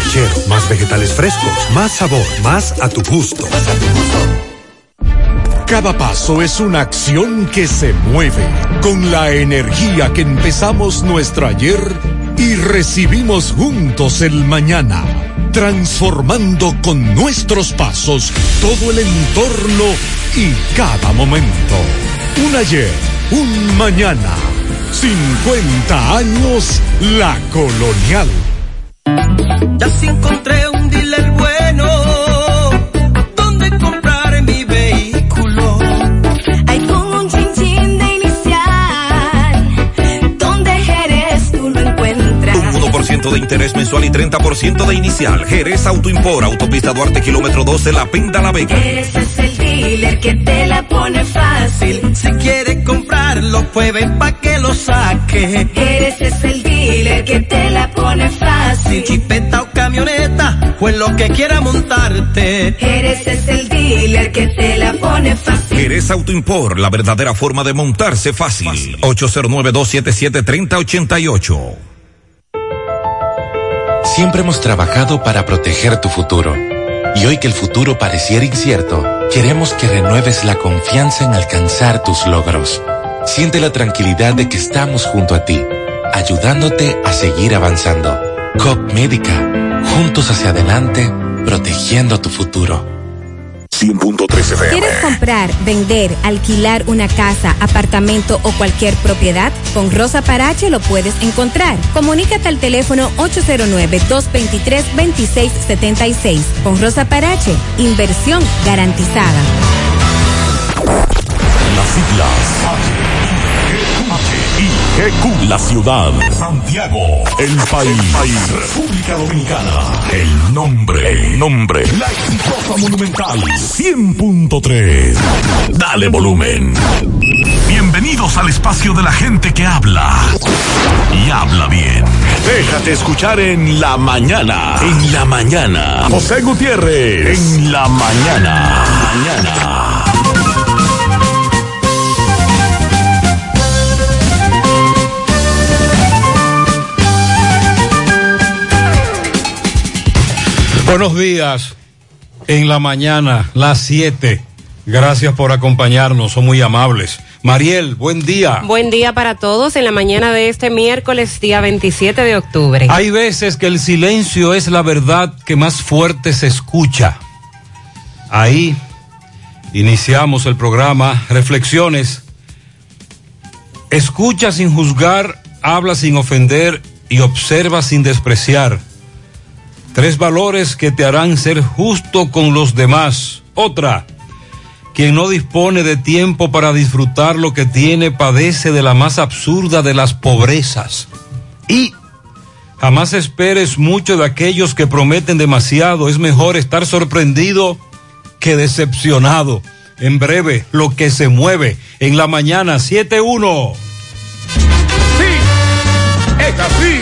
ranchero, más vegetales frescos, más sabor, más a tu gusto. Cada paso es una acción que se mueve con la energía que empezamos nuestro ayer y recibimos juntos el mañana, transformando con nuestros pasos todo el entorno y cada momento. Un ayer, un mañana, 50 años La Colonial. Ya sí encontré un dealer bueno donde comprar mi vehículo. Hay con un chin de inicial, donde Jerez tú lo encuentras. Un 1% de interés mensual y 30% de inicial. Jerez Autoimport, Autopista Duarte, kilómetro 12, La Penda, La Vega. Jerez es el dealer que te la pone fácil. Si quiere comprarlo, pues ven pa' que lo saque. Jerez es el dealer que te la pone fácil. Chipeta o camioneta, pues lo que quiera montarte. Jerez es el dealer que te la pone fácil. Jerez Autoimport, la verdadera forma de montarse fácil. 809-277-3088. Siempre hemos trabajado para proteger tu futuro. Y hoy que el futuro pareciera incierto, queremos que renueves la confianza en alcanzar tus logros. Siente la tranquilidad de que estamos junto a ti, ayudándote a seguir avanzando. COP Médica, juntos hacia adelante, protegiendo tu futuro. 100.3 FM. ¿Quieres comprar, vender, alquilar una casa, apartamento o cualquier propiedad? Con Rosa Parache lo puedes encontrar. Comunícate al teléfono 809-223-2676. Con Rosa Parache, inversión garantizada. Las siglas HIGQ, la ciudad, Santiago, el país, República Dominicana, el nombre, la exitosa Monumental 100.3. Dale volumen. Bienvenidos al espacio de la gente que habla y habla bien. Déjate escuchar en la mañana. En la mañana. José Gutiérrez. En la mañana. Buenos días, en la mañana, las 7. Gracias por acompañarnos, son muy amables. Mariel, buen día. Buen día para todos en la mañana de este miércoles, día 27 de octubre. Hay veces que el silencio es la verdad que más fuerte se escucha. Ahí iniciamos el programa, reflexiones. Escucha sin juzgar, habla sin ofender y observa sin despreciar. 3 valores que te harán ser justo con los demás. Otra, quien no dispone de tiempo para disfrutar lo que tiene padece de la más absurda de las pobrezas. Y jamás esperes mucho de aquellos que prometen demasiado. Es mejor estar sorprendido que decepcionado. En breve, lo que se mueve en la mañana, 7-1. Sí, es así.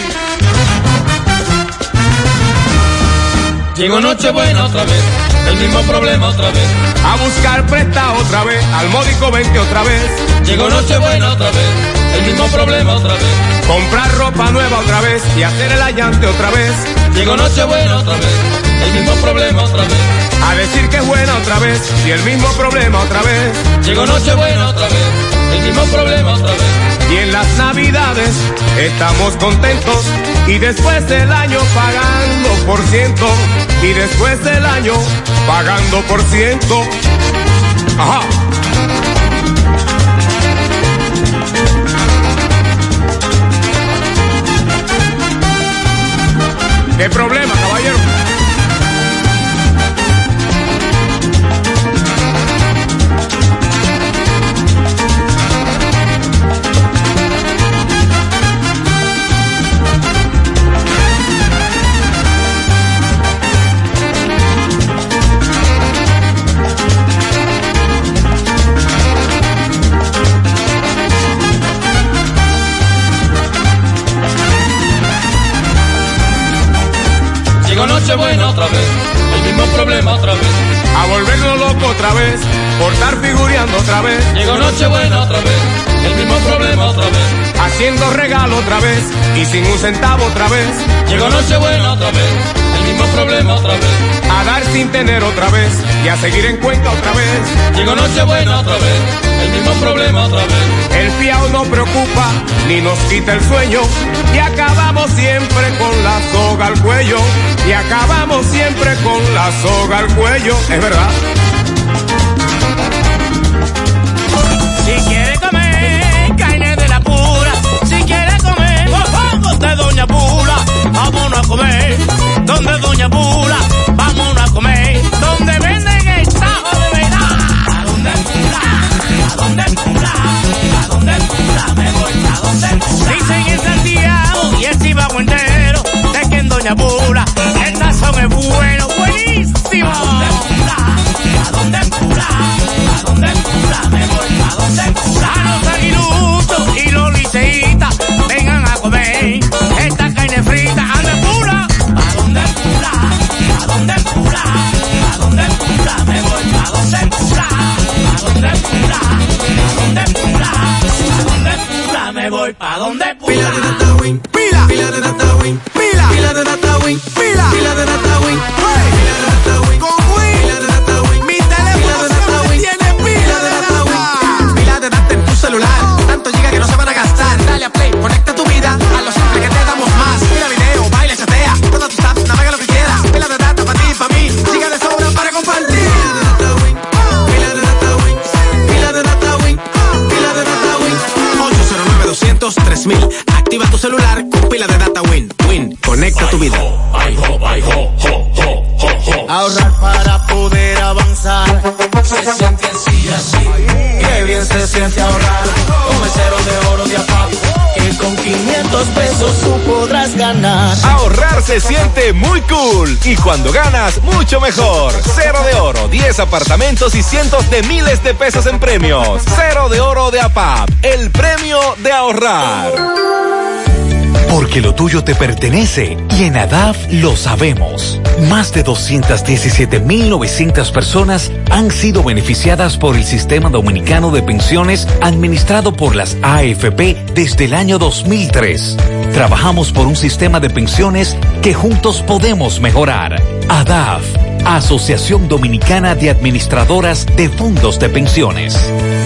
Llegó Nochebuena otra vez, el mismo problema otra vez. A buscar prestado otra vez, al módico 20 otra vez. Llegó Nochebuena otra vez, el mismo problema otra vez. Comprar ropa nueva otra vez y hacer el allante otra vez. Llegó Nochebuena otra vez, el mismo problema otra vez. A decir que es buena otra vez y el mismo problema otra vez. Llegó Nochebuena otra vez, el mismo problema otra vez. Y en las navidades estamos contentos y después del año pagando por ciento. Y después del año pagando por ciento. Ajá. ¿Qué problema, caballero? Nochebuena otra vez, el mismo problema otra vez. A volvernos locos otra vez, por estar figureando otra vez. Llegó Nochebuena otra vez, el mismo problema otra vez. Haciendo regalo otra vez y sin un centavo otra vez. Llegó Nochebuena otra vez, el mismo problema otra vez. A dar sin tener otra vez y a seguir en cuenta otra vez. Llegó Nochebuena otra vez, el mismo problema otra vez. El fiao no preocupa ni nos quita el sueño y acabamos siempre con la soga al cuello. Y acabamos siempre con la soga al cuello. Es verdad. Si quiere comer carne de la pura, si quiere comer mofongos de Doña Pula, vámonos a comer donde Doña Pula, vámonos a comer donde venden el tajo de verdad. ¿A dónde Pula? ¿A dónde Pula? ¿A dónde Pula? Me voy a donde Pula. Dicen en Santiago y el Chivago entero de que en Doña Pula el tazón es bueno, buenísimo. ¿A dónde Pula? ¿A dónde Pula? ¿A dónde Pula? Me voy a donde Pula. A los aguiluchos y los liceitas vengan a comer esta carne frita. ¿A dónde Pula? ¿A dónde Pula? ¿A dónde Pula? ¿A dónde Pula? Me voy a donde Pula. ¿A dónde Pula? ¿A dónde Pula? ¿A dónde Pula? Me voy pa' donde Pula. Pila de Data Win, pila, pila de Data Win, pila, pila de Data Win, pila, pila de Data Win, pila de Data Win, con Win, pila de Data Win, mi teléfono siempre tiene pila de Data Win, pila de Data en tu celular, tanto giga que no se van a gastar, dale a play, conecta tu vida, a lo simple que te damos más, mira video, baila, chatea, todas tus apps, navega lo que quieras, pila de Data para ti, para mí, giga de sobra para compartir, pila de Data Win, pila de Data Win, pila de Data Win, 809-200-3000, activa tu celular con pila de Data Win, Win, conecta tu vida. Ahorrar para poder avanzar, se siente así, qué bien se siente ahorrar, con el Cero de Oro de APAP, que con 500 pesos tú podrás ganar. Ahorrar se siente muy cool y cuando ganas, mucho mejor. Cero de Oro, 10 apartamentos y cientos de miles de pesos en premios. Cero de Oro de APAP, el premio de ahorrar. Porque lo tuyo te pertenece y en ADAF lo sabemos. Más de 217.900 personas han sido beneficiadas por el Sistema Dominicano de Pensiones administrado por las AFP desde el año 2003. Trabajamos por un sistema de pensiones que juntos podemos mejorar. ADAF, Asociación Dominicana de Administradoras de Fondos de Pensiones.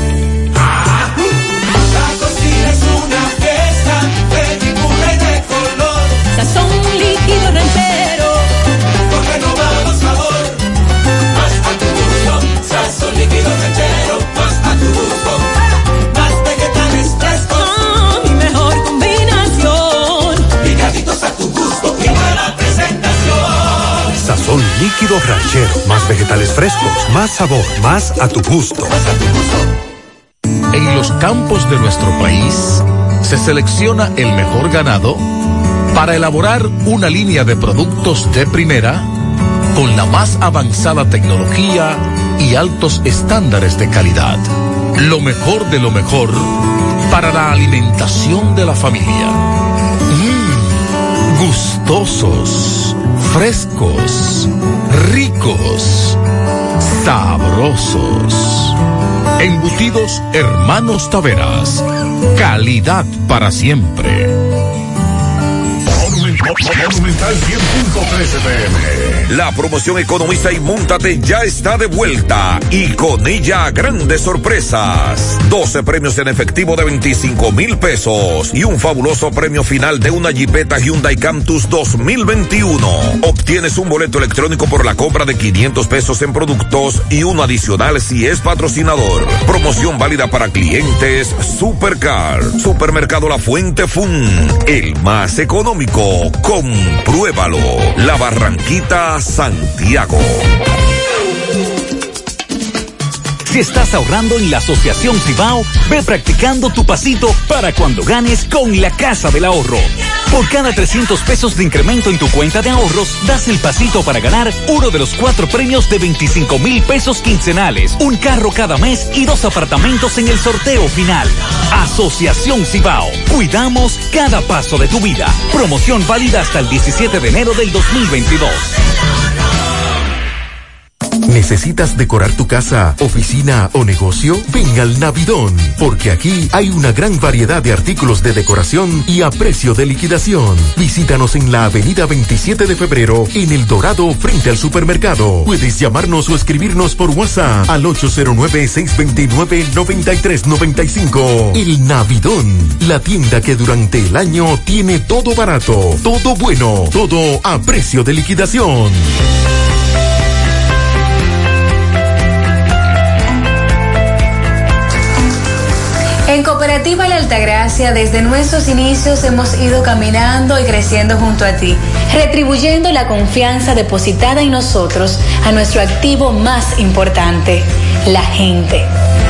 Sazón líquido ranchero, con renovado sabor, más a tu gusto. Sazón líquido ranchero, más a tu gusto. Más vegetales frescos, mi mejor combinación. Picaditos a tu gusto y buena presentación. Sazón líquido ranchero, más vegetales frescos, más sabor, más a tu gusto. Más a tu gusto. En los campos de nuestro país se selecciona el mejor ganado para elaborar una línea de productos de primera con la más avanzada tecnología y altos estándares de calidad. Lo mejor de lo mejor para la alimentación de la familia. Gustosos, frescos, ricos, sabrosos. Embutidos Hermanos Taveras. Calidad para siempre. Monumental 100.13 PM. La promoción Economiza y Móntate ya está de vuelta y con ella grandes sorpresas. 12 premios en efectivo de 25,000 pesos y un fabuloso premio final de una Jeepeta Hyundai Cantus 2021. Obtienes un boleto electrónico por la compra de 500 pesos en productos y uno adicional si es patrocinador. Promoción válida para clientes Supercar. Supermercado La Fuente Fun, el más económico. Compruébalo. La Barranquita, Santiago. Si estás ahorrando en la Asociación Cibao, ve practicando tu pasito para cuando ganes con la Casa del Ahorro. Por cada 300 pesos de incremento en tu cuenta de ahorros, das el pasito para ganar uno de los 4 premios de 25,000 pesos quincenales, un carro cada mes y 2 apartamentos en el sorteo final. Asociación Cibao. Cuidamos cada paso de tu vida. Promoción válida hasta el 17 de enero del 2022. ¿Necesitas decorar tu casa, oficina o negocio? Ven al Navidón, porque aquí hay una gran variedad de artículos de decoración y a precio de liquidación. Visítanos en la avenida 27 de febrero, en El Dorado, frente al supermercado. Puedes llamarnos o escribirnos por WhatsApp al 809-629-9395. El Navidón, la tienda que durante el año tiene todo barato, todo bueno, todo a precio de liquidación. En Cooperativa La Altagracia, desde nuestros inicios hemos ido caminando y creciendo junto a ti, retribuyendo la confianza depositada en nosotros a nuestro activo más importante, la gente.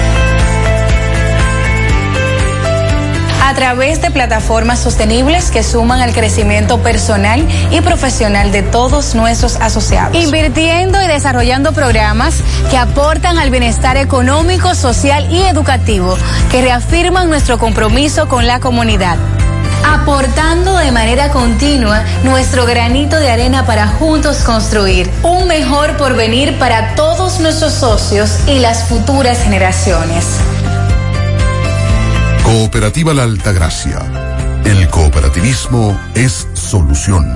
A través de plataformas sostenibles que suman al crecimiento personal y profesional de todos nuestros asociados. Invirtiendo y desarrollando programas que aportan al bienestar económico, social y educativo, que reafirman nuestro compromiso con la comunidad. Aportando de manera continua nuestro granito de arena para juntos construir un mejor porvenir para todos nuestros socios y las futuras generaciones. Cooperativa La Altagracia. El cooperativismo es solución.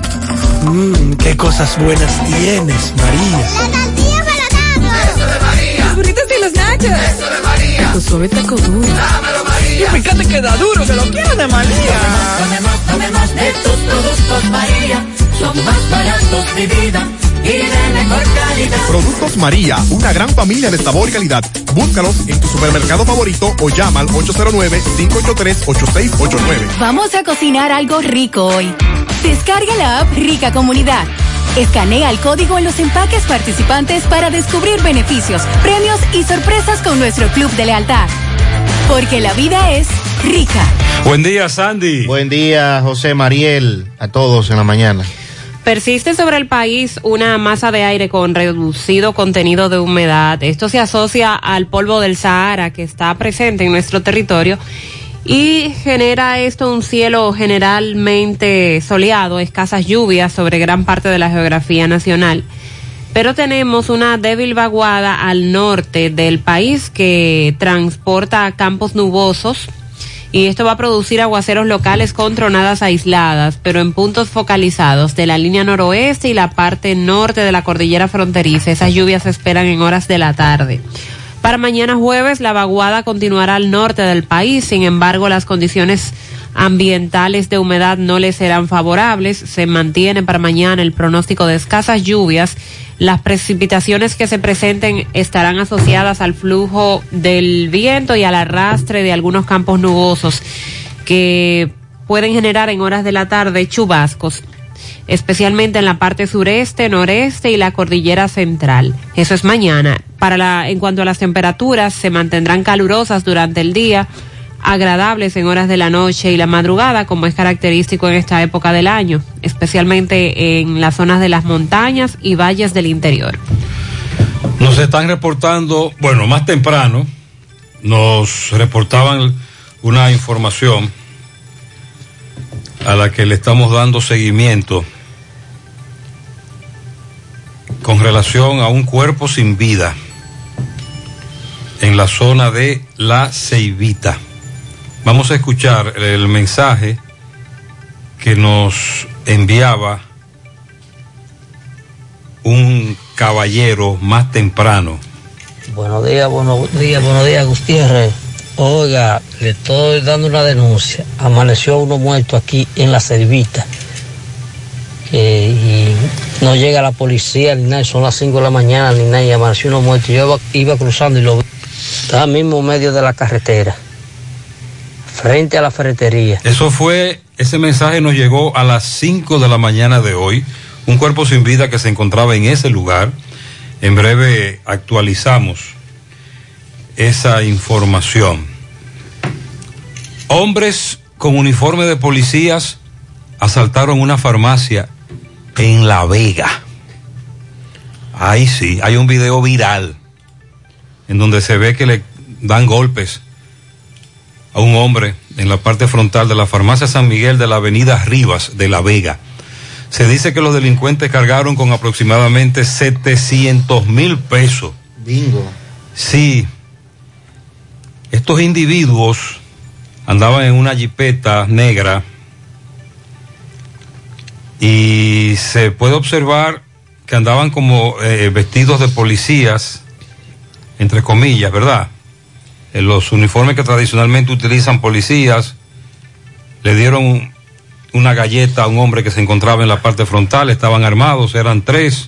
Qué cosas buenas tienes, María. La tortilla para tacos. Eso de María. Los burritos y los nachos. Eso de María. Tu suave taco duro. Dámelo, María. Y fíjate que da duro, que lo quiero de María. Tome más de tus productos, María. Son más baratos, mi vida. Y de mejor calidad. Productos María, una gran familia de sabor y calidad. Búscalos en tu supermercado favorito o llama al 809-583-8689. Vamos a cocinar algo rico hoy. Descarga la app Rica Comunidad. Escanea el código en los empaques participantes para descubrir beneficios, premios y sorpresas con nuestro club de lealtad. Porque la vida es rica. Buen día, Sandy. Buen día, José, Mariel, a todos en la mañana. Persiste sobre el país una masa de aire con reducido contenido de humedad. Esto se asocia al polvo del Sahara que está presente en nuestro territorio y genera esto un cielo generalmente soleado, escasas lluvias sobre gran parte de la geografía nacional. Pero tenemos una débil vaguada al norte del país que transporta campos nubosos. Y esto va a producir aguaceros locales con tronadas aisladas, pero en puntos focalizados de la línea noroeste y la parte norte de la cordillera fronteriza. Esas lluvias se esperan en horas de la tarde. Para mañana jueves, la vaguada continuará al norte del país, sin embargo, las condiciones ambientales de humedad no le serán favorables. Se mantiene para mañana el pronóstico de escasas lluvias. Las precipitaciones que se presenten estarán asociadas al flujo del viento y al arrastre de algunos campos nubosos que pueden generar en horas de la tarde chubascos, especialmente en la parte sureste, noreste y la cordillera central. Eso es mañana. En cuanto a las temperaturas, se mantendrán calurosas durante el día, agradables en horas de la noche y la madrugada, como es característico en esta época del año, especialmente en las zonas de las montañas y valles del interior. Nos están reportando, bueno, más temprano, nos reportaban una información a la que le estamos dando seguimiento con relación a un cuerpo sin vida en la zona de La Ceibita. Vamos a escuchar el mensaje que nos enviaba un caballero más temprano. Buenos días, Gutiérrez. Oiga, le estoy dando una denuncia. Amaneció uno muerto aquí en La Ceibita. Y no llega la policía ni nada, son las 5 de la mañana ni nada, y amaneció uno muerto. Yo iba cruzando y lo vi. Estaba mismo en medio de la carretera, frente a la ferretería. Ese mensaje nos llegó a las 5 de la mañana de hoy. Un cuerpo sin vida que se encontraba en ese lugar. En breve actualizamos esa información. Hombres con uniforme de policías asaltaron una farmacia en La Vega. Ahí sí, hay un video viral en donde se ve que le dan golpes a un hombre en la parte frontal de la farmacia San Miguel de la avenida Rivas de La Vega. Se dice que los delincuentes cargaron con aproximadamente 700,000 pesos. Bingo. Sí. Estos individuos andaban en una jipeta negra y se puede observar que andaban como vestidos de policías, entre comillas, ¿verdad? En los uniformes que tradicionalmente utilizan policías. Le dieron una galleta a un hombre que se encontraba en la parte frontal, estaban armados, eran 3.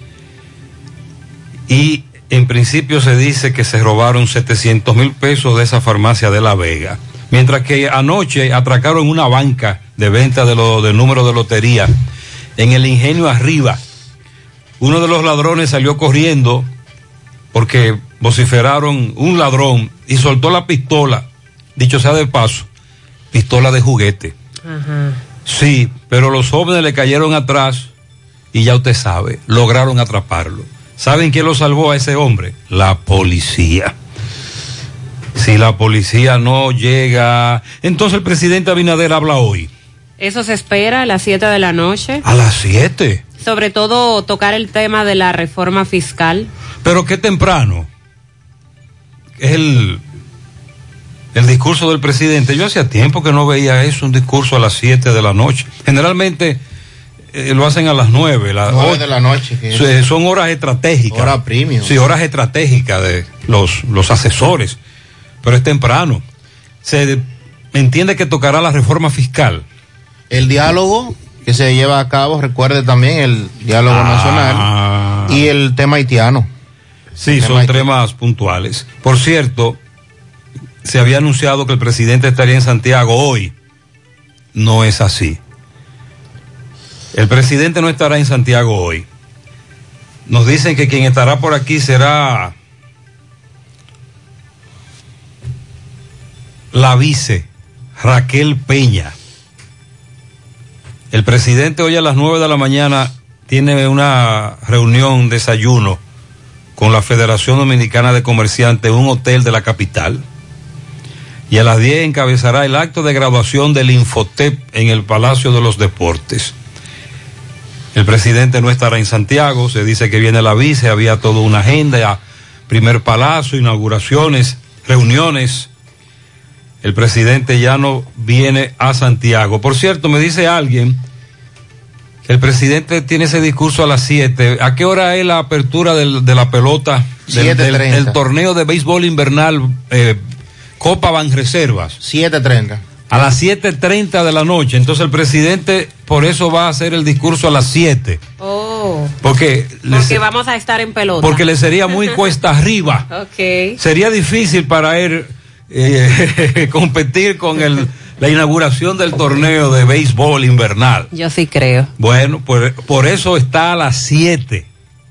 Y en principio se dice que se robaron 700,000 pesos de esa farmacia de La Vega. Mientras que anoche atracaron una banca de venta de número de lotería en el Ingenio Arriba. Uno de los ladrones salió corriendo porque vociferaron un ladrón y soltó la pistola, dicho sea de paso, pistola de juguete. Ajá. Sí, pero los jóvenes le cayeron atrás y ya usted sabe, lograron atraparlo. ¿Saben quién lo salvó a ese hombre? La policía. Si la policía no llega, entonces el presidente Abinader habla hoy. Eso se espera a las 7 de la noche. ¿A las 7? Sobre todo tocar el tema de la reforma fiscal. Pero qué temprano. Es el discurso del presidente. Yo hacía tiempo que no veía eso, un discurso a las 7 de la noche. Generalmente lo hacen a las 9. 9 de la noche. Son horas estratégicas. Hora premium. Sí, horas estratégicas de los asesores. Pero es temprano. Se entiende que tocará la reforma fiscal. El diálogo que se lleva a cabo, recuerde también el diálogo nacional y el tema haitiano. Sí, son temas puntuales. Por cierto, se había anunciado que el presidente estaría en Santiago hoy. No es así. El presidente no estará en Santiago hoy. Nos dicen que quien estará por aquí será la vice, Raquel Peña. El presidente hoy a las 9 de la mañana tiene una reunión, desayuno, con la Federación Dominicana de Comerciantes en un hotel de la capital. Y a las 10 encabezará el acto de graduación del Infotep en el Palacio de los Deportes. El presidente no estará en Santiago, se dice que viene la vice, había toda una agenda, primer palacio, inauguraciones, reuniones. El presidente ya no viene a Santiago. Por cierto, me dice alguien que el presidente tiene ese discurso a las 7. ¿A qué hora es la apertura de la pelota? Del torneo de béisbol invernal Copa Banreservas. 7:30. A las 7:30 de la noche. Entonces el presidente por eso va a hacer el discurso a las 7. Oh. Porque vamos a estar en pelota. Porque le sería muy cuesta arriba. Ok. Sería difícil para él competir con la inauguración del torneo de béisbol invernal. Yo sí creo. Bueno, por eso está a las 7.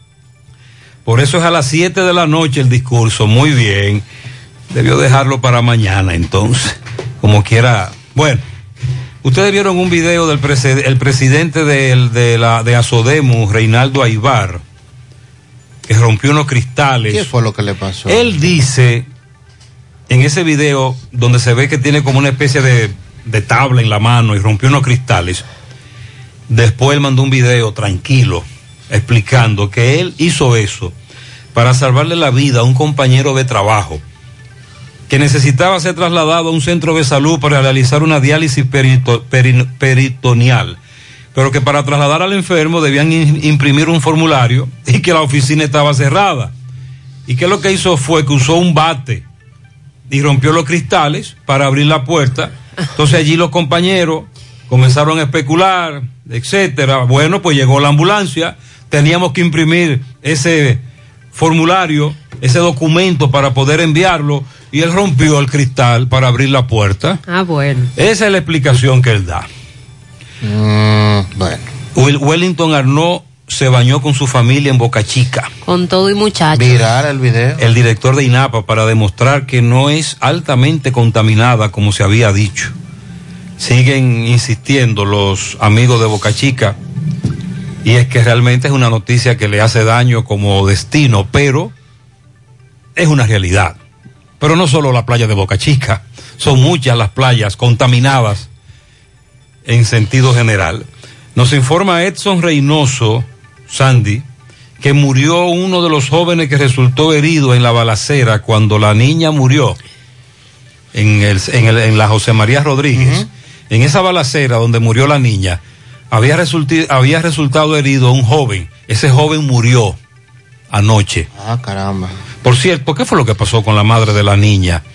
Por eso es a las 7 de la noche el discurso. Muy bien. Debió dejarlo para mañana entonces. Como quiera. Bueno, ustedes vieron un video del presidente de Asodemu, Reinaldo Aybar, que rompió unos cristales. ¿Qué fue lo que le pasó? Él dice en ese video, donde se ve que tiene como una especie de tabla en la mano y rompió unos cristales, después él mandó un video tranquilo explicando que él hizo eso para salvarle la vida a un compañero de trabajo que necesitaba ser trasladado a un centro de salud para realizar una diálisis peritoneal, pero que para trasladar al enfermo debían imprimir un formulario y que la oficina estaba cerrada. Y que lo que hizo fue que usó un bate y rompió los cristales para abrir la puerta. Entonces allí los compañeros comenzaron a especular, etcétera. Bueno, pues llegó la ambulancia, teníamos que imprimir ese formulario, ese documento para poder enviarlo, y él rompió el cristal para abrir la puerta. Ah, bueno. Esa es la explicación que él da. Bueno. Wellington Arnaud se bañó con su familia en Boca Chica. Con todo y muchachos. Viral el video. El director de INAPA, para demostrar que no es altamente contaminada como se había dicho. Siguen insistiendo los amigos de Boca Chica, y es que realmente es una noticia que le hace daño como destino, pero es una realidad. Pero no solo la playa de Boca Chica, son muchas las playas contaminadas en sentido general. Nos informa Edson Reynoso, Sandy, que murió uno de los jóvenes que resultó herido en la balacera cuando la niña murió en la José María Rodríguez. Uh-huh. En esa balacera donde murió la niña, había resultado herido un joven. Ese joven murió anoche. Ah, caramba. Por cierto, ¿qué fue lo que pasó con la madre de la niña?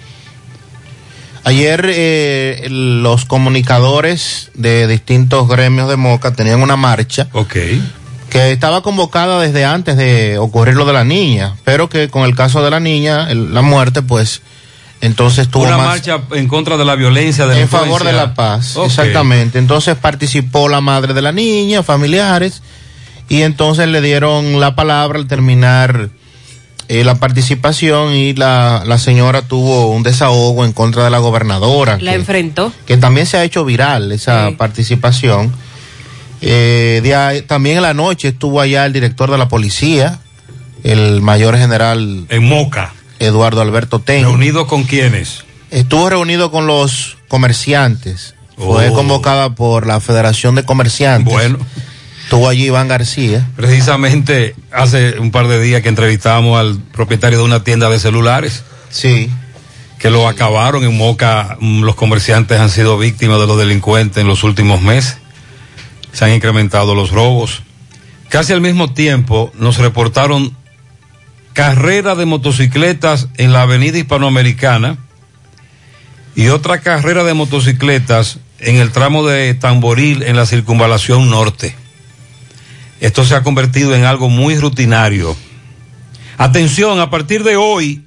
Ayer los comunicadores de distintos gremios de Moca tenían una marcha. Okay. Que estaba convocada desde antes de ocurrir lo de la niña, pero que con el caso de la niña, la muerte, pues, entonces tuvo una marcha en contra de la violencia, de la en favor de la paz. Okay. Exactamente. Entonces participó la madre de la niña, familiares, y entonces le dieron la palabra al terminar la participación, y la señora tuvo un desahogo en contra de la gobernadora. La enfrentó. Que también se ha hecho viral esa participación. También en la noche estuvo allá el director de la policía, el mayor general en Moca, Eduardo Alberto Ten. ¿Reunido con quiénes? Estuvo reunido con los comerciantes. Fue convocada por la Federación de Comerciantes. Bueno. Estuvo allí Iván García. Precisamente hace un par de días que entrevistamos al propietario de una tienda de celulares. Sí. Que lo acabaron en Moca. Los comerciantes han sido víctimas de los delincuentes en los últimos meses. Se han incrementado los robos. Casi al mismo tiempo nos reportaron carrera de motocicletas en la avenida Hispanoamericana y otra carrera de motocicletas en el tramo de Tamboril en la circunvalación norte. Esto se ha convertido en algo muy rutinario. Atención, a partir de hoy,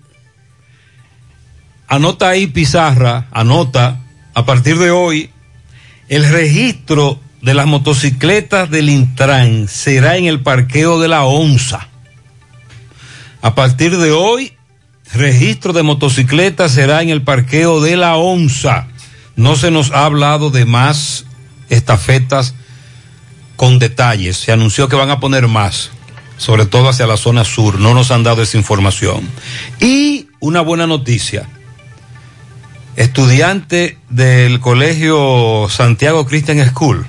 anota ahí pizarra, a partir de hoy, el registro de las motocicletas del Intran será en el parqueo de la Onza. A partir de hoy, registro de motocicletas será en el parqueo de la Onza. No se nos ha hablado de más estafetas con detalles. Se anunció que van a poner más, sobre todo hacia la zona sur. No nos han dado esa información. Y una buena noticia. Estudiante del colegio Santiago Christian School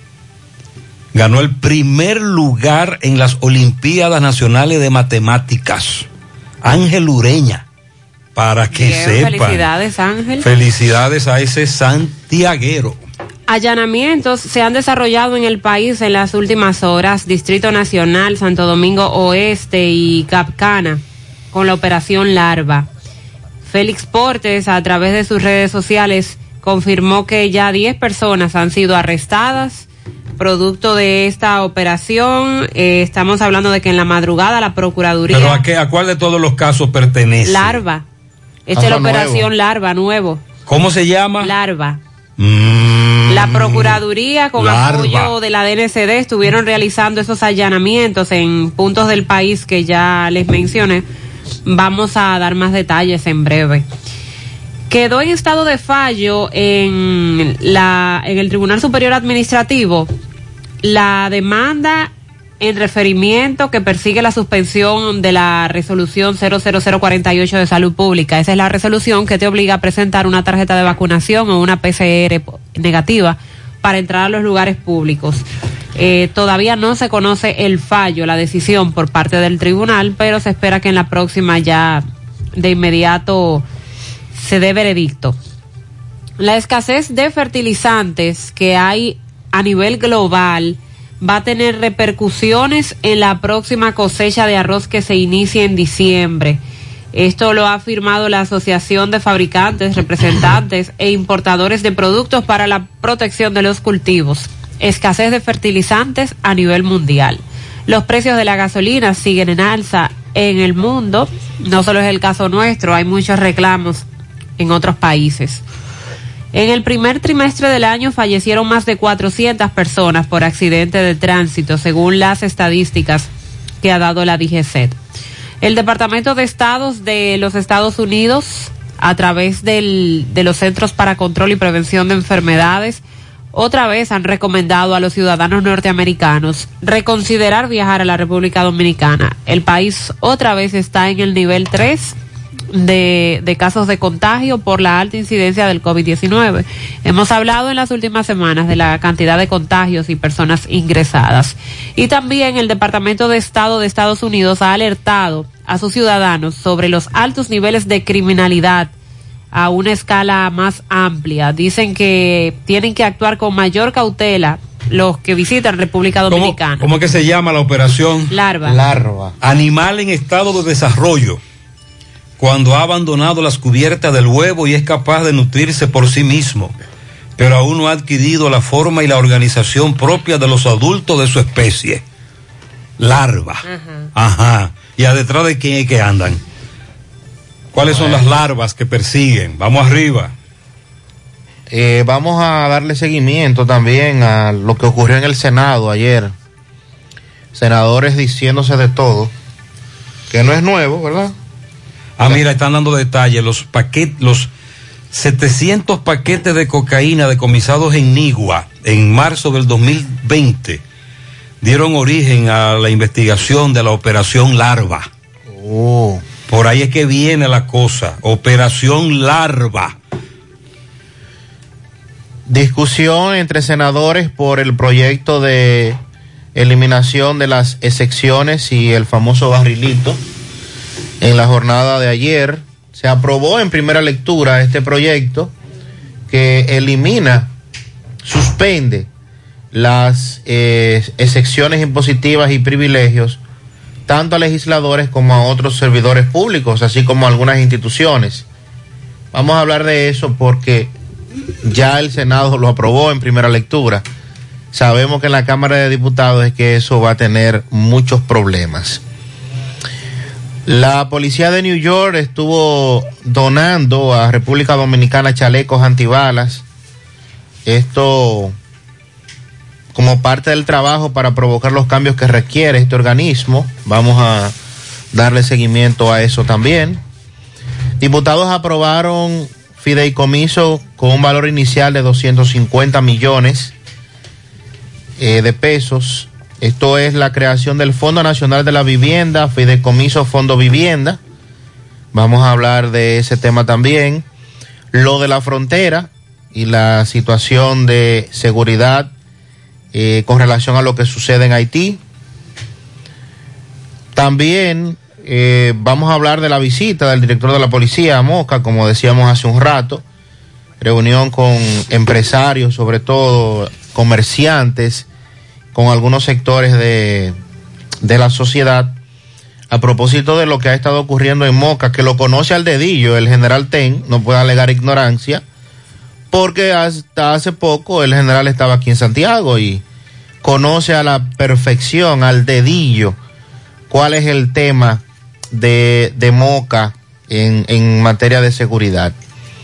ganó el primer lugar en las Olimpiadas Nacionales de Matemáticas. Ángel Ureña, para que sepan. Felicidades, Ángel. Felicidades a ese santiaguero. Allanamientos se han desarrollado en el país en las últimas horas. Distrito Nacional, Santo Domingo Oeste y Capcana, con la operación Larva. Félix Portes, a través de sus redes sociales, confirmó que ya 10 personas han sido arrestadas producto de esta operación. Estamos hablando de que en la madrugada la Procuraduría... ¿Pero a cuál de todos los casos pertenece? Larva. Esta es la operación Larva, nuevo. ¿Cómo se llama? Larva. La Procuraduría, con apoyo de la DNCD, estuvieron realizando esos allanamientos en puntos del país que ya les mencioné. Vamos a dar más detalles en breve. Quedó en estado de fallo en el Tribunal Superior Administrativo la demanda en referimiento que persigue la suspensión de la resolución 00048 de Salud Pública. Esa es la resolución que te obliga a presentar una tarjeta de vacunación o una PCR negativa para entrar a los lugares públicos. Todavía no se conoce el fallo, la decisión por parte del tribunal, pero se espera que en la próxima ya de inmediato se dé veredicto. La escasez de fertilizantes que hay a nivel global va a tener repercusiones en la próxima cosecha de arroz que se inicie en diciembre. Esto lo ha afirmado la Asociación de Fabricantes, Representantes e Importadores de Productos para la Protección de los Cultivos. Escasez de fertilizantes a nivel mundial. Los precios de la gasolina siguen en alza en el mundo. No solo es el caso nuestro, hay muchos reclamos en otros países. En el primer trimestre del año fallecieron más de 400 personas por accidente de tránsito, según las estadísticas que ha dado la DGCET. El Departamento de Estados de los Estados Unidos, a través de los Centros para Control y Prevención de Enfermedades, otra vez han recomendado a los ciudadanos norteamericanos reconsiderar viajar a la República Dominicana. El país otra vez está en el nivel 3 de casos de contagio por la alta incidencia del COVID-19. Hemos hablado en las últimas semanas de la cantidad de contagios y personas ingresadas. Y también el Departamento de Estado de Estados Unidos ha alertado a sus ciudadanos sobre los altos niveles de criminalidad a una escala más amplia. Dicen que tienen que actuar con mayor cautela los que visitan República Dominicana. ¿Cómo es que se llama la operación? Larva. Animal en estado de desarrollo, cuando ha abandonado las cubiertas del huevo y es capaz de nutrirse por sí mismo, pero aún no ha adquirido la forma y la organización propia de los adultos de su especie. Larva. Ajá. ¿Y a detrás de quién es que andan? ¿Cuáles son las larvas que persiguen? Vamos arriba. Vamos a darle seguimiento también a lo que ocurrió en el Senado ayer. Senadores diciéndose de todo, que no es nuevo, ¿verdad? Mira, están dando detalles. Los 700 paquetes de cocaína decomisados en Nigua en marzo del 2020 dieron origen a la investigación de la Operación Larva. Por ahí es que viene la cosa, Operación Larva. Discusión entre senadores por el proyecto de eliminación de las excepciones y el famoso barrilito. En la jornada de ayer se aprobó en primera lectura este proyecto que suspende las excepciones impositivas y privilegios tanto a legisladores como a otros servidores públicos, así como a algunas instituciones. Vamos a hablar de eso porque ya el Senado lo aprobó en primera lectura. Sabemos que en la Cámara de Diputados es que eso va a tener muchos problemas. La policía de New York estuvo donando a República Dominicana chalecos antibalas. Esto como parte del trabajo para provocar los cambios que requiere este organismo. Vamos a darle seguimiento a eso también. Diputados aprobaron fideicomiso con un valor inicial de 250 millones de pesos. Esto es la creación del Fondo Nacional de la Vivienda, fideicomiso Fondo Vivienda. Vamos a hablar de ese tema también. Lo de la frontera y la situación de seguridad con relación a lo que sucede en Haití. También vamos a hablar de la visita del director de la policía a Moca, como decíamos hace un rato. Reunión con empresarios, sobre todo comerciantes, con algunos sectores de la sociedad, a propósito de lo que ha estado ocurriendo en Moca, que lo conoce al dedillo el general Ten, no puede alegar ignorancia, porque hasta hace poco el general estaba aquí en Santiago y conoce a la perfección, al dedillo, cuál es el tema de Moca en materia de seguridad.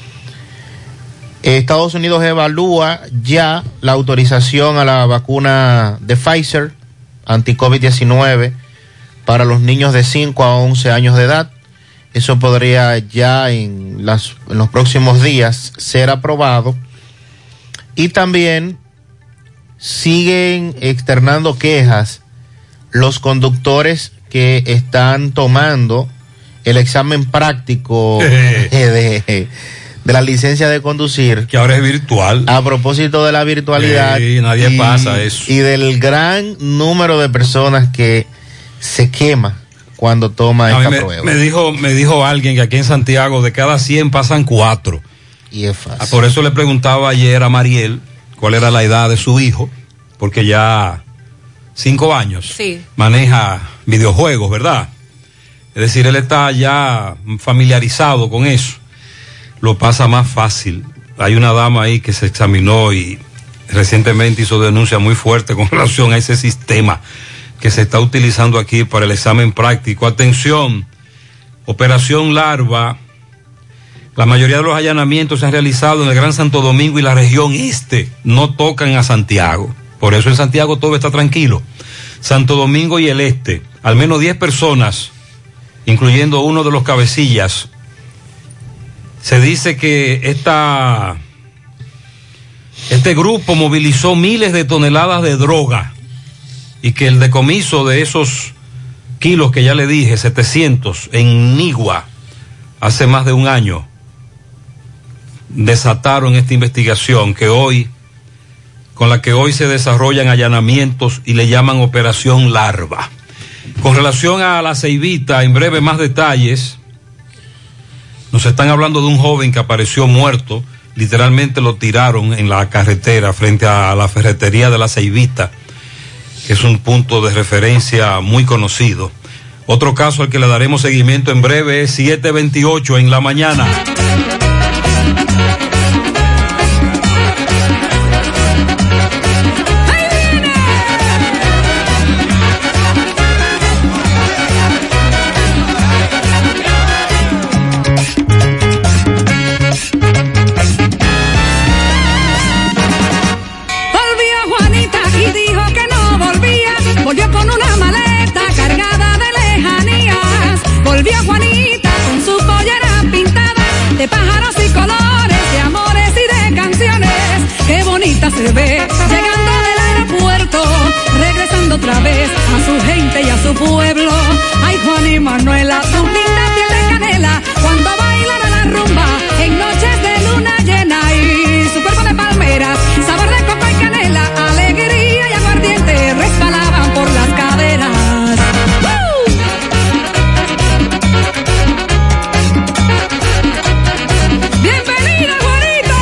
Estados Unidos evalúa ya la autorización a la vacuna de Pfizer anti-COVID-19 para los niños de 5 a 11 años de edad. Eso podría ya en los próximos días ser aprobado. Y también siguen externando quejas los conductores que están tomando el examen práctico de la licencia de conducir, que ahora es virtual. A propósito de la virtualidad, nadie pasa eso. Y del gran número de personas que se quema cuando toma esta prueba. Me dijo alguien que aquí en Santiago de cada 100 pasan 4. Y es fácil. Por eso le preguntaba ayer a Mariel cuál era la edad de su hijo, porque ya 5 años maneja videojuegos, ¿verdad? Es decir, él está ya familiarizado con eso. Lo pasa más fácil. Hay una dama ahí que se examinó y recientemente hizo denuncia muy fuerte con relación a ese sistema que se está utilizando aquí para el examen práctico. Atención, Operación Larva. La mayoría de los allanamientos se han realizado en el Gran Santo Domingo y la región este. No tocan a Santiago. Por eso en Santiago todo está tranquilo. Santo Domingo y el este. Al menos 10 personas, incluyendo uno de los cabecillas. Se dice que este grupo movilizó miles de toneladas de droga y que el decomiso de esos kilos que ya le dije, 700 en Nigua, hace más de un año, desataron esta investigación con la que hoy se desarrollan allanamientos y le llaman Operación Larva. Con relación a la Ceibita, en breve más detalles. Nos están hablando de un joven que apareció muerto, literalmente lo tiraron en la carretera frente a la ferretería de la Ceibita, que es un punto de referencia muy conocido. Otro caso al que le daremos seguimiento en breve es 7:28 en la mañana. Volvió con una maleta cargada de lejanías. Volvió Juanita con su pollera pintada de pájaros y colores, de amores y de canciones. Qué bonita se ve llegando del aeropuerto, regresando otra vez a su gente y a su pueblo. Ay, Juan y Manuela, su linda piel de canela, cuando bailan a la rumba en noches de luna llena. Y su cuerpo de palmeras, sabor de coco y canela, alegría y aguardiente resbalaban por las caderas. ¡Bienvenida, Juanita!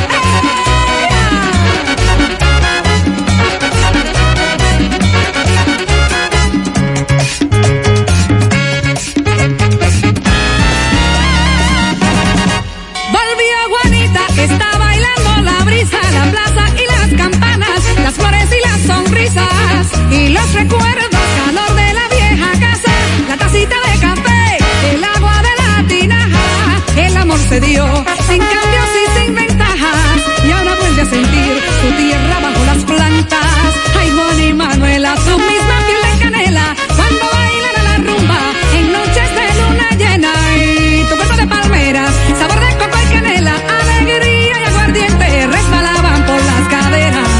Volvió Juanita, está bailando la brisa, la plaza y las campanas, las flores y las sonrisas y los recuerdos, calor de la vieja casa, la tacita de café, el agua de la tinaja. El amor se dio sin cambios y sin ventajas, y ahora vuelve a sentir su tierra bajo las plantas. Ay, Juan y Manuela, su misma piel de canela, cuando bailan a la rumba en noches de luna llena. Y tu cuerpo de palmeras, sabor de coco y canela, alegría y aguardiente resbalaban por las caderas.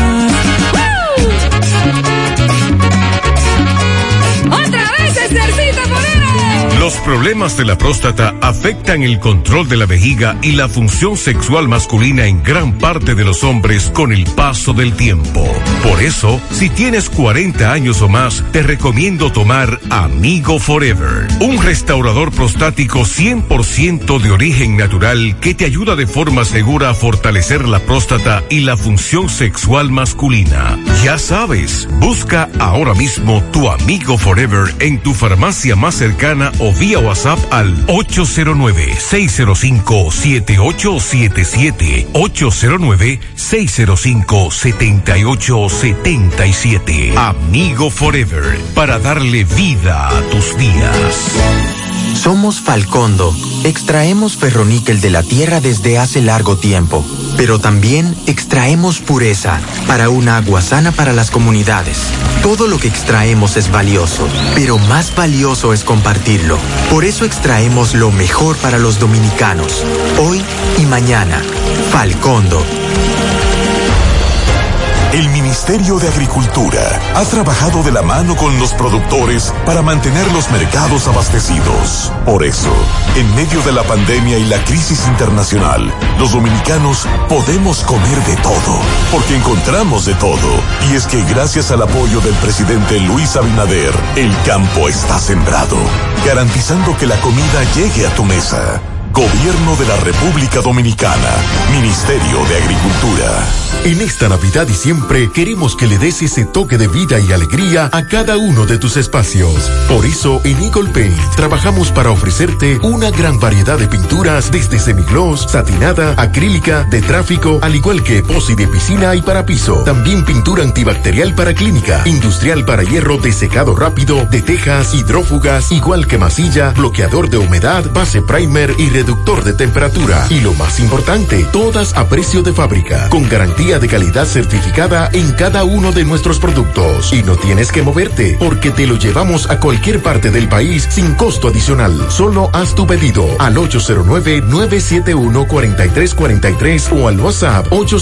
¡Otra vez, Estercita Moreno! Los problemas de la próstata afectan el control de la vejiga y la función sexual masculina en gran parte de los hombres con el paso del tiempo. Por eso, si tienes 40 años o más, te recomiendo tomar Amigo Forever, un restaurador prostático 100% de origen natural que te ayuda de forma segura a fortalecer la próstata y la función sexual masculina. Ya sabes, busca ahora mismo tu Amigo Forever en tu farmacia más cercana o vía WhatsApp al 809-605-7877, 809-605-7877. Amigo Forever, para darle vida a tus días. Somos Falcondo. Extraemos ferroníquel de la tierra desde hace largo tiempo, pero también extraemos pureza para un agua sana para las comunidades. Todo lo que extraemos es valioso, pero más valioso es compartirlo. Por eso extraemos lo mejor para los dominicanos, hoy y mañana. Falcondo. El Ministerio de Agricultura ha trabajado de la mano con los productores para mantener los mercados abastecidos. Por eso, en medio de la pandemia y la crisis internacional, los dominicanos podemos comer de todo, porque encontramos de todo. Y es que gracias al apoyo del presidente Luis Abinader, el campo está sembrado, garantizando que la comida llegue a tu mesa. Gobierno de la República Dominicana. Ministerio de Agricultura. En esta Navidad y siempre queremos que le des ese toque de vida y alegría a cada uno de tus espacios. Por eso en Eagle Paint trabajamos para ofrecerte una gran variedad de pinturas desde semigloss, satinada, acrílica, de tráfico, al igual que epoxi de piscina y para piso. También pintura antibacterial para clínica, industrial para hierro de secado rápido, de tejas, hidrófugas, igual que masilla, bloqueador de humedad, base primer y reductor de temperatura. Y lo más importante, todas a precio de fábrica, con garantía de calidad certificada en cada uno de nuestros productos. Y no tienes que moverte, porque te lo llevamos a cualquier parte del país sin costo adicional. Solo haz tu pedido al 809-971-4343 o al WhatsApp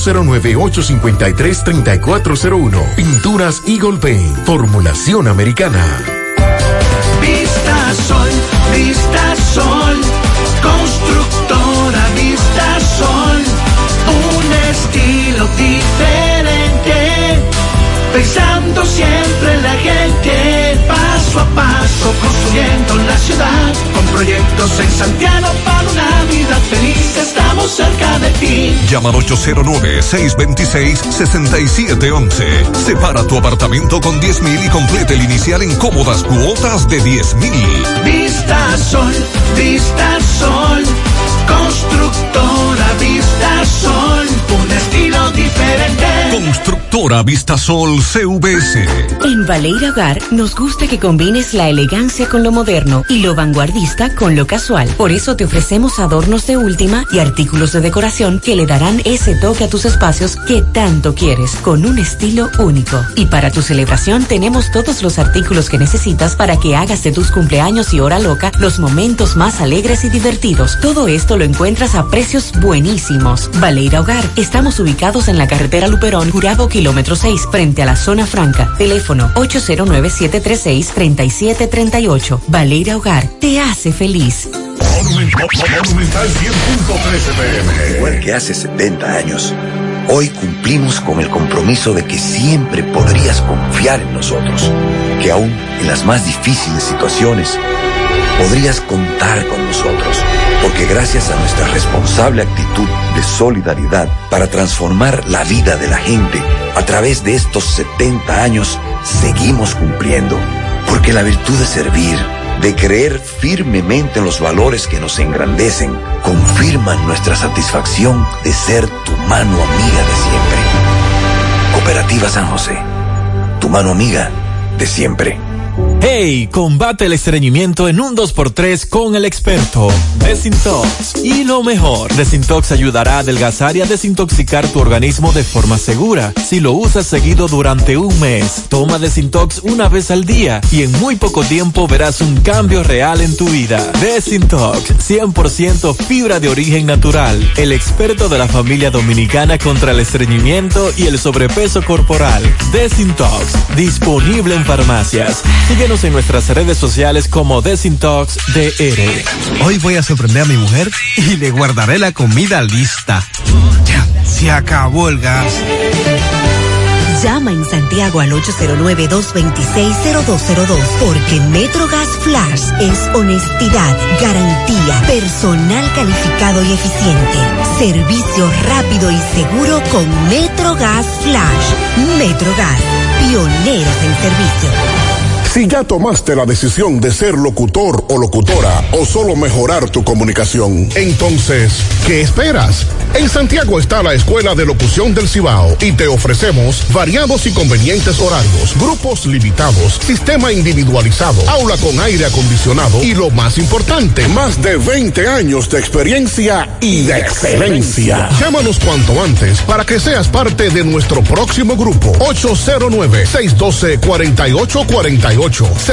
809-853-3401. Pinturas Eagle Paint, formulación americana. Vista Sol, Constructora Vista Sol, un estilo diferente, pensando siempre en la gente, paso a paso construyendo la ciudad, con proyectos en Santiago para una vida feliz, estamos cerca de ti. Llama al 809-626-6711. Separa tu apartamento con 10,000 y complete el inicial en cómodas cuotas de 10,000. Vista Sol, constructora Vista Sol, un estilo diferente. Constructora Vista Sol CVS. En Valeira Hogar nos gusta que combines la elegancia con lo moderno y lo vanguardista con lo casual. Por eso te ofrecemos adornos de última y artículos de decoración que le darán ese toque a tus espacios que tanto quieres, con un estilo único. Y para tu celebración tenemos todos los artículos que necesitas para que hagas de tus cumpleaños y hora loca los momentos más alegres y divertidos. Todo esto lo encuentras a precios buenísimos. Valeira Hogar, estamos ubicados en la carretera Luperón, Gurabo, kilómetro 6, frente a la zona franca. Teléfono 809-736-3738. Valeira Hogar, te hace feliz. Monumental 100.13 PM. Igual que hace 70 años, hoy cumplimos con el compromiso de que siempre podrías confiar en nosotros, que aún en las más difíciles situaciones podrías contar con nosotros, porque gracias a nuestra responsable actitud de solidaridad para transformar la vida de la gente, a través de estos 70 años seguimos cumpliendo, porque la virtud de servir, de creer firmemente en los valores que nos engrandecen, confirman nuestra satisfacción de ser tu mano amiga de siempre. Cooperativa San José, tu mano amiga de siempre. Hey, combate el estreñimiento en un 2x3 con el experto Desintox. Y lo mejor, Desintox ayudará a adelgazar y a desintoxicar tu organismo de forma segura. Si lo usas seguido durante un mes, toma Desintox una vez al día y en muy poco tiempo verás un cambio real en tu vida. Desintox, 100% fibra de origen natural. El experto de la familia dominicana contra el estreñimiento y el sobrepeso corporal. Desintox, disponible en farmacias. Síguenos en nuestras redes sociales como Desintox DR. Hoy voy a sorprender a mi mujer y le guardaré la comida lista. Ya, se acabó el gas. Llama en Santiago al 809-226-0202 porque MetroGas Flash es honestidad, garantía, personal calificado y eficiente, servicio rápido y seguro con MetroGas Flash. MetroGas, pioneros en servicio. Si ya tomaste la decisión de ser locutor o locutora o solo mejorar tu comunicación, entonces, ¿qué esperas? En Santiago está la Escuela de Locución del Cibao y te ofrecemos variados y convenientes horarios, grupos limitados, sistema individualizado, aula con aire acondicionado y lo más importante, más de 20 años de experiencia y de excelencia. Llámanos cuanto antes para que seas parte de nuestro próximo grupo. 809-612-4848.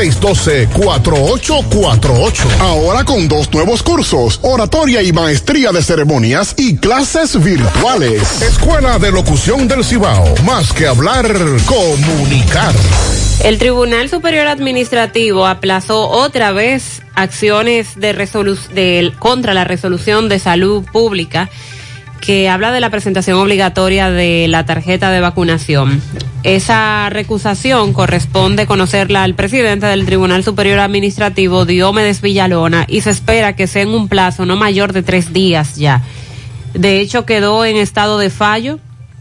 612-4848. Ahora con 2 nuevos cursos, oratoria y maestría de ceremonias y clases virtuales. Escuela de Locución del Cibao. Más que hablar, comunicar. El Tribunal Superior Administrativo aplazó otra vez acciones contra la resolución de salud pública que habla de la presentación obligatoria de la tarjeta de vacunación. Esa recusación corresponde conocerla al presidente del Tribunal Superior Administrativo, Diomedes Villalona, y se espera que sea en un plazo no mayor de 3 días ya. De hecho, quedó en estado de fallo.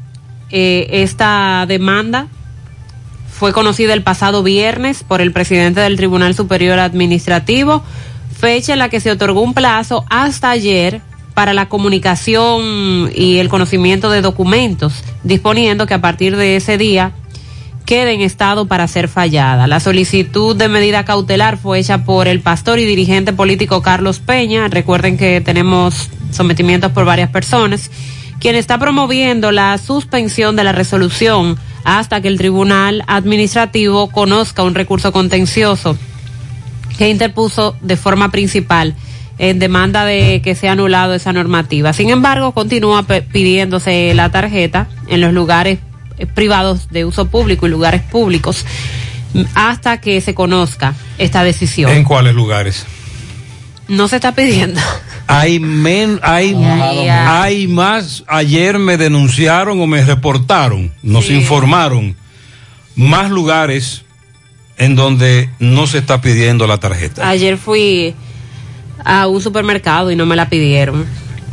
Esta demanda fue conocida el pasado viernes por el presidente del Tribunal Superior Administrativo, fecha en la que se otorgó un plazo hasta ayer para la comunicación y el conocimiento de documentos, disponiendo que a partir de ese día quede en estado para ser fallada. La solicitud de medida cautelar fue hecha por el pastor y dirigente político Carlos Peña. Recuerden que tenemos sometimientos por varias personas, quien está promoviendo la suspensión de la resolución hasta que el Tribunal Administrativo conozca un recurso contencioso que interpuso de forma principal en demanda de que sea anulado esa normativa. Sin embargo, continúa pidiéndose la tarjeta en los lugares privados de uso público y lugares públicos hasta que se conozca esta decisión. ¿En cuáles lugares? No se está pidiendo. Hay más. Ayer me denunciaron o me reportaron, nos informaron más lugares en donde no se está pidiendo la tarjeta. Ayer fui a un supermercado y no me la pidieron.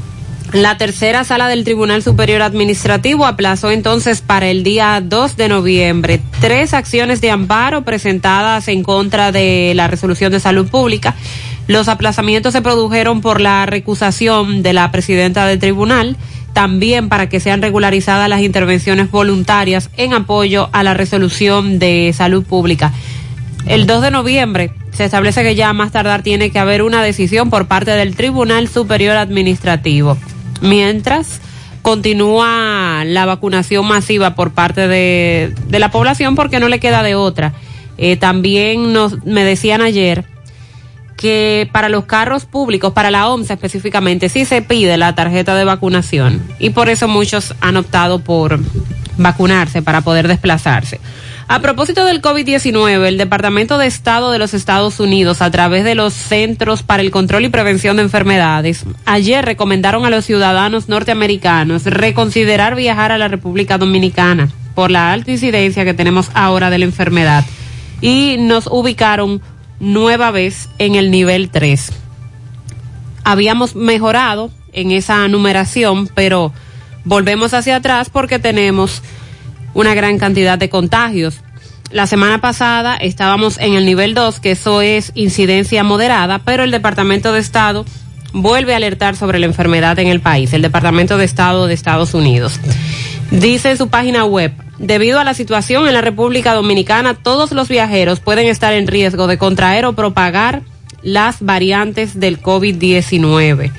La tercera sala del Tribunal Superior Administrativo aplazó entonces para el día 2 de noviembre 3 acciones de amparo presentadas en contra de la resolución de salud pública. Los aplazamientos se produjeron por la recusación de la presidenta del tribunal, también para que sean regularizadas las intervenciones voluntarias en apoyo a la resolución de salud pública. El 2 de noviembre se establece que ya más tardar tiene que haber una decisión por parte del Tribunal Superior Administrativo. Mientras continúa la vacunación masiva por parte de la población, porque no le queda de otra. También me decían ayer que para los carros públicos, para la OMSA específicamente, sí se pide la tarjeta de vacunación, y por eso muchos han optado por vacunarse para poder desplazarse. A propósito del COVID-19, el Departamento de Estado de los Estados Unidos, a través de los Centros para el Control y Prevención de Enfermedades, ayer recomendaron a los ciudadanos norteamericanos reconsiderar viajar a la República Dominicana por la alta incidencia que tenemos ahora de la enfermedad, y nos ubicaron nueva vez en el nivel 3. Habíamos mejorado en esa numeración, pero volvemos hacia atrás porque tenemos una gran cantidad de contagios. La semana pasada estábamos en el nivel 2, que eso es incidencia moderada, pero el Departamento de Estado vuelve a alertar sobre la enfermedad en el país, el Departamento de Estado de Estados Unidos. Dice en su página web: debido a la situación en la República Dominicana, todos los viajeros pueden estar en riesgo de contraer o propagar las variantes del COVID-19.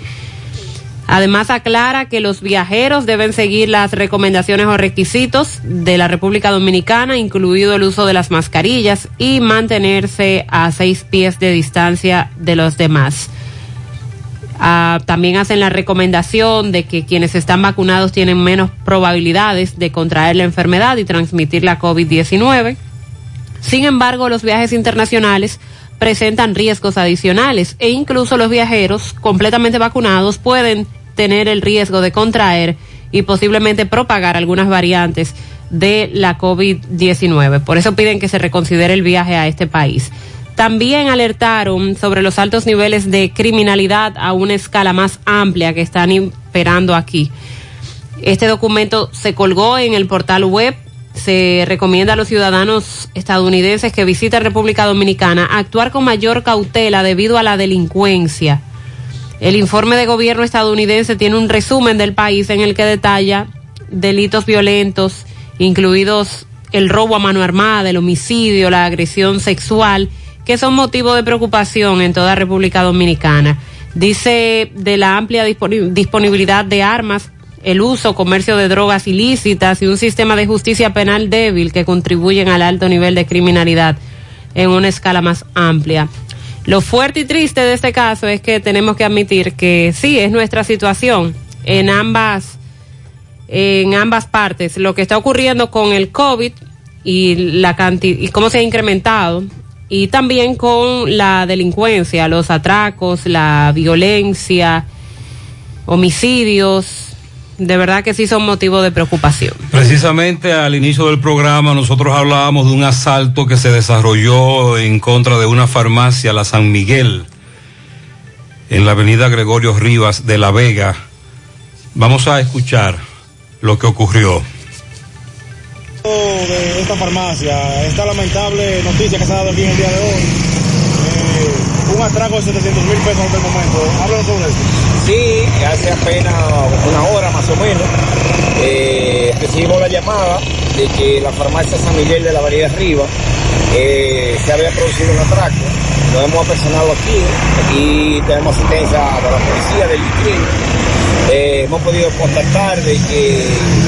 Además, aclara que los viajeros deben seguir las recomendaciones o requisitos de la República Dominicana, incluido el uso de las mascarillas y mantenerse a 6 pies de distancia de los demás. También hacen la recomendación de que quienes están vacunados tienen menos probabilidades de contraer la enfermedad y transmitir la COVID-19. Sin embargo, los viajes internacionales presentan riesgos adicionales, e incluso los viajeros completamente vacunados pueden tener el riesgo de contraer y posiblemente propagar algunas variantes de la COVID-19. Por eso piden que se reconsidere el viaje a este país. También alertaron sobre los altos niveles de criminalidad a una escala más amplia que están imperando aquí. Este documento se colgó en el portal web. Se recomienda a los ciudadanos estadounidenses que visiten República Dominicana actuar con mayor cautela debido a la delincuencia. El informe de gobierno estadounidense tiene un resumen del país en el que detalla delitos violentos, incluidos el robo a mano armada, el homicidio, la agresión sexual, que son motivo de preocupación en toda República Dominicana. Dice de la amplia disponibilidad de armas, el uso, comercio de drogas ilícitas y un sistema de justicia penal débil que contribuyen al alto nivel de criminalidad en una escala más amplia. Lo fuerte y triste de este caso es que tenemos que admitir que sí, es nuestra situación en ambas partes. Lo que está ocurriendo con el COVID y la cantidad y cómo se ha incrementado, y también con la delincuencia, los atracos, la violencia, homicidios. De verdad que sí son motivo de preocupación. Precisamente al inicio del programa nosotros hablábamos de un asalto que se desarrolló en contra de una farmacia, la San Miguel, en la avenida Gregorio Rivas de La Vega. Vamos a escuchar lo que ocurrió. De esta farmacia, esta lamentable noticia que se ha dado aquí en el día de hoy, un atraco de 700,000 pesos hasta el momento. Háblanos sobre eso. Sí, hace apenas una hora más o menos, recibimos la llamada de que la farmacia San Miguel de la avenida Rivas se había producido un atraco. Nos hemos apersonado aquí y tenemos asistencia de la policía del distrito. Hemos podido contactar de que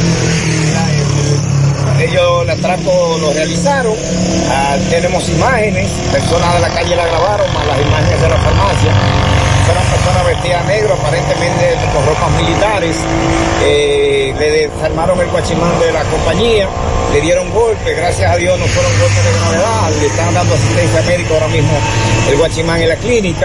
ellos el atraco lo realizaron. Tenemos imágenes, personas de la calle la grabaron, más las imágenes de la farmacia. Fueron personas vestidas negro, aparentemente con ropas militares. Le desarmaron el guachimán de la compañía, le dieron golpes, gracias a Dios no fueron golpes de gravedad, le están dando asistencia médica ahora mismo el guachimán en la clínica.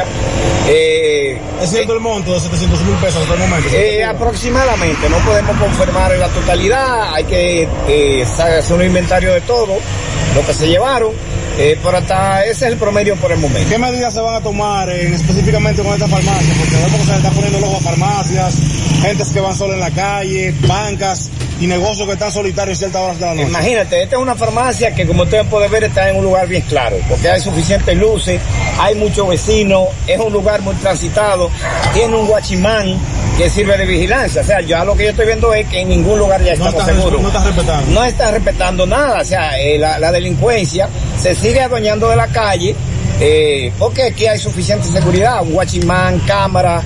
¿Es cierto el monto de 700,000 pesos hasta el momento? Aproximadamente, no podemos confirmar en la totalidad, hay que hacer un inventario de todo lo que se llevaron. Pero hasta ese es el promedio por el momento. ¿Qué medidas se van a tomar específicamente con esta farmacia? Porque vemos que se le está poniendo luego a farmacias, gentes que van solo en la calle, bancas y negocios que están solitarios a ciertas horas de la noche. Imagínate, esta es una farmacia que, como ustedes pueden ver, está en un lugar bien claro, porque hay suficientes luces, hay muchos vecinos, es un lugar muy transitado, tiene un guachimán que sirve de vigilancia. O sea, ya lo que yo estoy viendo es que en ningún lugar ya estamos seguros. No están respetando nada. O sea, la delincuencia se sigue adueñando de la calle, porque aquí hay suficiente seguridad, un guachimán, cámara,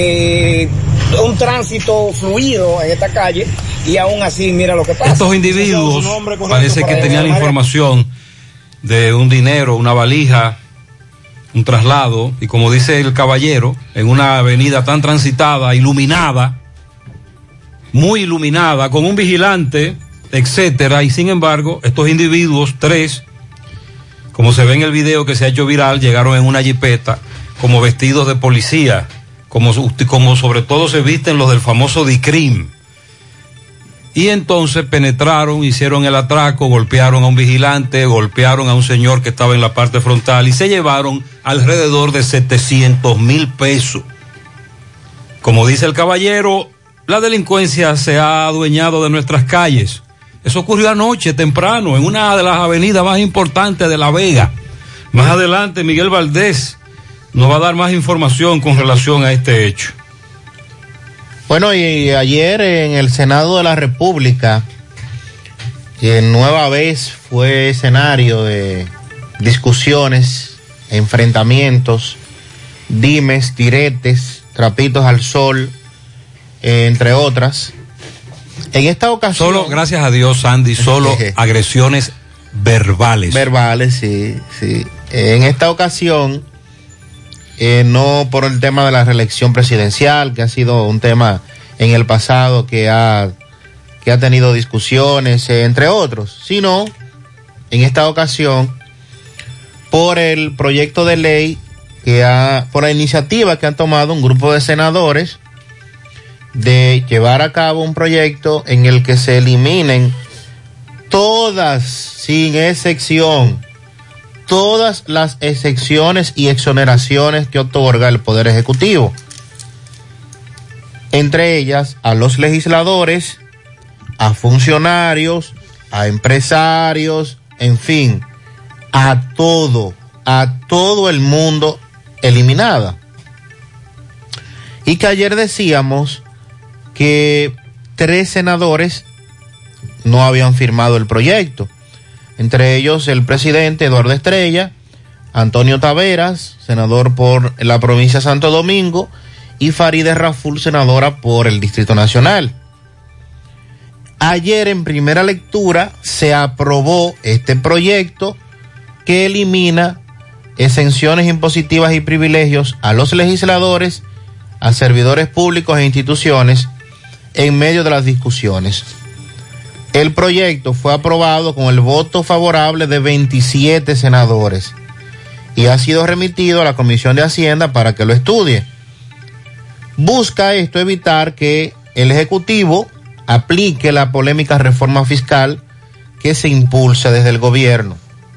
un tránsito fluido en esta calle, y aún así mira lo que pasa. Estos individuos parece que tenían información de un dinero, una valija, un traslado, y como dice el caballero, en una avenida tan transitada, iluminada, muy iluminada, con un vigilante, etcétera, y sin embargo, estos individuos, 3, como se ve en el video que se ha hecho viral, llegaron en una jipeta, como vestidos de policía, como sobre todo se visten los del famoso DICRIM. Y entonces penetraron, hicieron el atraco, golpearon a un vigilante, golpearon a un señor que estaba en la parte frontal y se llevaron alrededor de 700,000 pesos. Como dice el caballero, la delincuencia se ha adueñado de nuestras calles. Eso ocurrió anoche temprano en una de las avenidas más importantes de La Vega. Más adelante Miguel Valdés nos va a dar más información con relación a este hecho. Bueno, y ayer en el Senado de la República, que nueva vez fue escenario de discusiones, enfrentamientos, dimes, diretes, trapitos al sol, entre otras. En esta ocasión... Solo, gracias a Dios, Sandy, solo agresiones verbales. Verbales, sí, sí. En esta ocasión... no por el tema de la reelección presidencial, que ha sido un tema en el pasado que ha tenido discusiones, entre otros, sino en esta ocasión por el proyecto de ley por la iniciativa que han tomado un grupo de senadores de llevar a cabo un proyecto en el que se eliminen todas, sin excepción, todas las excepciones y exoneraciones que otorga el Poder Ejecutivo. Entre ellas, a los legisladores, a funcionarios, a empresarios, en fin, a todo el mundo eliminada. Y que ayer decíamos que 3 senadores no habían firmado el proyecto. Entre ellos el presidente Eduardo Estrella, Antonio Taveras, senador por la provincia de Santo Domingo, y Farideh Raful, senadora por el Distrito Nacional. Ayer en primera lectura se aprobó este proyecto que elimina exenciones impositivas y privilegios a los legisladores, a servidores públicos e instituciones en medio de las discusiones. El proyecto fue aprobado con el voto favorable de 27 senadores y ha sido remitido a la Comisión de Hacienda para que lo estudie. Busca esto evitar que el Ejecutivo aplique la polémica reforma fiscal que se impulsa desde el gobierno.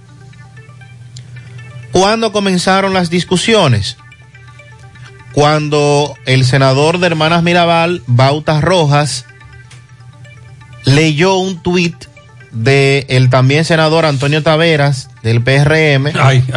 ¿Cuándo comenzaron las discusiones? Cuando el senador de Hermanas Mirabal, Bautas Rojas, leyó un tuit de el también senador Antonio Taveras del PRM,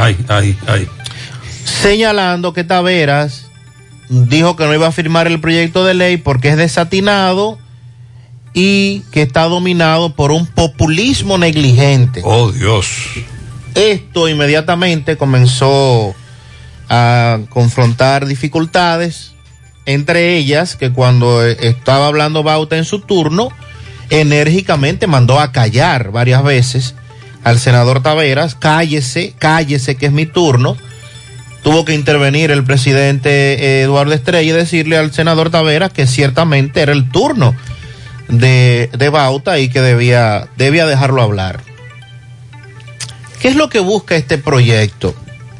señalando que Taveras dijo que no iba a firmar el proyecto de ley porque es desatinado y que está dominado por un populismo negligente. Oh, Dios. Esto inmediatamente comenzó a confrontar dificultades, entre ellas que cuando estaba hablando Bauta en su turno, enérgicamente mandó a callar varias veces al senador Taveras: cállese, cállese que es mi turno. tuvo que intervenir el presidente Eduardo Estrella y decirle al senador Taveras que ciertamente era el turno de Bauta y que debía dejarlo hablar. ¿Qué es lo que busca este proyecto?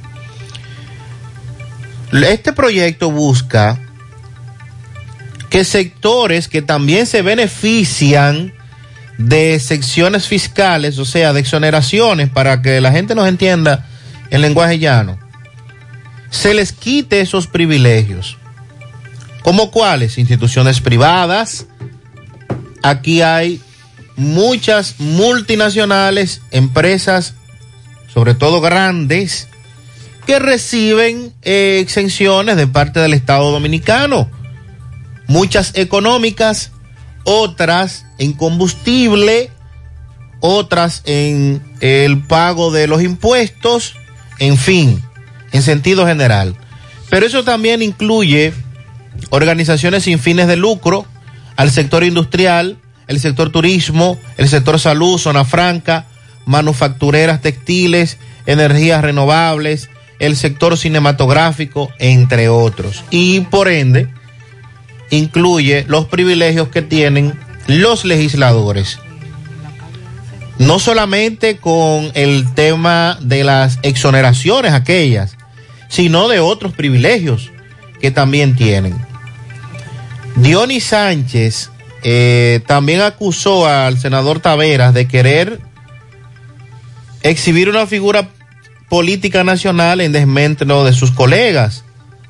Este proyecto busca que sectores que también se benefician de exenciones fiscales, o sea, de exoneraciones, para que la gente nos entienda en lenguaje llano, se les quite esos privilegios. ¿Cómo cuáles? Instituciones privadas. Aquí hay muchas multinacionales, empresas, sobre todo grandes, que reciben exenciones de parte del Estado Dominicano. Muchas económicas, otras en combustible, otras en el pago de los impuestos, en fin, en sentido general. Pero eso también incluye organizaciones sin fines de lucro, al sector industrial, el sector turismo, el sector salud, zona franca, manufactureras textiles, energías renovables, el sector cinematográfico, entre otros. Y por ende, incluye los privilegios que tienen los legisladores. No solamente con el tema de las exoneraciones aquellas, sino de otros privilegios que también tienen. Dionis Sánchez también acusó al senador Taveras de querer exhibir una figura política nacional en desmento de sus colegas.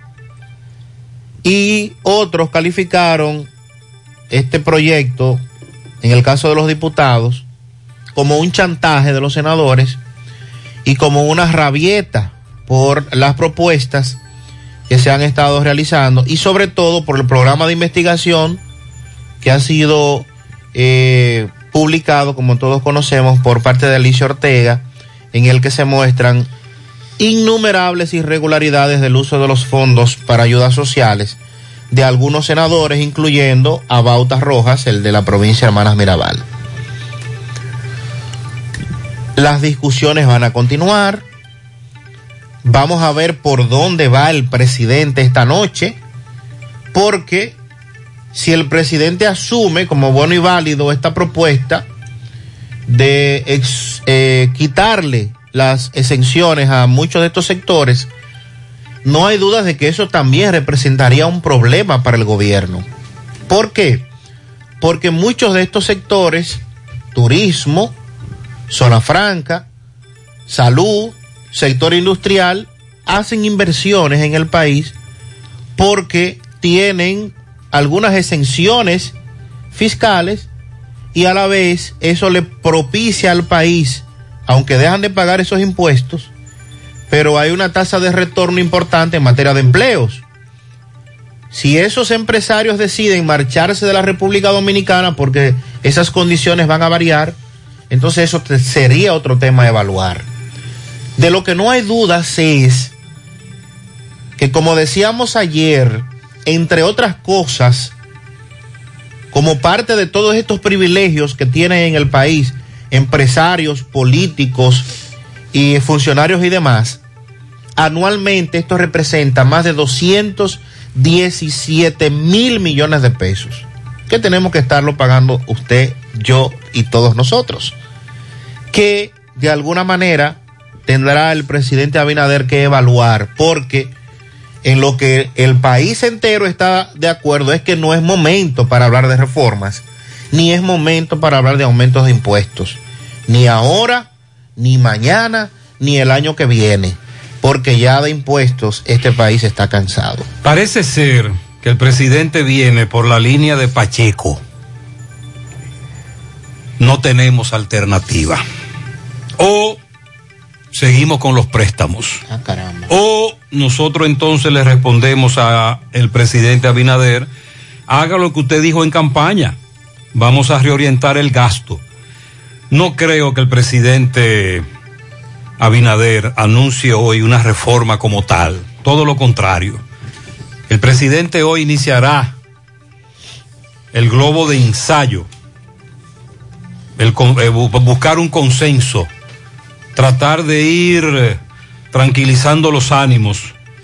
Y otros calificaron este proyecto, en el caso de los diputados, como un chantaje de los senadores y como una rabieta por las propuestas que se han estado realizando y sobre todo por el programa de investigación que ha sido publicado, como todos conocemos, por parte de Alicia Ortega, en el que se muestran innumerables irregularidades del uso de los fondos para ayudas sociales de algunos senadores, incluyendo a Bauta Rojas, el de la provincia de Hermanas Mirabal. Las discusiones van a continuar. Vamos a ver por dónde va el presidente esta noche, porque si el presidente asume como bueno y válido esta propuesta de quitarle las exenciones a muchos de estos sectores, no hay dudas de que eso también representaría un problema para el gobierno. ¿Por qué? Porque muchos de estos sectores, turismo, zona franca, salud, sector industrial, hacen inversiones en el país porque tienen algunas exenciones fiscales y a la vez eso le propicia al país, aunque dejan de pagar esos impuestos, pero hay una tasa de retorno importante en materia de empleos. Si esos empresarios deciden marcharse de la República Dominicana porque esas condiciones van a variar, entonces eso sería otro tema a evaluar. De lo que no hay dudas es que, como decíamos ayer, entre otras cosas, como parte de todos estos privilegios que tienen en el país empresarios, políticos y funcionarios y demás, anualmente esto representa más de 217 mil millones de pesos, que tenemos que estarlo pagando usted, yo y todos nosotros, que de alguna manera tendrá el presidente Abinader que evaluar, porque en lo que el país entero está de acuerdo es que no es momento para hablar de reformas, ni es momento para hablar de aumentos de impuestos, ni ahora, ni mañana, ni el año que viene, porque ya de impuestos este país está cansado. Parece ser que el presidente viene por la línea de Pacheco. No tenemos alternativa. O seguimos con los préstamos. Ah, caramba. O nosotros entonces le respondemos a el presidente Abinader, haga lo que usted dijo en campaña, vamos a reorientar el gasto. No creo que el presidente Abinader anuncie hoy una reforma como tal, todo lo contrario. El presidente hoy iniciará el globo de ensayo, buscar un consenso, tratar de ir tranquilizando los ánimos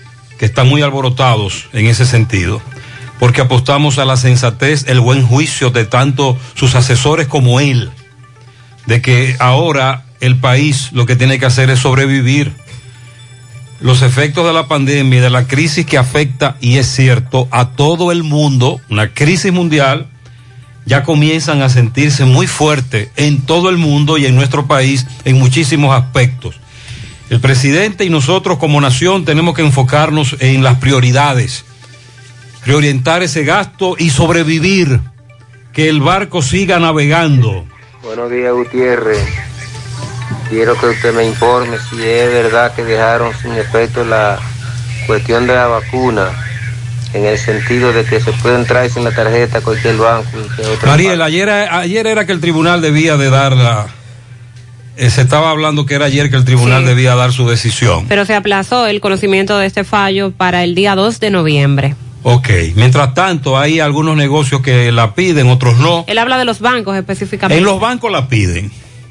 que están muy alborotados en ese sentido, porque apostamos a la sensatez, el buen juicio de tanto sus asesores como él, de que ahora el país lo que tiene que hacer es sobrevivir. Los efectos de la pandemia y de la crisis que afecta, y es cierto, a todo el mundo, una crisis mundial, ya comienzan a sentirse muy fuerte en todo el mundo y en nuestro país en muchísimos aspectos. El presidente y nosotros como nación tenemos que enfocarnos en las prioridades, reorientar ese gasto y sobrevivir, que el barco siga navegando. Buenos días, Gutiérrez. Quiero que usted me informe si es verdad que dejaron sin efecto la cuestión de la vacuna, en el sentido de que se puede entrar sin la tarjeta a cualquier banco. Mariel, ayer era que el tribunal debía de dar se estaba hablando que era ayer que el tribunal debía dar su decisión. Pero se aplazó el conocimiento de este fallo para el día 2 de noviembre. Ok, mientras tanto hay algunos negocios que la piden, otros no. Él habla de los bancos específicamente. En los bancos la piden.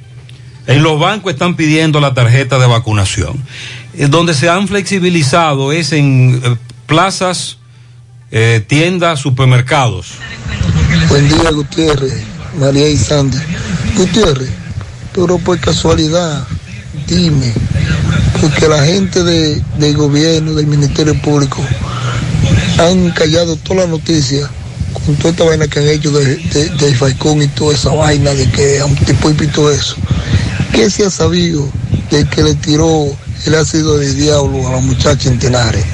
En los bancos están pidiendo la tarjeta de vacunación. Donde se han flexibilizado es en plazas, tiendas, supermercados. Buen día, Gutiérrez, María y Sandy. Gutiérrez, pero por casualidad, dime, porque la gente del gobierno, del Ministerio Público, han callado toda la noticia con toda esta vaina que han hecho de Falcón y toda esa vaina de que a un tipo y todo eso. ¿Qué se ha sabido de que le tiró el ácido de diablo a la muchacha en Tenares?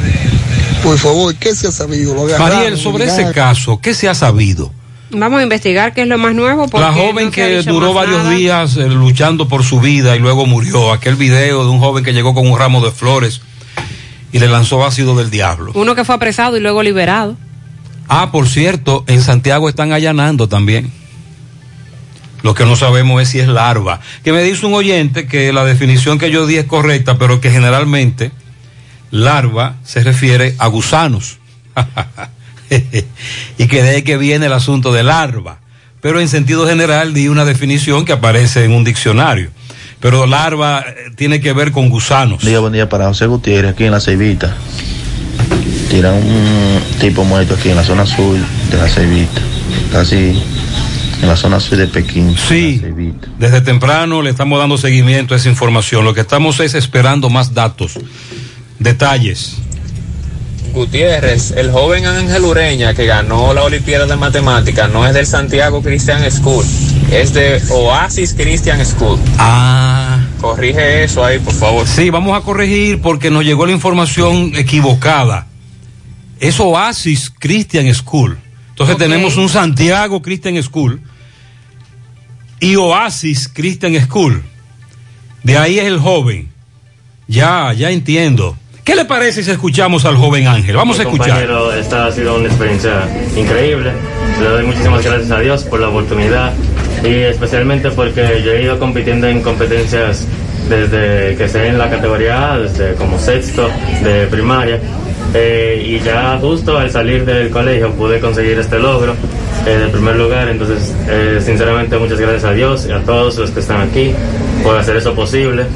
Por favor, ¿qué se ha sabido? Mariel, sobre ese caso, ¿qué se ha sabido? Vamos a investigar qué es lo más nuevo. La joven que duró varios días luchando por su vida y luego murió. Aquel video de un joven que llegó con un ramo de flores y le lanzó ácido del diablo. Uno que fue apresado y luego liberado. Ah, por cierto, en Santiago están allanando también. Lo que no sabemos es si es larva. Que me dice un oyente que la definición que yo di es correcta, pero que generalmente larva se refiere a gusanos. Y que de ahí que viene el asunto de larva. Pero en sentido general di una definición que aparece en un diccionario. Pero larva tiene que ver con gusanos. Buen día para José Gutiérrez, aquí en La Ceibita. Tiran un tipo muerto aquí en la zona sur de La Ceibita. Casi en la zona sur de Pekín. Sí, desde temprano le estamos dando seguimiento a esa información. Lo que estamos es esperando más datos, detalles. Gutiérrez, el joven Ángel Ureña que ganó la Olimpiada de Matemáticas no es del Santiago Christian School, es de Oasis Christian School. Ah. Corrige eso ahí, por favor. Sí, vamos a corregir porque nos llegó la información equivocada. Es Oasis Christian School. Entonces tenemos un Santiago Christian School y Oasis Christian School. De ahí es el joven. Ya entiendo. ¿Qué le parece si escuchamos al joven Ángel? Vamos a escuchar. Compañero, esta ha sido una experiencia increíble. Le doy muchísimas gracias a Dios por la oportunidad y especialmente porque yo he ido compitiendo en competencias desde que estoy en la categoría A, desde como sexto de primaria. Y ya justo al salir del colegio pude conseguir este logro de primer lugar. Entonces, sinceramente, muchas gracias a Dios y a todos los que están aquí por hacer eso posible.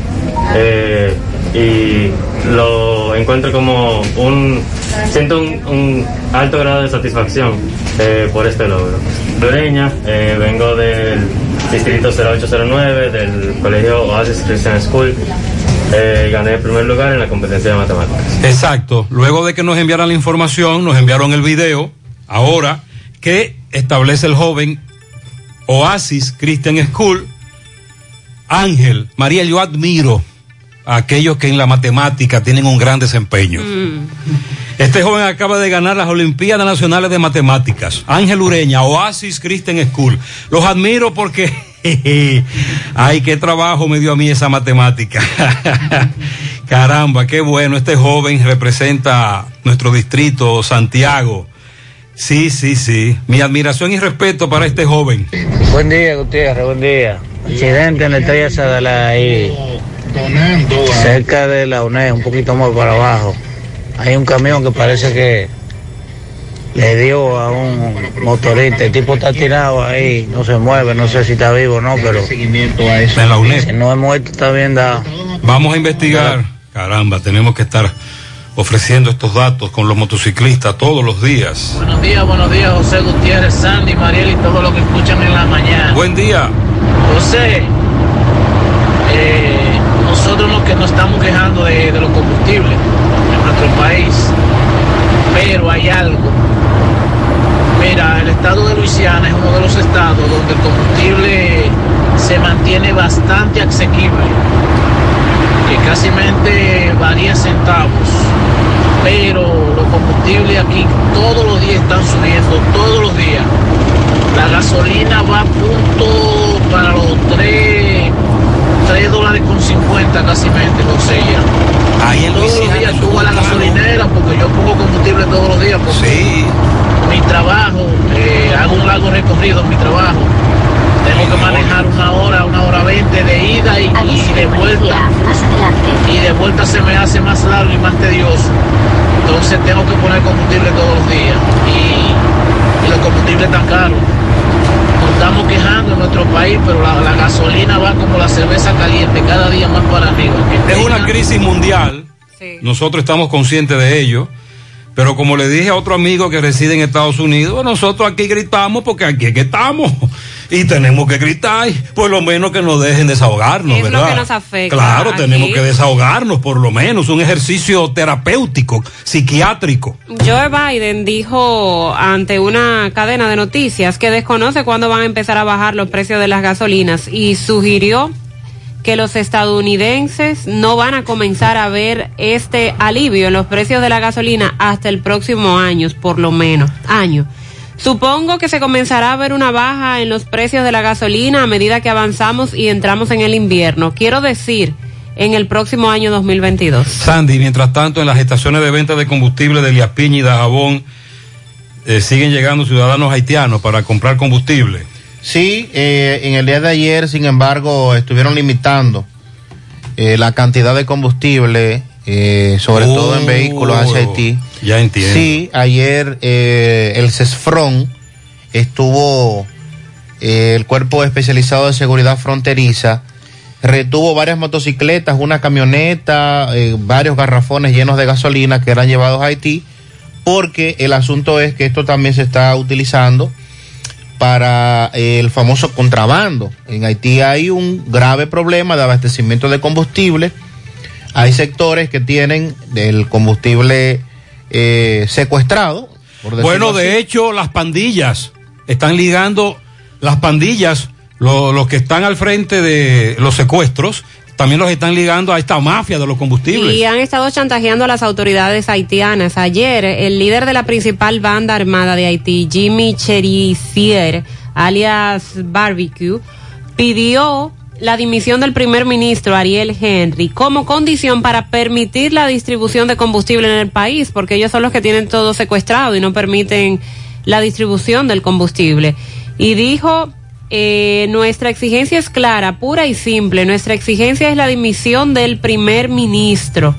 Y lo encuentro como siento un alto grado de satisfacción por este logro. Ureña, vengo del distrito 0809 del colegio Oasis Christian School. Gané el primer lugar en la competencia de matemáticas. Exacto, luego de que nos enviaran la información, nos enviaron el video, ahora que establece el joven Oasis Christian School. Ángel, María, yo admiro a aquellos que en la matemática tienen un gran desempeño. Este joven acaba de ganar las Olimpiadas Nacionales de Matemáticas. Ángel Ureña, Oasis Christian School. Los admiro porque ay, qué trabajo me dio a mí esa matemática. Caramba, qué bueno. Este joven representa nuestro distrito, Santiago. Sí. Mi admiración y respeto para este joven. Buen día, Gutiérrez, buen día. Accidente en la estrella Sadala ahí, cerca de la UNED, un poquito más para abajo. Hay un camión que parece que le dio a un motorista. El tipo está tirado ahí, no se mueve, no sé si está vivo o no, pero en la UNED. Si no es muerto, está bien dado. Vamos a investigar. Caramba, tenemos que estar ofreciendo estos datos con los motociclistas todos los días. Buenos días, José Gutiérrez, Sandy, Mariel y todo lo que escuchan en la mañana. Buen día. José, nosotros nos estamos quejando de los combustibles en nuestro país, pero hay algo. Mira, el estado de Luisiana es uno de los estados donde el combustible se mantiene bastante asequible, que casi varía centavos, pero los combustibles aquí todos los días están subiendo, todos los días. La gasolina va a punto para los $3.50 casi, no sé ya. Ahí en todos Luisiana, los días tú vas a la gasolinera, porque yo pongo combustible todos los días, porque sí. Mi trabajo, hago un largo recorrido en mi trabajo. Tengo que manejar una hora 20 de ida y de vuelta. Y de vuelta se me hace más largo y más tedioso. Entonces tengo que poner combustible todos los días. Y los combustibles están caros. Nos estamos quejando en nuestro país, pero la gasolina va como la cerveza caliente, cada día más para arriba. Es una crisis mundial. Sí. Nosotros estamos conscientes de ello. Pero como le dije a otro amigo que reside en Estados Unidos, nosotros aquí gritamos porque aquí es que estamos. Y tenemos que gritar, por lo menos que nos dejen desahogarnos, es ¿verdad? Lo que nos afecta. Claro, aquí. tenemos que desahogarnos, por lo menos, un ejercicio terapéutico, psiquiátrico. Joe Biden dijo ante una cadena de noticias que desconoce cuándo van a empezar a bajar los precios de las gasolinas y sugirió que los estadounidenses no van a comenzar a ver este alivio en los precios de la gasolina hasta el próximo año, por lo menos. Supongo que se comenzará a ver una baja en los precios de la gasolina a medida que avanzamos y entramos en el invierno. Quiero decir, en el próximo año 2022. Sandy, mientras tanto, en las estaciones de venta de combustible de Elías Piña y Dajabón siguen llegando ciudadanos haitianos para comprar combustible. Sí, en el día de ayer, sin embargo, estuvieron limitando la cantidad de combustible, sobre todo en vehículos hacia Haití. Ya entiendo. Sí, ayer el CESFRON estuvo, el Cuerpo Especializado de Seguridad Fronteriza, retuvo varias motocicletas, una camioneta, varios garrafones llenos de gasolina que eran llevados a Haití, porque el asunto es que esto también se está utilizando para el famoso contrabando. En Haití hay un grave problema de abastecimiento de combustible. Hay sectores que tienen el combustible secuestrado. Bueno, de hecho, las pandillas están ligando, las pandillas, los que están al frente de los secuestros, también los están ligando a esta mafia de los combustibles. Y han estado chantajeando a las autoridades haitianas. Ayer, el líder de la principal banda armada de Haití, Jimmy Cherizier, alias Barbecue, pidió la dimisión del primer ministro Ariel Henry como condición para permitir la distribución de combustible en el país, porque ellos son los que tienen todo secuestrado y no permiten la distribución del combustible. Y dijo, nuestra exigencia es clara, pura y simple. Nuestra exigencia es la dimisión del primer ministro.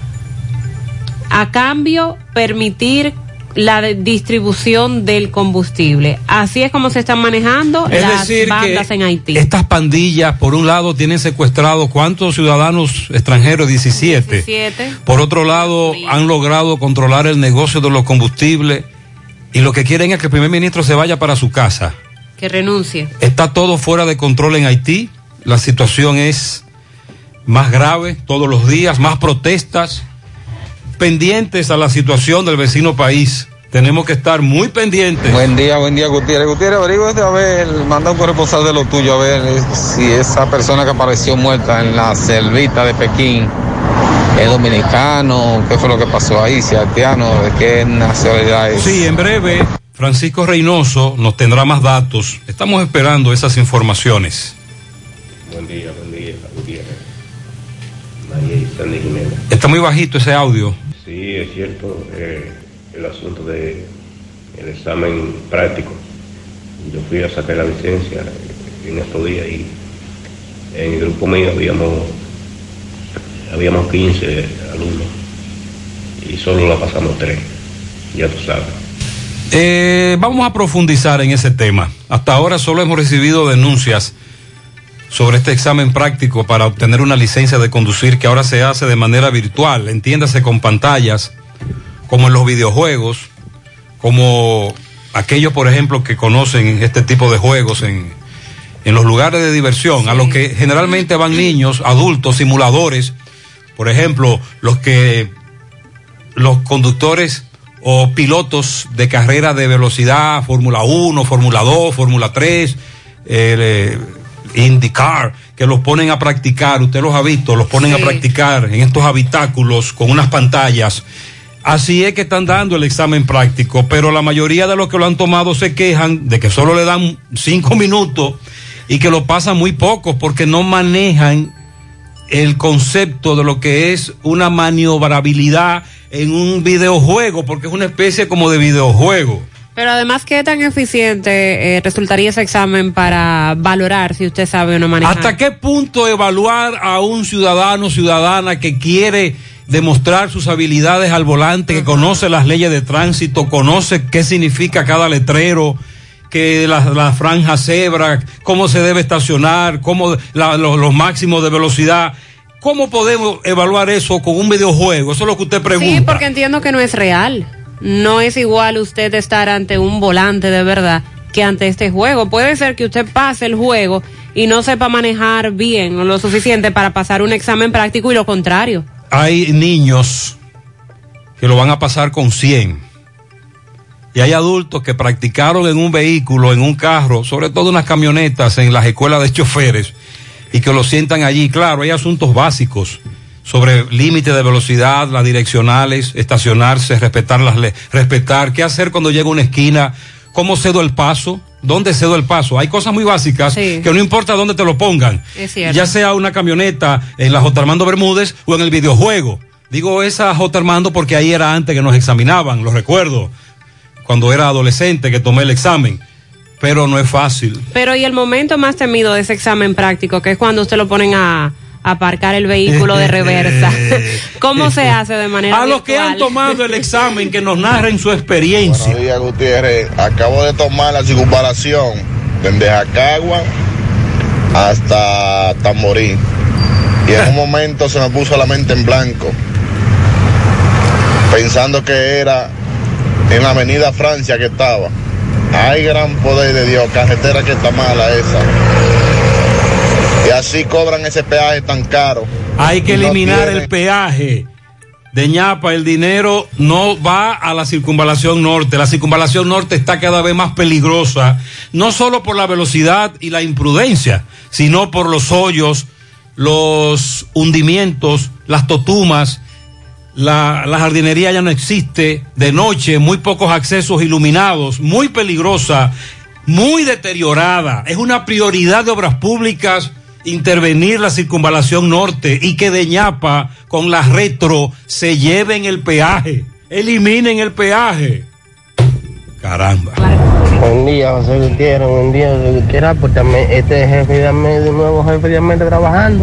A cambio, permitir la distribución del combustible. Así es como se están manejando las bandas en Haití. Estas pandillas, por un lado, tienen secuestrados ¿cuántos ciudadanos extranjeros? 17. Por otro lado, han logrado controlar el negocio de los combustibles y lo que quieren es que el primer ministro se vaya para su casa. Que renuncie. Está todo fuera de control en Haití. La situación es más grave todos los días, más protestas. Pendientes a la situación del vecino país. Tenemos que estar muy pendientes. Buen día, Gutiérrez. Gutiérrez, averígüese a ver, manda un corresponsal de lo tuyo a ver si esa persona que apareció muerta en la selvita de Pekín es dominicano, qué fue lo que pasó ahí, si es haitiano, de qué nacionalidad es. Sí, en breve, Francisco Reynoso nos tendrá más datos. Estamos esperando esas informaciones. Buen día, Gutiérrez. María y Sandy Jiménez. Está muy bajito ese audio. Sí, es cierto, el asunto de el examen práctico. Yo fui a sacar la licencia en estos días y en el grupo mío habíamos 15 alumnos y solo la pasamos 3, ya tú sabes. Vamos a profundizar en ese tema. Hasta ahora solo hemos recibido denuncias sobre este examen práctico para obtener una licencia de conducir que ahora se hace de manera virtual, entiéndase con pantallas, como en los videojuegos, como aquellos, por ejemplo, que conocen este tipo de juegos en los lugares de diversión, a los que generalmente van niños, adultos, simuladores, por ejemplo, los conductores o pilotos de carrera de velocidad, Fórmula 1, Fórmula 2, Fórmula 3, IndyCar, que los ponen a practicar, usted los ha visto, los ponen a practicar en estos habitáculos con unas pantallas. Así es que están dando el examen práctico, pero la mayoría de los que lo han tomado se quejan de que solo le dan 5 minutos y que lo pasan muy pocos porque no manejan el concepto de lo que es una maniobrabilidad en un videojuego, porque es una especie como de videojuego. Pero además, ¿qué tan eficiente resultaría ese examen para valorar si usted sabe o no manejar? ¿Hasta qué punto evaluar a un ciudadano o ciudadana que quiere demostrar sus habilidades al volante, que conoce las leyes de tránsito, conoce qué significa cada letrero, que la franja cebra, cómo se debe estacionar, cómo los máximos de velocidad? ¿Cómo podemos evaluar eso con un videojuego? Eso es lo que usted pregunta. Sí, porque entiendo que no es real. No es igual usted estar ante un volante de verdad que ante este juego. Puede ser que usted pase el juego y no sepa manejar bien o lo suficiente para pasar un examen práctico y lo contrario. Hay niños que lo van a pasar con 100. Y hay adultos que practicaron en un vehículo, en un carro, sobre todo unas camionetas en las escuelas de choferes, y que lo sientan allí. Claro, hay asuntos básicos sobre límite de velocidad, las direccionales, estacionarse, respetar las leyes, respetar qué hacer cuando llega a una esquina, cómo cedo el paso, dónde cedo el paso. Hay cosas muy básicas que no importa dónde te lo pongan, ya sea una camioneta en la J. Armando Bermúdez o en el videojuego. Digo esa J. Armando porque ahí era antes que nos examinaban, lo recuerdo, cuando era adolescente que tomé el examen. Pero no es fácil. Pero y el momento más temido de ese examen práctico, que es cuando usted lo ponen a aparcar el vehículo de reversa. ¿Cómo se hace de manera A virtual? los que han tomado el examen, que nos narren su experiencia. Buenos días, Gutiérrez. Acabo de tomar la circunvalación desde Jacagua hasta Tamborí. Y en un momento se me puso la mente en blanco, pensando que era en la avenida Francia que estaba. Ay, gran poder de Dios, carretera que está mala esa. Y así cobran ese peaje tan caro. Hay que eliminar el peaje de Ñapa. El dinero no va a la circunvalación norte. La circunvalación norte está cada vez más peligrosa, no solo por la velocidad y la imprudencia, sino por los hoyos, los hundimientos, las totumas. La jardinería ya no existe, de noche muy pocos accesos iluminados, muy peligrosa, muy deteriorada. Es una prioridad de obras públicas intervenir la circunvalación norte y que de Ñapa con la retro se lleven el peaje, eliminen el peaje. Caramba. Buen día, José Gutiérrez, buen día, José Gutiérrez, pues también este jefe de nuevo jefe de Almeida trabajando,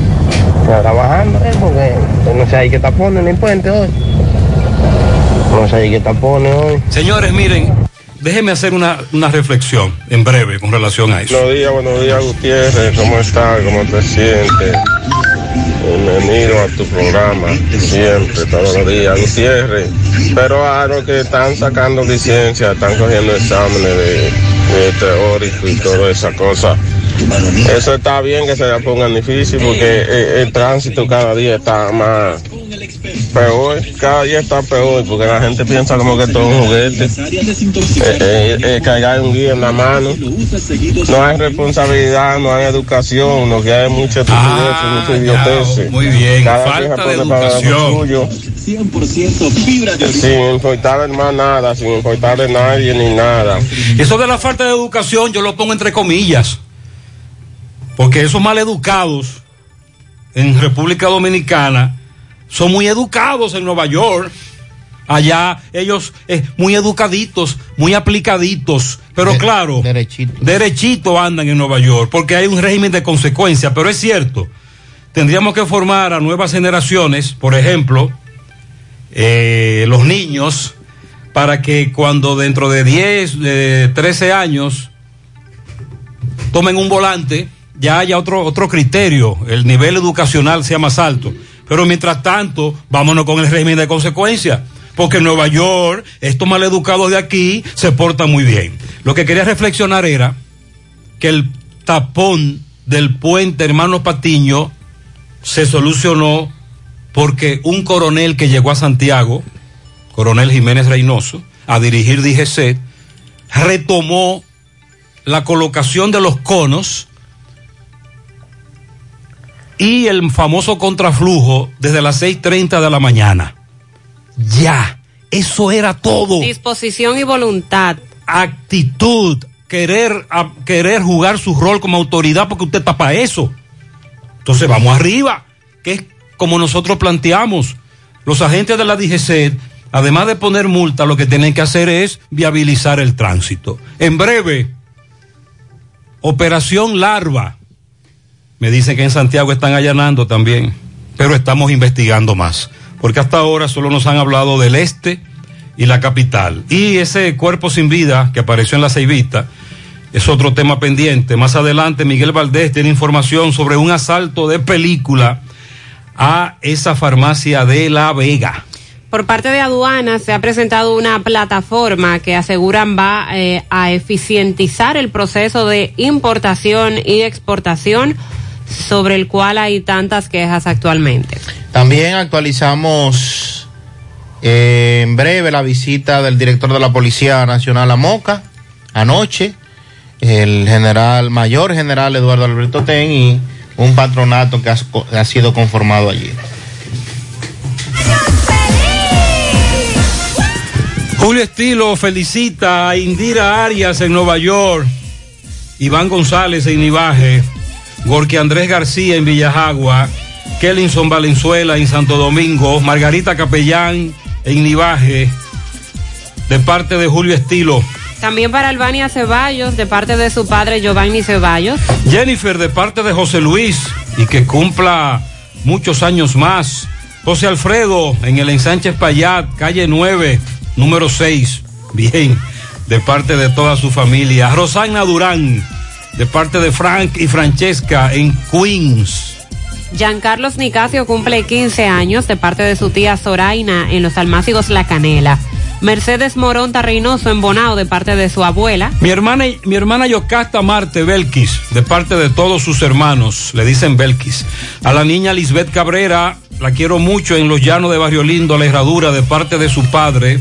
porque no sé ahí qué tapones en el puente hoy. No sé ahí qué tapones hoy. Señores, miren, déjenme hacer una reflexión en breve con relación a eso. Buenos días, Gutiérrez, ¿cómo estás? ¿Cómo te sientes? Bienvenido a tu programa, siempre, todos los días, Gutiérrez. Pero a los que están sacando licencia, están cogiendo exámenes de teórico y toda esa cosa. Eso está bien que se la pongan difícil porque el tránsito cada día está más peor, cada día está peor porque la gente piensa como que todo es un juguete, que hay un guía en la mano, no hay responsabilidad, no hay educación, lo que hay es mucha estupidez, mucha idiotez. Muy bien, falta de educación. 100% fibra de sin importarle más nada, sin importarle nadie ni nada. Eso de la falta de educación yo lo pongo entre comillas, porque esos maleducados en República Dominicana son muy educados en Nueva York. Allá ellos muy educaditos, muy aplicaditos, pero claro, derechito andan en Nueva York, porque hay un régimen de consecuencia. Pero es cierto, tendríamos que formar a nuevas generaciones, por ejemplo, los niños, para que cuando dentro de 10, 13 años tomen un volante, ya haya otro criterio, el nivel educacional sea más alto. Pero mientras tanto, vámonos con el régimen de consecuencia, porque en Nueva York, estos maleducados de aquí se portan muy bien. Lo que quería reflexionar era que el tapón del puente Hermanos Patiño se solucionó porque un coronel que llegó a Santiago, coronel Jiménez Reynoso, a dirigir DGCET, retomó la colocación de los conos y el famoso contraflujo desde las 6:30 de la mañana. Ya, eso era todo. Disposición y voluntad. Actitud, querer jugar su rol como autoridad, porque usted está para eso. Entonces vamos arriba, que es como nosotros planteamos. Los agentes de la DGCET, además de poner multa, lo que tienen que hacer es viabilizar el tránsito. En breve, Operación Larva. Me dicen que en Santiago están allanando también, pero estamos investigando más, porque hasta ahora solo nos han hablado del este y la capital. Y ese cuerpo sin vida que apareció en La Ceibita es otro tema pendiente. Más adelante Miguel Valdés tiene información sobre un asalto de película a esa farmacia de La Vega. Por parte de aduanas se ha presentado una plataforma que aseguran va a eficientizar el proceso de importación y exportación, sobre el cual hay tantas quejas actualmente. También actualizamos en breve la visita del director de la Policía Nacional a Moca anoche, el mayor general Eduardo Alberto Ten, y un patronato que ha sido conformado allí. Julio Estilo felicita a Indira Arias en Nueva York, Iván González en Nivaje, Gorky Andrés García en Villajagua, Kellinson Valenzuela en Santo Domingo, Margarita Capellán en Nivaje, de parte de Julio Estilo. También para Albania Ceballos, de parte de su padre Giovanni Ceballos. Jennifer, de parte de José Luis, y que cumpla muchos años más. José Alfredo en el Ensanche Espaillat, calle 9, número 6. Bien, de parte de toda su familia. Rosana Durán, de parte de Frank y Francesca en Queens. Giancarlos Nicasio cumple 15 años, de parte de su tía Zoraina en Los Almácigos La Canela. Mercedes Moronta Reynoso en Bonao, de parte de su abuela. Mi hermana Yocasta Marte Belkis, de parte de todos sus hermanos, le dicen Belkis. A la niña Lisbeth Cabrera, la quiero mucho en Los Llanos de Barrio Lindo, La Herradura, de parte de su padre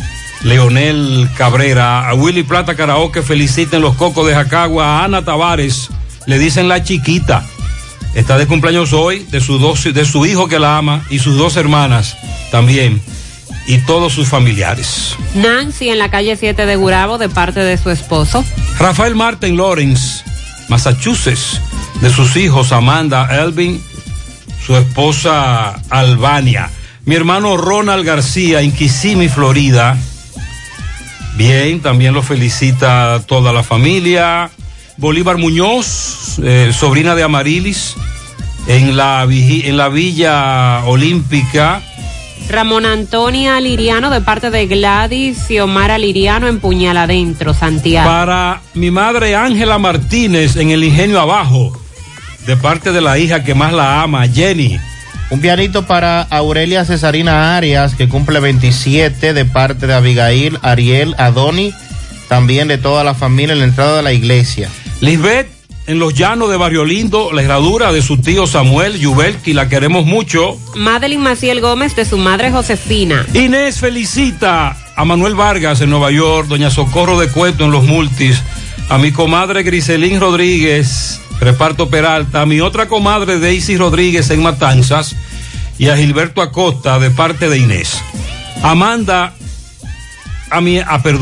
Leonel Cabrera. A Willy Plata Karaoke felicita en Los Cocos de Jacagua. A Ana Tavares, le dicen la chiquita. Está de cumpleaños hoy, de su hijo que la ama, y sus dos hermanas también, y todos sus familiares. Nancy en la calle 7 de Gurabo, de parte de su esposo. Rafael Martin Lawrence, Massachusetts, de sus hijos Amanda Elvin, su esposa Albania. Mi hermano Ronald García en Kissimmee, Florida. Bien, también lo felicita toda la familia. Bolívar Muñoz, sobrina de Amarilis, en la Villa Olímpica. Ramón Antonia Liriano, de parte de Gladys Xiomara Liriano en Puñal Adentro, Santiago. Para mi madre Ángela Martínez en el Ingenio Abajo, de parte de la hija que más la ama, Jenny. Un pianito para Aurelia Cesarina Arias, que cumple 27, de parte de Abigail, Ariel, Adoni, también de toda la familia en la entrada de la iglesia. Lisbeth en Los Llanos de Barrio Lindo, la herradura de su tío Samuel Yubelki, la queremos mucho. Madeline Maciel Gómez, de su madre Josefina. Inés felicita a Manuel Vargas en Nueva York, doña Socorro de Cueto en Los Multis, a mi comadre Griselín Rodríguez, Reparto Peralta, a mi otra comadre Daisy Rodríguez en Matanzas, y a Gilberto Acosta de parte de Inés. Amanda, a mi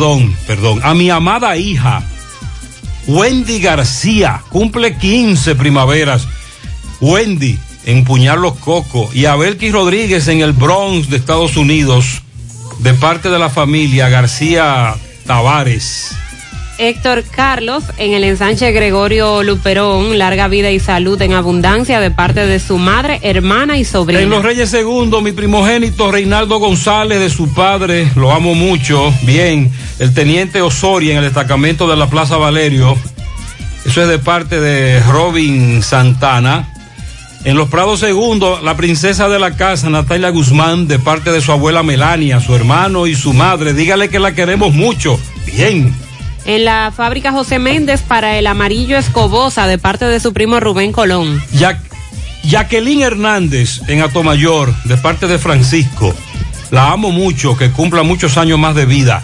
amada hija Wendy García, cumple 15 primaveras. Wendy en Puñal Los Cocos, y a Belkis Rodríguez en el Bronx de Estados Unidos, de parte de la familia García Tavares. Héctor Carlos en el Ensanche Gregorio Luperón, larga vida y salud en abundancia, de parte de su madre, hermana y sobrina. En Los Reyes Segundo, mi primogénito Reinaldo González, de su padre, lo amo mucho. Bien, el teniente Osoria en el destacamento de la Plaza Valerio, es Eso es de parte de Robin Santana. En Los Prados Segundos, la princesa de la casa, Natalia Guzmán, de parte de su abuela Melania, su hermano y su madre. Dígale que la queremos mucho. Bien. En la fábrica José Méndez, para el Amarillo Escobosa, de parte de su primo Rubén Colón. Jacqueline Hernández, en Atomayor, de parte de Francisco. La amo mucho, que cumpla muchos años más de vida.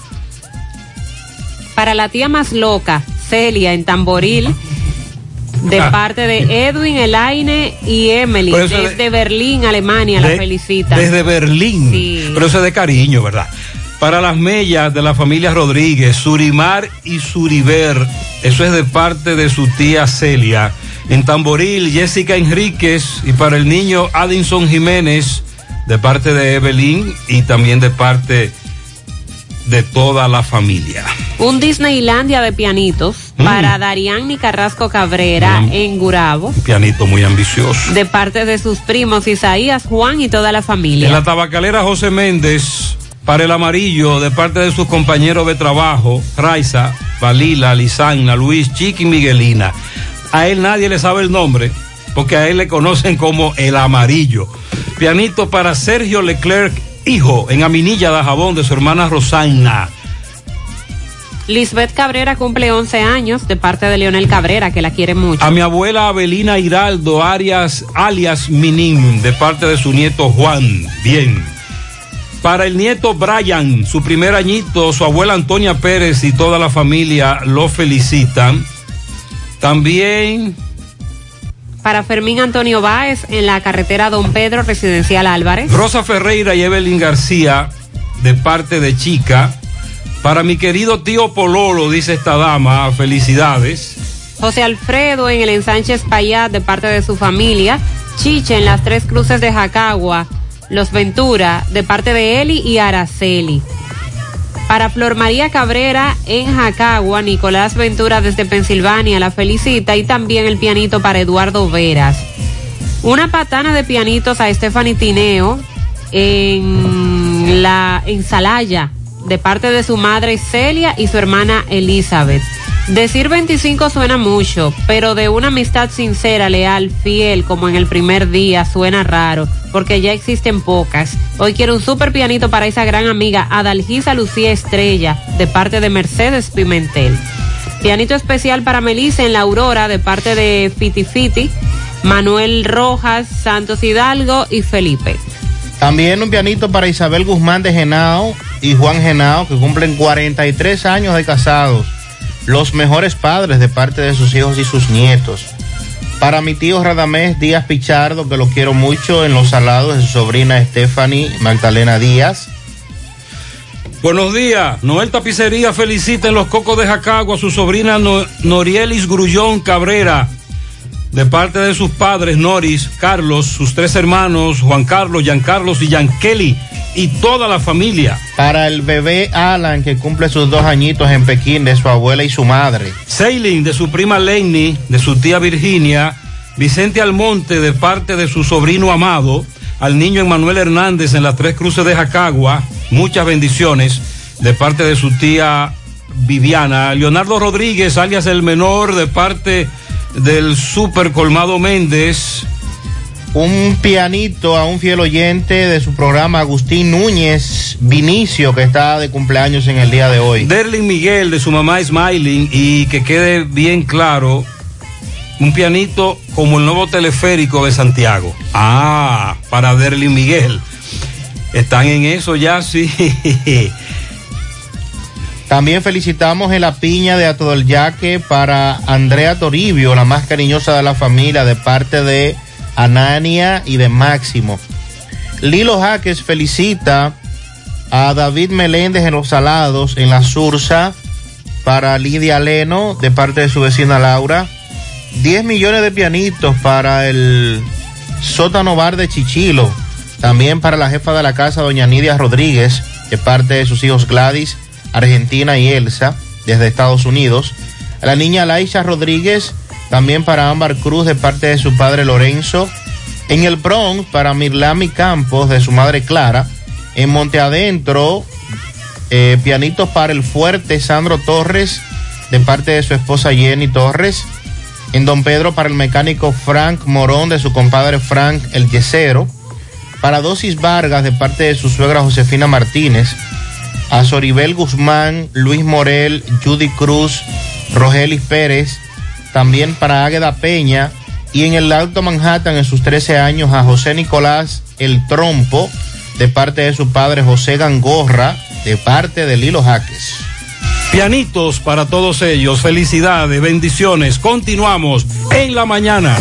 Para la tía más loca, Celia, en Tamboril, de parte de Edwin, Elaine y Emily, desde Berlín, Alemania, la felicita. Desde Berlín, sí. Pero eso es de cariño, ¿verdad? Para las mellas de la familia Rodríguez, Surimar y Suriver, eso es de parte de su tía Celia. En Tamboril, Jessica Enríquez, y para el niño Addison Jiménez, de parte de Evelyn y también de parte de toda la familia. Un Disneylandia de pianitos para Darianny Carrasco Cabrera en Gurabo. Pianito muy ambicioso. De parte de sus primos Isaías, Juan y toda la familia. En la tabacalera José Méndez, para el Amarillo, de parte de sus compañeros de trabajo, Raiza, Valila, Lisana, Luis, Chiqui y Miguelina. A él nadie le sabe el nombre, porque a él le conocen como el Amarillo. Pianito para Sergio Leclerc, hijo, en Aminilla de Jabón, de su hermana Rosana. Lisbeth Cabrera cumple 11 años, de parte de Leonel Cabrera, que la quiere mucho. A mi abuela Abelina Hiraldo Arias, alias Minim, de parte de su nieto Juan. Bien. Para el nieto Brian, su primer añito, su abuela Antonia Pérez y toda la familia lo felicitan. También para Fermín Antonio Báez, en la carretera Don Pedro, Residencial Álvarez. Rosa Ferreira y Evelyn García, de parte de Chica. Para mi querido tío Pololo, dice esta dama, felicidades. José Alfredo, en el Ensánchez Payat, de parte de su familia. Chiche, en las Tres Cruces de Jacagua. Los Ventura, de parte de Eli y Araceli. Para Flor María Cabrera, en Jacagua, Nicolás Ventura desde Pensilvania la felicita, y también el pianito para Eduardo Veras. Una patana de pianitos a Stephanie Tineo en Salaya, de parte de su madre Celia y su hermana Elizabeth. Decir 25 suena mucho, pero de una amistad sincera, leal, fiel, como en el primer día, suena raro, porque ya existen pocas. Hoy quiero un super pianito para esa gran amiga Adalgisa Lucía Estrella, de parte de Mercedes Pimentel. Pianito especial para Melissa en La Aurora, de parte de Fiti Fiti, Manuel Rojas, Santos Hidalgo y Felipe. También un pianito para Isabel Guzmán de Genao y Juan Genao, que cumplen 43 años de casados. Los mejores padres, de parte de sus hijos y sus nietos. Para mi tío Radamés Díaz Pichardo, que lo quiero mucho, en Los Salados, de su sobrina Stephanie Magdalena Díaz. Buenos días. Noel Tapicería felicita en Los Cocos de Jacagua a su sobrina Norielis Grullón Cabrera, de parte de sus padres Noris, Carlos, sus tres hermanos Juan Carlos, Giancarlos y Yankeli, y toda la familia. Para el bebé Alan, que cumple sus 2 añitos en Pekín, de su abuela y su madre. Sailing, de su prima Lenny, de su tía Virginia. Vicente Almonte, de parte de su sobrino Amado. Al niño Emmanuel Hernández, en las Tres Cruces de Jacagua. Muchas bendiciones, de parte de su tía Viviana. Leonardo Rodríguez, alias el menor, de parte del Super Colmado Méndez. Un pianito a un fiel oyente de su programa, Agustín Núñez Vinicio, que está de cumpleaños en el día de hoy. Derlin Miguel, de su mamá Smiling, y que quede bien claro, un pianito como el nuevo teleférico de Santiago. Ah, para Derlin Miguel. Están en eso ya, sí. También felicitamos en la piña de Ato del Yaque para Andrea Toribio, la más cariñosa de la familia, de parte de Anania y de Máximo. Lilo Jaques felicita a David Meléndez en Los Salados, en la Sursa, para Lidia Leno, de parte de su vecina Laura. 10 millones de pianitos para el Sótano Bar de Chichilo, también para la jefa de la casa, doña Nidia Rodríguez, de parte de sus hijos Gladys, Argentina y Elsa, desde Estados Unidos. A la niña Laisha Rodríguez, también para Ámbar Cruz, de parte de su padre Lorenzo. En el Bronx, para Mirlami Campos, de su madre Clara. En Monte Adentro, pianitos para el Fuerte Sandro Torres de parte de su esposa Jenny Torres. En Don Pedro para el mecánico Frank Morón, de su compadre Frank El Yesero. Para Dosis Vargas, de parte de su suegra Josefina Martínez. A Soribel Guzmán, Luis Morel, Judy Cruz, Rogelis Pérez. También para Águeda Peña. Y en el Alto Manhattan, en sus 13 años, a José Nicolás El Trompo, de parte de su padre José Gangorra, de parte de Lilo Jaques. Pianitos para todos ellos, felicidades, bendiciones. Continuamos en la mañana.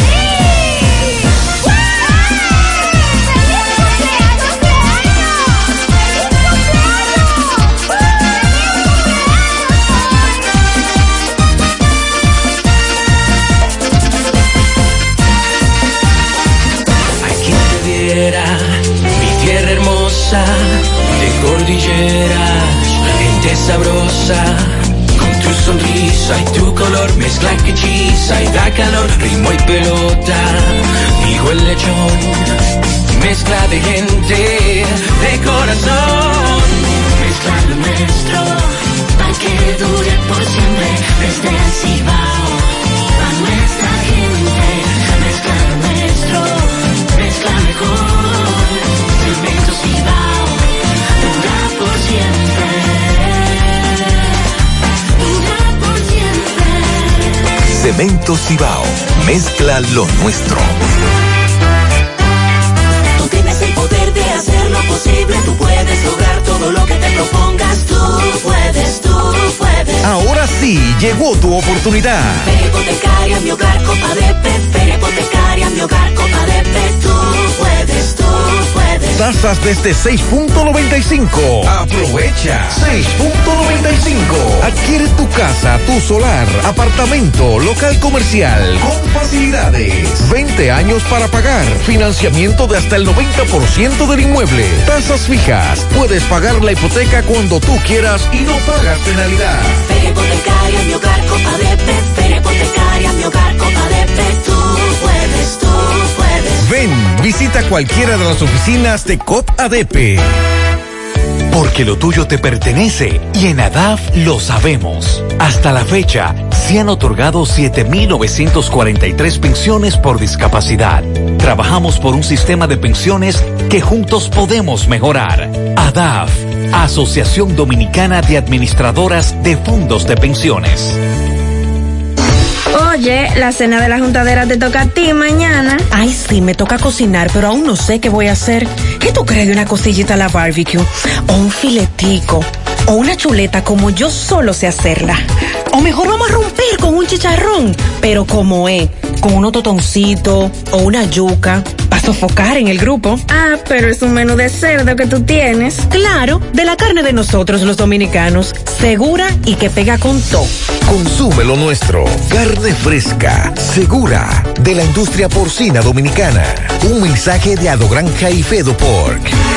Hay quien te viera, mi tierra hermosa, de cordilleras, gente sabrosa, con tu sonrisa y tu color, mezcla que hechiza y da calor, ritmo y pelota, dijo el lechón, mezcla de gente, de corazón, mezcla lo nuestro, para que dure por siempre, desde el Cibao, a nuestra gente, mezcla lo nuestro, mezcla mejor, Cemento Cibao, dura por siempre. Cemento Cibao, mezcla lo nuestro. Tú tienes el poder de hacer lo posible, tú puedes lograr todo lo que te propongas, tú puedes, tú puedes. Ahora sí, llegó tu oportunidad. Feria Hipotecaria, mi hogar, Copa de P. Feria Hipotecaria, mi hogar, Copa de P. Tú puedes, tú puedes. Tasas desde 6.95. Aprovecha. 6.95. Adquiere tu casa, tu solar, apartamento, local comercial con facilidades. 20 años para pagar. Financiamiento de hasta el 90% del inmueble. Tasas fijas. Puedes pagar la hipoteca cuando tú quieras y no pagas penalidad. Feria Hipotecaria, mi hogar, Copa de P. Feria Hipotecaria, mi hogar, Copa de P. Tú puedes, tú puedes. Ven, visita cualquiera de las oficinas de COP ADP. Porque lo tuyo te pertenece y en ADAF lo sabemos. Hasta la fecha, se han otorgado 7.943 pensiones por discapacidad. Trabajamos por un sistema de pensiones que juntos podemos mejorar. ADAF, Asociación Dominicana de Administradoras de Fondos de Pensiones. Oye, la cena de la juntadera te toca a ti mañana. Ay, sí, me toca cocinar, pero aún no sé qué voy a hacer. ¿Qué tú crees de una cosillita a la barbecue? O un filetico, o una chuleta como yo solo sé hacerla. O mejor vamos a romper con un chicharrón, pero como es, con unos totoncitos o una yuca, para sofocar en el grupo. Ah, pero es un menú de cerdo que tú tienes. Claro, de la carne de nosotros los dominicanos, segura y que pega con todo. Consume lo nuestro. Carne fresca, segura, de la industria porcina dominicana. Un mensaje de Adogranja y Fedo Pork.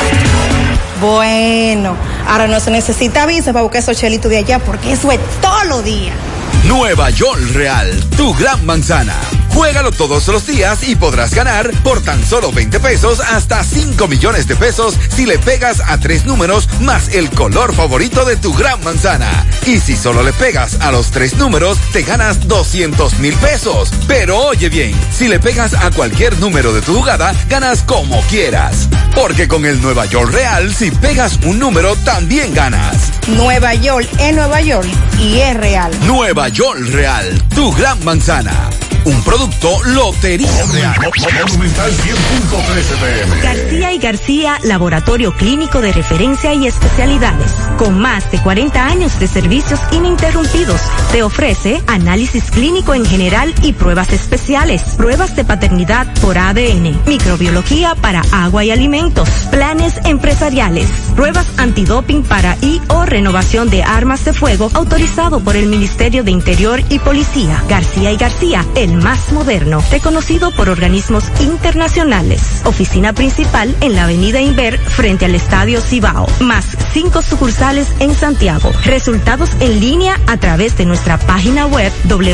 Bueno, ahora no se necesita visa para buscar esos chelitos de allá, porque eso es todos los días. Nueva York Real, tu gran manzana. Juégalo todos los días y podrás ganar por tan solo 20 pesos hasta 5 millones de pesos si le pegas a 3 números más el color favorito de tu gran manzana. Y si solo le pegas a los 3 números, te ganas 200,000 pesos. Pero oye bien, si le pegas a cualquier número de tu jugada, ganas como quieras. Porque con el Nueva York Real, si pegas un número, también ganas. Nueva York es Nueva York y es real. Nueva York Real, tu gran manzana. Un producto Lotería Real. Monumental 100.13 PM. García y García, laboratorio clínico de referencia y especialidades. Con más de 40 años de servicios ininterrumpidos, te ofrece análisis clínico en general y pruebas especiales. Pruebas de paternidad por ADN, microbiología para agua y alimentos, planes empresariales, pruebas antidoping para y o renovación de armas de fuego autorizado por el Ministerio de Interior y Policía. García y García, el más moderno, reconocido por organismos internacionales. Oficina principal en la avenida Inver frente al Estadio Cibao, más 5 sucursales en Santiago. Resultados en línea a través de nuestra página web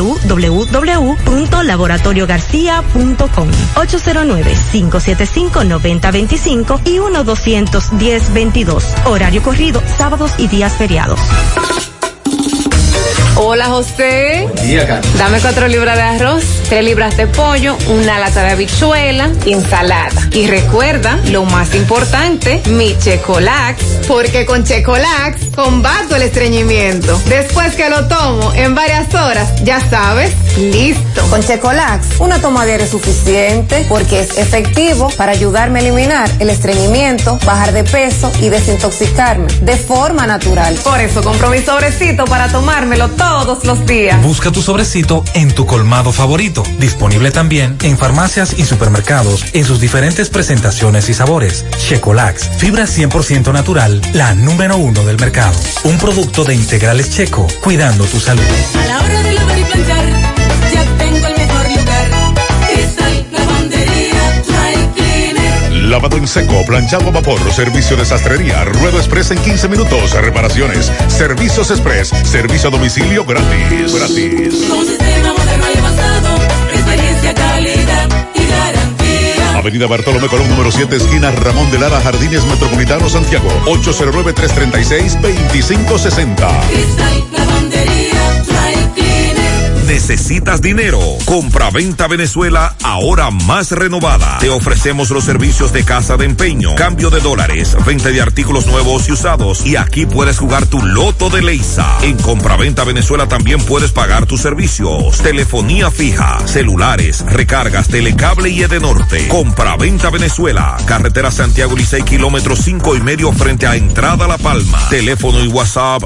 www.laboratoriogarcia.com 809-575-9025 y 1-210-22. Horario corrido, sábados y días feriados. Hola, José. Buen día, Carlos. Dame 4 libras de arroz, 3 libras de pollo, una lata de habichuela, ensalada. Y recuerda, lo más importante, mi Checolax, porque con Checolax combato el estreñimiento. Después que lo tomo en varias horas, ya sabes, listo. Con Checolax, una toma diaria es suficiente porque es efectivo para ayudarme a eliminar el estreñimiento, bajar de peso y desintoxicarme de forma natural. Por eso compro mi sobrecito para tomármelo todos los días. Busca tu sobrecito en tu colmado favorito. Disponible también en farmacias y supermercados en sus diferentes presentaciones y sabores. Checolax, fibra 100% natural, la número 1 del mercado. Un producto de Integrales Checo, cuidando tu salud. A la hora de lavar y planchar, ya tengo el mejor lugar. Cristal Lavandería Dry Cleaner. Lavado en seco, planchado a vapor, servicio de sastrería, ruedo express en 15 minutos, reparaciones, servicios express, servicio a domicilio gratis. Con sistema moderno y avanzado, experiencia, calidad y garantía. Avenida Bartolomé Colón, número 7, esquina Ramón de Lara, Jardines Metropolitano, Santiago, 809-336-2560. Cristal Lavandería Dry Cleaner. ¿Necesitas dinero? Compra-venta Venezuela, ahora más renovada. Te ofrecemos los servicios de casa de empeño, cambio de dólares, venta de artículos nuevos y usados. Y aquí puedes jugar tu loto de Leisa. En Compra-venta Venezuela también puedes pagar tus servicios. Telefonía fija, celulares, recargas, telecable y Edenorte. Compra-venta Venezuela. Carretera Santiago Licey, kilómetro 5.5 frente a Entrada La Palma. Teléfono y WhatsApp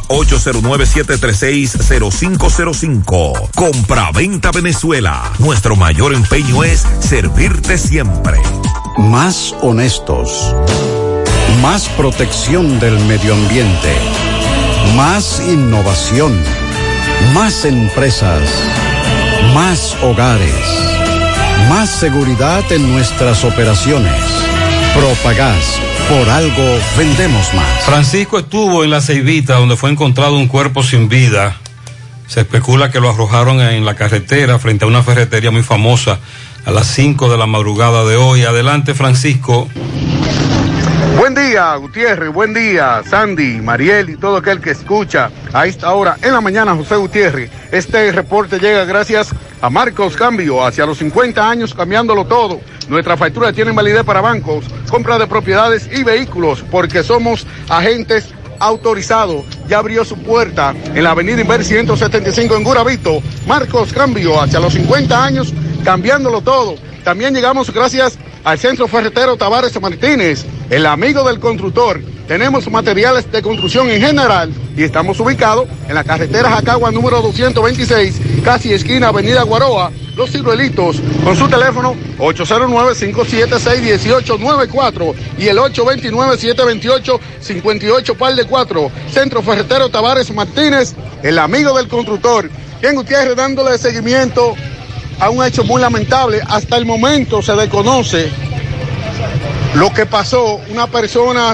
809-736-0505. Compra-venta Venezuela. Nuestro mayor empeño es servirte siempre. Más honestos. Más protección del medio ambiente. Más innovación. Más empresas. Más hogares. Más seguridad en nuestras operaciones. Propagás. Por algo vendemos más. Francisco estuvo en La Ceibita, donde fue encontrado un cuerpo sin vida. Se especula que lo arrojaron en la carretera frente a una ferretería muy famosa a las 5 de la madrugada de hoy. Adelante, Francisco. Buen día, Gutiérrez, buen día, Sandy, Mariel y todo aquel que escucha a esta hora en la mañana, José Gutiérrez. Este reporte llega gracias a Marcos Cambio, hacia los 50 años cambiándolo todo. Nuestra factura tiene validez para bancos, compra de propiedades y vehículos, porque somos agentes autorizado. Ya abrió su puerta en la avenida Inver 175 en Guravito. Marcos Cambio, hacia los 50 años, cambiándolo todo. También llegamos gracias al Centro Ferretero Tavares Martínez, el amigo del constructor. Tenemos materiales de construcción en general y estamos ubicados en la carretera Jacagua número 226, casi esquina Avenida Guaroa, Los Ciruelitos, con su teléfono 809-576-1894 y el 829-728-58 par de 4. Centro Ferretero Tavares Martínez, el amigo del constructor. Bien, Gutiérrez, dándole seguimiento a un hecho muy lamentable. Hasta el momento se desconoce lo que pasó. Una persona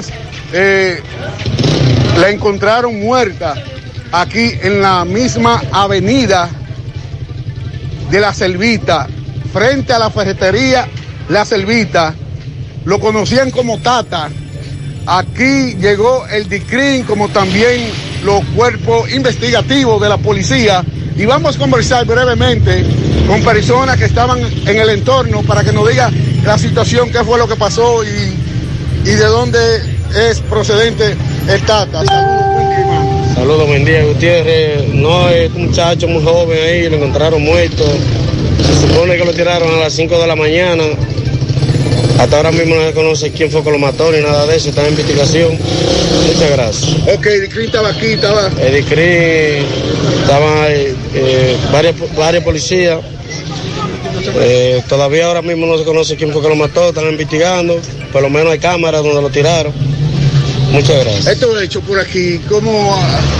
la encontraron muerta aquí en la misma avenida de La Selvita, frente a la ferretería La Selvita. Lo conocían como Tata. Aquí llegó el DICRIN, como también los cuerpos investigativos de la policía, y vamos a conversar brevemente con personas que estaban en el entorno para que nos diga la situación, qué fue lo que pasó y de dónde es procedente el Tata. Saludos, buen día, Gutiérrez. No, es un muchacho muy joven ahí, lo encontraron muerto. Se supone que lo tiraron a las 5 de la mañana. Hasta ahora mismo no se conoce quién fue que lo mató ni nada de eso, está en investigación. Muchas gracias. Ok, Edicrín estaba aquí, estaba. Edicrín, estaban varios policías. Todavía ahora mismo no se conoce quién fue que lo mató, están investigando. Por lo menos hay cámaras donde lo tiraron. Muchas gracias. Esto hecho por aquí, ¿cómo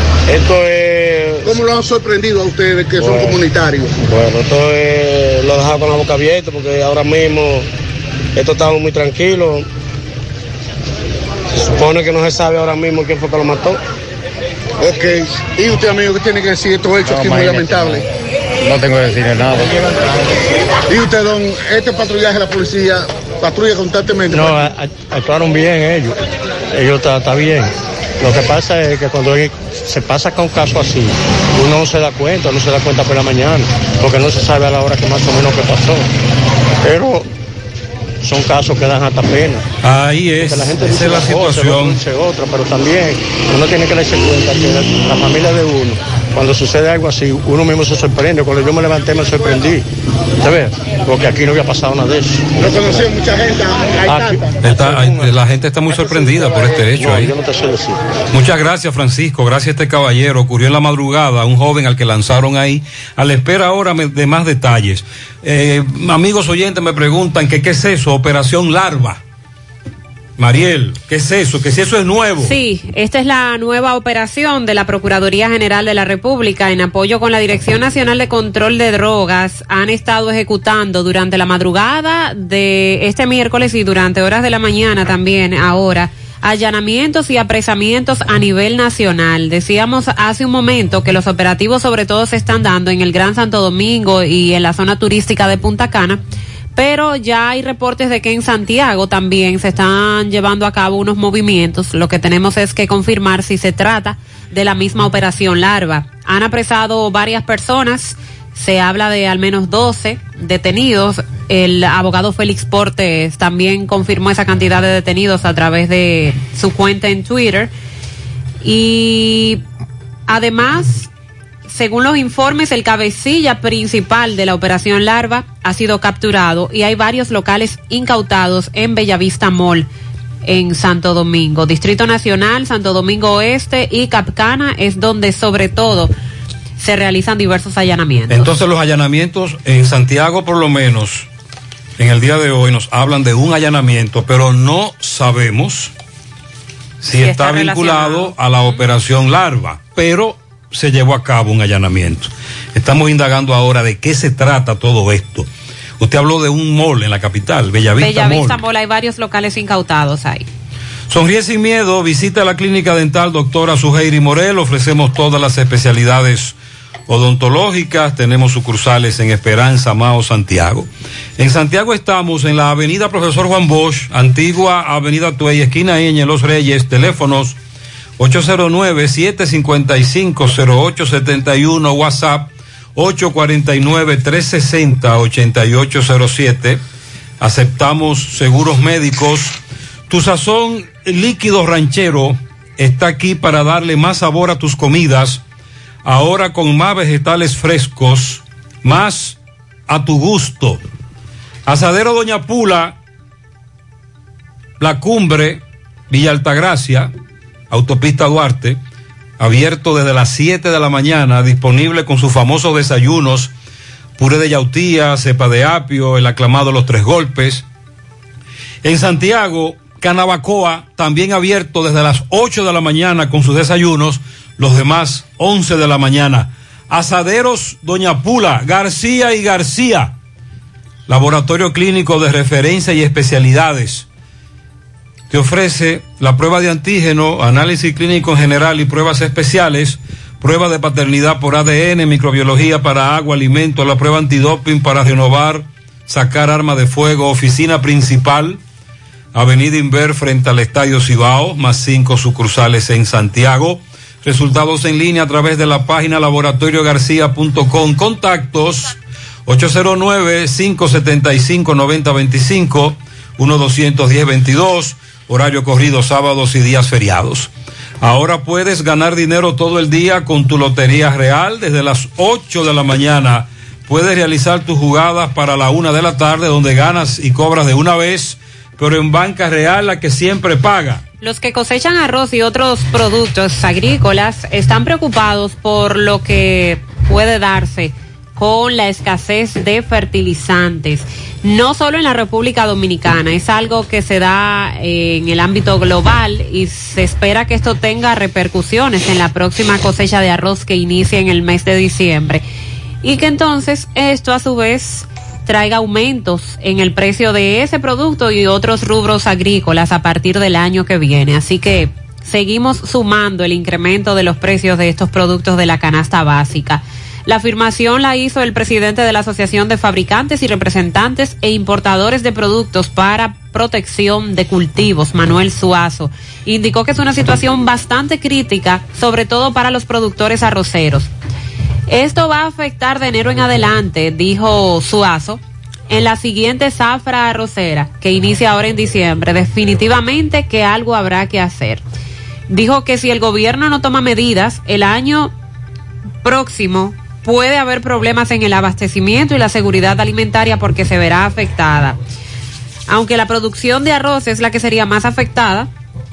lo han sorprendido a ustedes que son comunitarios? Bueno, esto lo dejaba con la boca abierta porque ahora mismo esto estaba muy tranquilo. Se supone que no se sabe ahora mismo quién fue que lo mató. Ok. ¿Y usted, amigo, qué tiene que decir estos hechos aquí muy lamentables? No tengo que decir nada. ¿Y usted, don, este patrullaje de la policía patrulla constantemente? No, actuaron bien ellos. Ellos está bien. Lo que pasa es que cuando se pasa acá un caso así, uno no se da cuenta por la mañana, porque no se sabe a la hora que más o menos que pasó. Pero son casos que dan hasta pena. Ahí es, la gente esa es la situación. Otra, pero también uno tiene que darse cuenta que la familia de uno, cuando sucede algo así, uno mismo se sorprende. Cuando yo me levanté me sorprendí, ¿sabes? Porque aquí no había pasado nada de eso. No conocí mucha gente. La gente está muy sorprendida por este hecho. No, ahí. yo no te sé decir. Muchas gracias, Francisco. Gracias a este caballero. Ocurrió en la madrugada, un joven al que lanzaron ahí. A la espera ahora de más detalles. Amigos oyentes me preguntan que qué es eso, Operación Larva. Mariel, ¿qué es eso? Que si eso es nuevo. Sí, esta es la nueva operación de la Procuraduría General de la República en apoyo con la Dirección Nacional de Control de Drogas. Han estado ejecutando durante la madrugada de este miércoles y durante horas de la mañana también ahora allanamientos y apresamientos a nivel nacional. Decíamos hace un momento que los operativos sobre todo se están dando en el Gran Santo Domingo y en la zona turística de Punta Cana, pero ya hay reportes de que en Santiago también se están llevando a cabo unos movimientos. Lo que tenemos es que confirmar si se trata de la misma operación Larva. Han apresado varias personas, se habla de al menos 12 detenidos. El abogado Félix Portes también confirmó esa cantidad de detenidos a través de su cuenta en Twitter. Y además, según los informes, el cabecilla principal de la operación Larva ha sido capturado y hay varios locales incautados en Bellavista Mall en Santo Domingo. Distrito Nacional, Santo Domingo Oeste y Capcana es donde sobre todo se realizan diversos allanamientos. Entonces los allanamientos en Santiago, por lo menos en el día de hoy, nos hablan de un allanamiento, pero no sabemos si está vinculado a la operación Larva, pero se llevó a cabo un allanamiento. Estamos indagando ahora de qué se trata todo esto. Usted habló de un mall en la capital, Bellavista Mall. Hay varios locales incautados ahí. Sonríe sin miedo, visita la clínica dental doctora Suheiri Morel. Ofrecemos todas las especialidades odontológicas. Tenemos sucursales en Esperanza, Mao, Santiago. En Santiago estamos en la avenida Profesor Juan Bosch, antigua avenida Tuey, esquina Eñe, Los Reyes. Teléfonos 809-755-0871, WhatsApp 849-360-8807. Aceptamos seguros médicos. Tu sazón líquido ranchero está aquí para darle más sabor a tus comidas, ahora con más vegetales frescos, más a tu gusto. Asadero Doña Pula, La Cumbre, Villa Altagracia, Autopista Duarte, abierto desde las 7 de la mañana, disponible con sus famosos desayunos, puré de yautía, cepa de apio, el aclamado Los Tres Golpes. En Santiago, Canabacoa, también abierto desde las 8 de la mañana con sus desayunos, los demás 11 de la mañana. Asaderos Doña Pula, García y García, laboratorio clínico de referencia y especialidades. Te ofrece la prueba de antígeno, análisis clínico en general y pruebas especiales, prueba de paternidad por ADN, microbiología para agua, alimento, la prueba antidoping para renovar, sacar arma de fuego, oficina principal, Avenida Inver frente al Estadio Cibao, más 5 sucursales en Santiago. Resultados en línea a través de la página laboratoriogarcia.com. Contactos 809-575-9025, 1-210-22. Horario corrido sábados y días feriados. Ahora puedes ganar dinero todo el día con tu Lotería Real. Desde las 8 de la mañana puedes realizar tus jugadas para la 1 de la tarde, donde ganas y cobras de una vez, pero en Banca Real, la que siempre paga. Los que cosechan arroz y otros productos agrícolas están preocupados por lo que puede darse con la escasez de fertilizantes, no solo en la República Dominicana, es algo que se da en el ámbito global y se espera que esto tenga repercusiones en la próxima cosecha de arroz que inicia en el mes de diciembre y que entonces esto a su vez traiga aumentos en el precio de ese producto y otros rubros agrícolas a partir del año que viene. Así que seguimos sumando el incremento de los precios de estos productos de la canasta básica. La afirmación la hizo el presidente de la Asociación de Fabricantes y Representantes e Importadores de Productos para Protección de Cultivos, Manuel Suazo. Indicó que es una situación bastante crítica, sobre todo para los productores arroceros. Esto va a afectar de enero en adelante, dijo Suazo, en la siguiente zafra arrocera, que inicia ahora en diciembre. Definitivamente que algo habrá que hacer. Dijo que si el gobierno no toma medidas, el año próximo puede haber problemas en el abastecimiento y la seguridad alimentaria porque se verá afectada. Aunque la producción de arroz es la que sería más afectada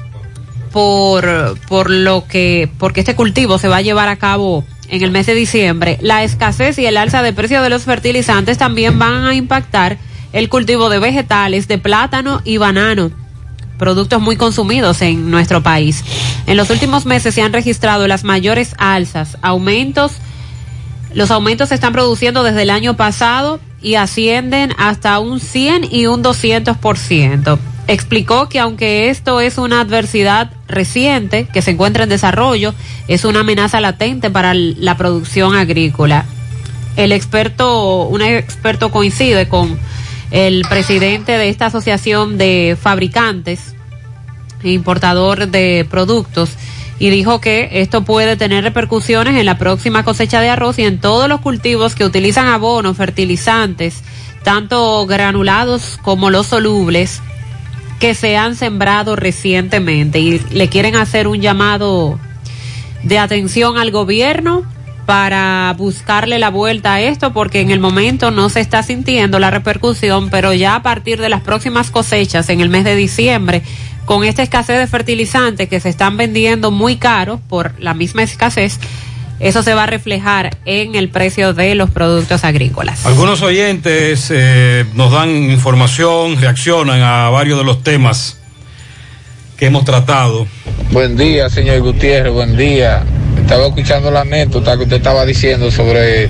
porque este cultivo se va a llevar a cabo en el mes de diciembre, la escasez y el alza de precio de los fertilizantes también van a impactar el cultivo de vegetales, de plátano y banano, productos muy consumidos en nuestro país. En los últimos meses se han registrado las mayores alzas, los aumentos se están produciendo desde el año pasado y ascienden hasta un 100 y un 200%. Explicó que aunque esto es una adversidad reciente que se encuentra en desarrollo, es una amenaza latente para la producción agrícola. Un experto coincide con el presidente de esta asociación de fabricantes e importador de productos y dijo que esto puede tener repercusiones en la próxima cosecha de arroz y en todos los cultivos que utilizan abonos, fertilizantes, tanto granulados como los solubles, que se han sembrado recientemente, y le quieren hacer un llamado de atención al gobierno para buscarle la vuelta a esto, porque en el momento no se está sintiendo la repercusión, pero ya a partir de las próximas cosechas en el mes de diciembre, con esta escasez de fertilizantes que se están vendiendo muy caros por la misma escasez, eso se va a reflejar en el precio de los productos agrícolas. Algunos oyentes nos dan información, reaccionan a varios de los temas que hemos tratado. Buen día, señor Gutiérrez, buen día. Estaba escuchando la anécdota que usted estaba diciendo sobre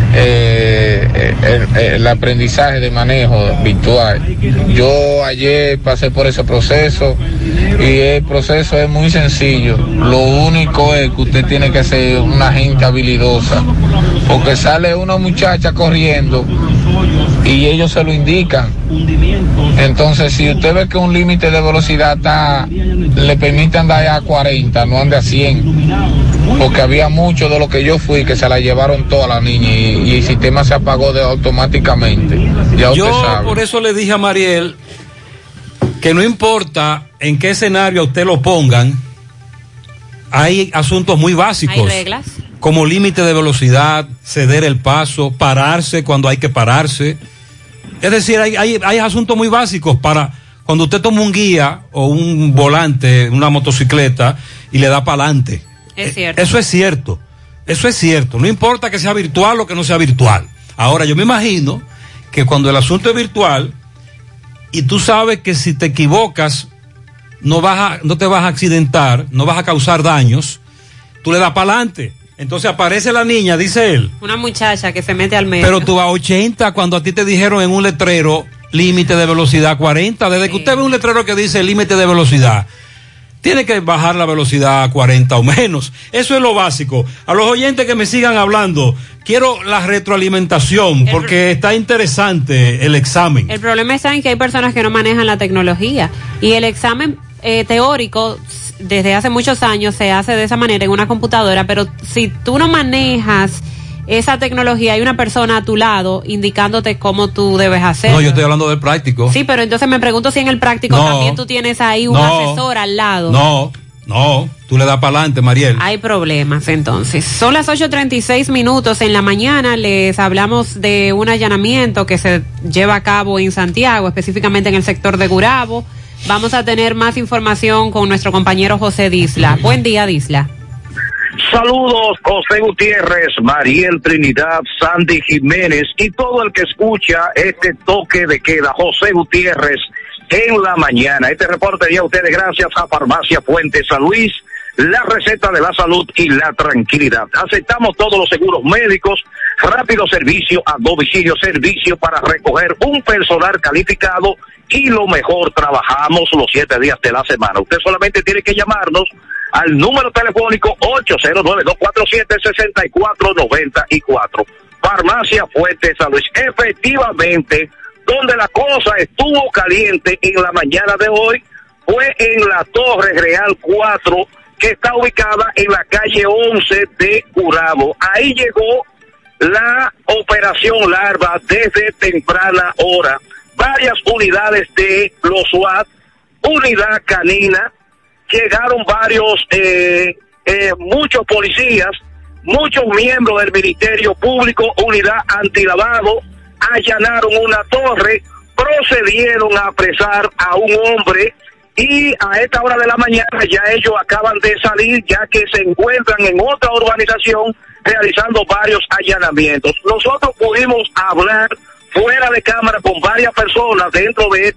el aprendizaje de manejo virtual. Yo ayer pasé por ese proceso y el proceso es muy sencillo. Lo único es que usted tiene que ser una gente habilidosa, porque sale una muchacha corriendo y ellos se lo indican. Entonces, si usted ve que un límite de velocidad le permite andar a 40, no ande a 100. Porque había mucho de lo que yo fui que se la llevaron toda la niña y el sistema se apagó automáticamente. Ya usted sabe. Por eso le dije a Mariel que no importa en qué escenario a usted lo pongan, hay asuntos muy básicos. Hay reglas. Como límite de velocidad, ceder el paso, pararse cuando hay que pararse. Es decir, hay asuntos muy básicos para cuando usted toma un guía o un volante, una motocicleta y le da para adelante. Es cierto. Eso es cierto. No importa que sea virtual o que no sea virtual. Ahora, yo me imagino que cuando el asunto es virtual y tú sabes que si te equivocas no te vas a accidentar, no vas a causar daños, tú le das para adelante. Entonces aparece la niña, dice él. Una muchacha que se mete al medio. Pero tú vas a 80 cuando a ti te dijeron en un letrero límite de velocidad 40. Desde que usted ve un letrero que dice límite de velocidad, tiene que bajar la velocidad a 40 o menos. Eso es lo básico. A los oyentes que me sigan hablando, quiero la retroalimentación porque está interesante el examen. El problema está en que hay personas que no manejan la tecnología y el examen teórico desde hace muchos años se hace de esa manera en una computadora, pero si tú no manejas esa tecnología, hay una persona a tu lado indicándote cómo tú debes hacer. No, yo estoy hablando del práctico. Sí, pero entonces me pregunto si en el práctico también tú tienes ahí un asesor al lado. No, tú le das para adelante, Mariel. Hay problemas entonces. Son las 8:36 en la mañana. Les hablamos de un allanamiento que se lleva a cabo en Santiago, específicamente en el sector de Gurabo. Vamos a tener más información con nuestro compañero José Disla. Buen día, Disla. Saludos, José Gutiérrez, Mariel Trinidad, Sandy Jiménez y todo el que escucha este toque de queda. José Gutiérrez en la mañana. Este reporte llega a ustedes gracias a Farmacia Fuente San Luis, la receta de la salud y la tranquilidad. Aceptamos todos los seguros médicos, rápido servicio a domicilio, servicio para recoger un personal calificado y lo mejor, trabajamos los 7 días de la semana. Usted solamente tiene que llamarnos al número telefónico 809-247-6494. Farmacia Fuerte San Luis. Efectivamente, donde la cosa estuvo caliente en la mañana de hoy fue en la Torre Real 4, que está ubicada en la calle 11 de Gurabo. Ahí llegó la operación Larva desde temprana hora. Varias unidades de los SWAT, unidad canina, llegaron varios, muchos policías, muchos miembros del Ministerio Público, unidad antilavado, allanaron una torre, procedieron a apresar a un hombre y a esta hora de la mañana ya ellos acaban de salir, ya que se encuentran en otra urbanización realizando varios allanamientos. Nosotros pudimos hablar fuera de cámara con varias personas dentro de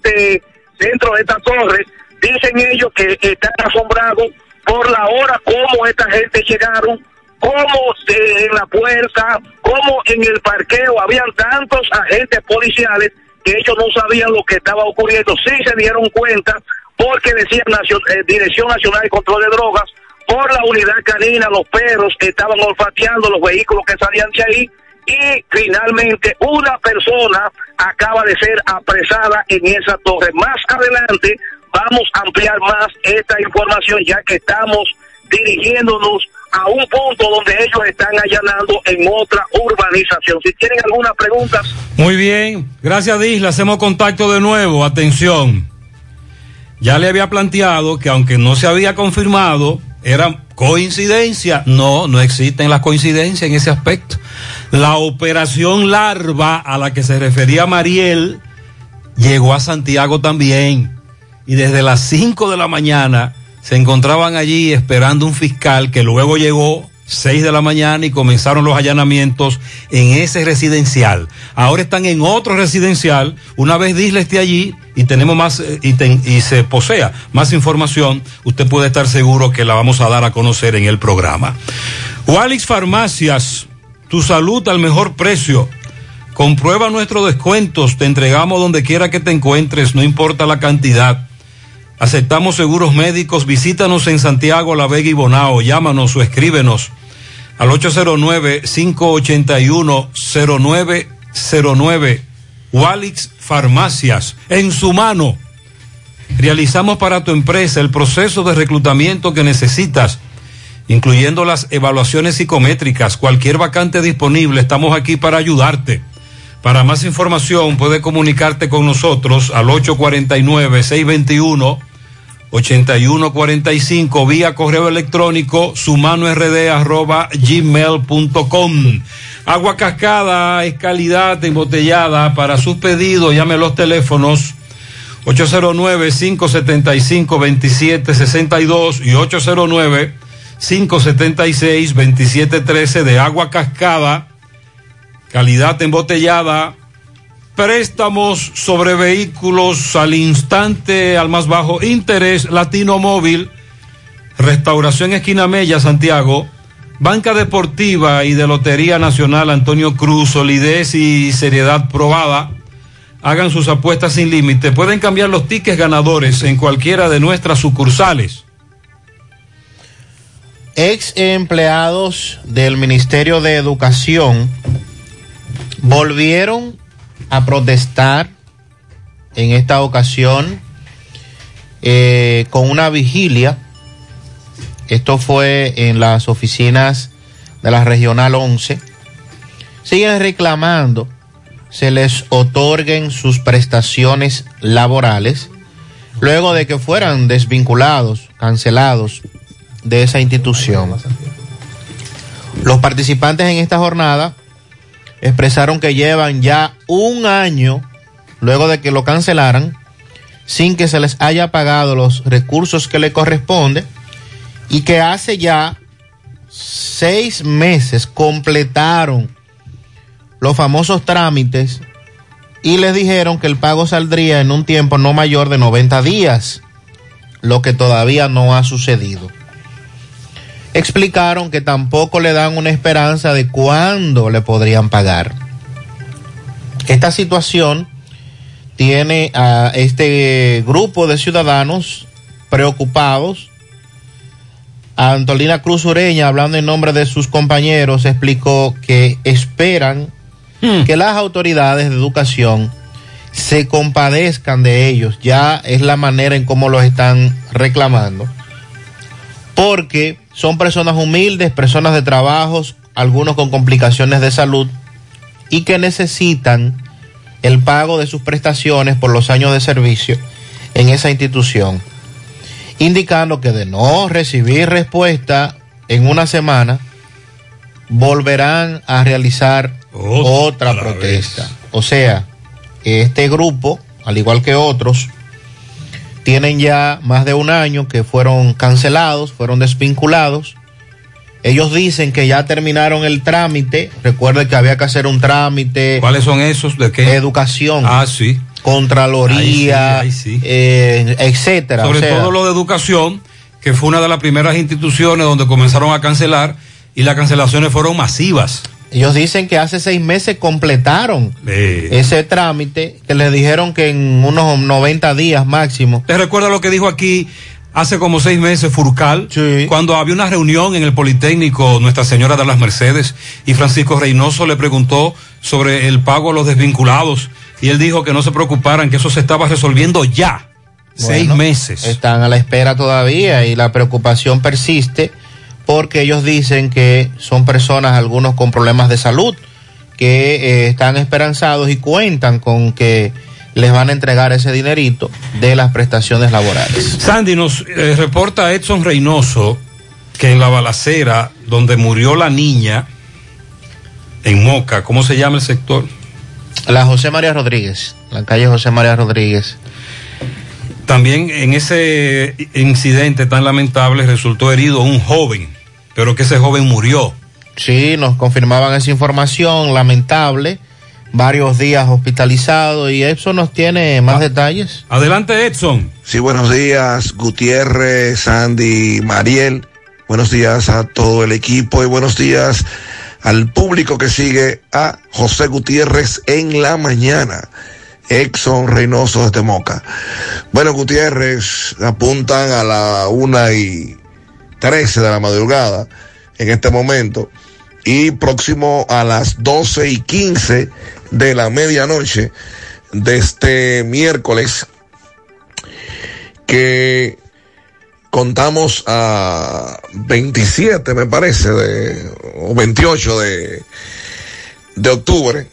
esta torre. Dicen ellos que están asombrados por la hora como esta gente llegaron, como en la puerta, como en el parqueo habían tantos agentes policiales que ellos no sabían lo que estaba ocurriendo. Sí se dieron cuenta porque decían Dirección Nacional de Control de Drogas, por la unidad canina, los perros que estaban olfateando los vehículos que salían de ahí, y finalmente una persona acaba de ser apresada en esa torre. Más adelante vamos a ampliar más esta información, ya que estamos dirigiéndonos a un punto donde ellos están allanando en otra urbanización. Si tienen algunas preguntas. Muy bien, gracias Disla, hacemos contacto de nuevo. Atención, ya le había planteado que aunque no se había confirmado, era coincidencia. No existen las coincidencias en ese aspecto. La operación Larva a la que se refería Mariel llegó a Santiago también, y desde las 5 de la mañana se encontraban allí esperando un fiscal, que luego llegó 6 de la mañana y comenzaron los allanamientos en ese residencial. Ahora están en otro residencial. Una vez Disla esté allí y tenemos más y se posea más información, usted puede estar seguro que la vamos a dar a conocer en el programa. Walix Farmacias, tu salud al mejor precio. Comprueba nuestros descuentos, te entregamos donde quiera que te encuentres, no importa la cantidad. Aceptamos seguros médicos. Visítanos en Santiago, La Vega y Bonao. Llámanos o escríbenos al 809-581-0909. Walix Farmacias, en su mano. Realizamos para tu empresa el proceso de reclutamiento que necesitas, incluyendo las evaluaciones psicométricas. Cualquier vacante disponible, estamos aquí para ayudarte. Para más información puede comunicarte con nosotros al 849-621-8145 vía correo electrónico sumanord@gmail.com. Agua Cascada es calidad embotellada. Para sus pedidos llame a los teléfonos 809-575-2762 y 809-576-2713 de Agua Cascada. Calidad embotellada. Préstamos sobre vehículos al instante, al más bajo interés. Latino Móvil. Restauración Esquina Mella, Santiago. Banca Deportiva y de Lotería Nacional Antonio Cruz. Solidez y seriedad probada. Hagan sus apuestas sin límite. Pueden cambiar los tickets ganadores en cualquiera de nuestras sucursales. Ex empleados del Ministerio de Educación volvieron a protestar en esta ocasión con una vigilia. Esto fue en las oficinas de la Regional 11. Siguen reclamando se les otorguen sus prestaciones laborales luego de que fueran desvinculados, cancelados de esa institución. Los participantes en esta jornada expresaron que llevan ya un año, luego de que lo cancelaran, sin que se les haya pagado los recursos que le corresponde, y que hace ya 6 meses completaron los famosos trámites y les dijeron que el pago saldría en un tiempo no mayor de 90 días, lo que todavía no ha sucedido. Explicaron que tampoco le dan una esperanza de cuándo le podrían pagar. Esta situación tiene a este grupo de ciudadanos preocupados Antolina Cruz Ureña, hablando en nombre de sus compañeros, explicó que esperan que las autoridades de educación se compadezcan de ellos. Ya es la manera en cómo los están reclamando, porque son personas humildes, personas de trabajos, algunos con complicaciones de salud, y que necesitan el pago de sus prestaciones por los años de servicio en esa institución, indicando que de no recibir respuesta en una semana, volverán a realizar otra protesta. O sea, este grupo, al igual que otros, tienen ya más de un año que fueron cancelados, fueron desvinculados. Ellos dicen que ya terminaron el trámite. Recuerde que había que hacer un trámite. ¿Cuáles son esos? ¿De qué? Educación. Ah, sí. Contraloría, ahí sí. etcétera. Sobre todo lo de educación, que fue una de las primeras instituciones donde comenzaron a cancelar, y las cancelaciones fueron masivas. Ellos dicen que hace 6 meses completaron ese trámite, que les dijeron que en unos 90 días máximo. ¿Te recuerdas lo que dijo aquí hace como 6 meses Furcal? Sí. Cuando había una reunión en el Politécnico Nuestra Señora de las Mercedes, y Francisco Reynoso le preguntó sobre el pago a los desvinculados, y él dijo que no se preocuparan, que eso se estaba resolviendo ya. Bueno, 6 meses. Están a la espera todavía, y la preocupación persiste, porque ellos dicen que son personas, algunos con problemas de salud, que están esperanzados y cuentan con que les van a entregar ese dinerito de las prestaciones laborales. Sandy, nos reporta Edson Reynoso que en la balacera donde murió la niña en Moca, ¿cómo se llama el sector? La José María Rodríguez, la calle José María Rodríguez. También en ese incidente tan lamentable resultó herido un joven, pero que ese joven murió. Sí, nos confirmaban esa información lamentable, varios días hospitalizado, y Edson nos tiene más detalles. Adelante, Edson. Sí, buenos días, Gutiérrez, Sandy, Mariel. Buenos días a todo el equipo y buenos días al público que sigue a José Gutiérrez en la mañana. Edson Reynoso desde Moca. Bueno, Gutiérrez, apuntan a la 1:13 de la madrugada en este momento, y próximo a las 12:15 de la medianoche de este miércoles, que contamos a 27, me parece, o 28 de octubre,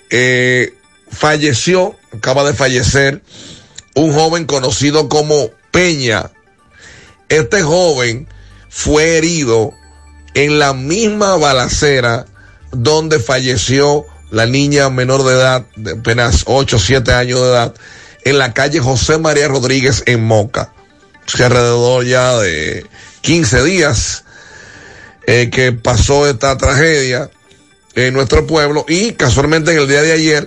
acaba de fallecer un joven conocido como Peña. Este joven fue herido en la misma balacera donde falleció la niña menor de edad, de apenas 8 o 7 años de edad, en la calle José María Rodríguez en Moca. Hace alrededor ya de 15 días que pasó esta tragedia en nuestro pueblo, y casualmente en el día de ayer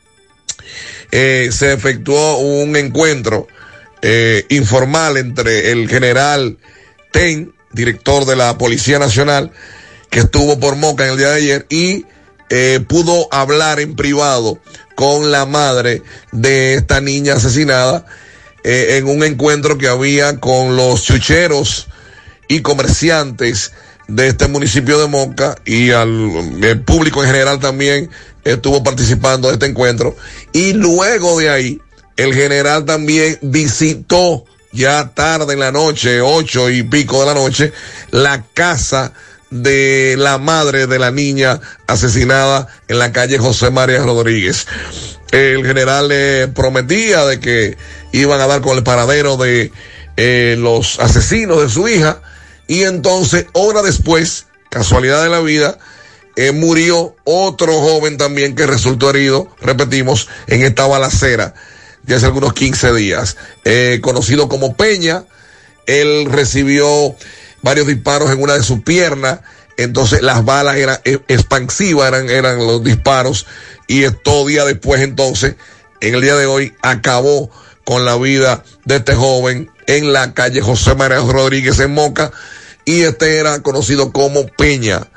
se efectuó un encuentro informal entre el general Ten, director de la Policía Nacional, que estuvo por Moca en el día de ayer, y pudo hablar en privado con la madre de esta niña asesinada en un encuentro que había con los chucheros y comerciantes de este municipio de Moca, y el público en general también estuvo participando de este encuentro. Y luego de ahí, el general también visitó ya tarde en la noche, 8 y pico de la noche, la casa de la madre de la niña asesinada en la calle José María Rodríguez. El general le prometía de que iban a dar con el paradero de los asesinos de su hija, y entonces, horas después, casualidad de la vida, murió otro joven también que resultó herido, repetimos, en esta balacera de hace algunos 15 días. Conocido como Peña, él recibió varios disparos en una de sus piernas, entonces las balas eran expansivas, eran los disparos, y estos días después, entonces, en el día de hoy, acabó con la vida de este joven en la calle José María Rodríguez en Moca, y este era conocido como Peña.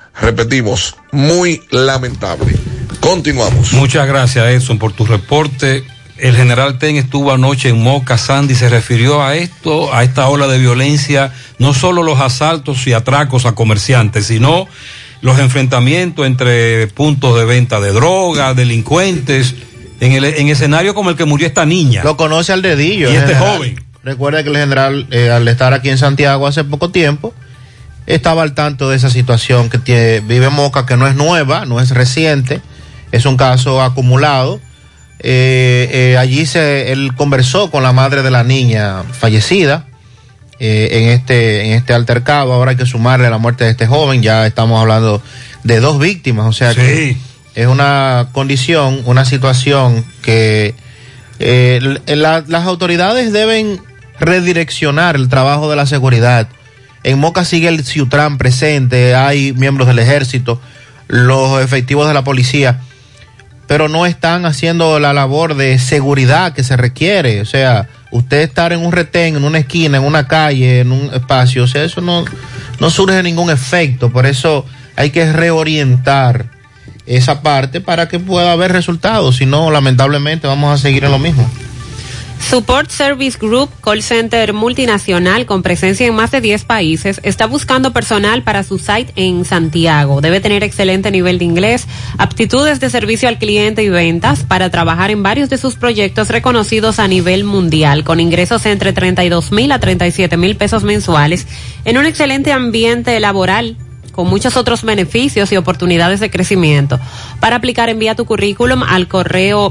Repetimos, muy lamentable. Continuamos. Muchas gracias, Edson, por tu reporte. el general Ten estuvo anoche en Moca. Sandy se refirió a esto, a esta ola de violencia, no solo los asaltos y atracos a comerciantes, sino los enfrentamientos entre puntos de venta de droga, delincuentes, en escenario como el que murió esta niña. Lo conoce al dedillo. Y este general. joven. Recuerda que el general, al estar aquí en Santiago hace poco tiempo, estaba al tanto de esa situación que vive Moca, que no es nueva, no es reciente, es un caso acumulado. Allí él conversó con la madre de la niña fallecida en este altercado. Ahora hay que sumarle la muerte de este joven, ya estamos hablando de 2 víctimas, o sea que es una condición, una situación que las autoridades deben redireccionar el trabajo de la seguridad. En Moca sigue el Ciutran presente, hay miembros del ejército, los efectivos de la policía, pero no están haciendo la labor de seguridad que se requiere. O sea, usted estar en un retén, en una esquina, en una calle, en un espacio, o sea, eso no surge ningún efecto. Por eso hay que reorientar esa parte para que pueda haber resultados. Si no, lamentablemente vamos a seguir en lo mismo. Support Service Group, call center multinacional con presencia en más de 10 países, está buscando personal para su site en Santiago. Debe tener excelente nivel de inglés, aptitudes de servicio al cliente y ventas para trabajar en varios de sus proyectos reconocidos a nivel mundial, con ingresos entre 32,000 a 37,000 pesos mensuales, en un excelente ambiente laboral, con muchos otros beneficios y oportunidades de crecimiento. Para aplicar, envía tu currículum al correo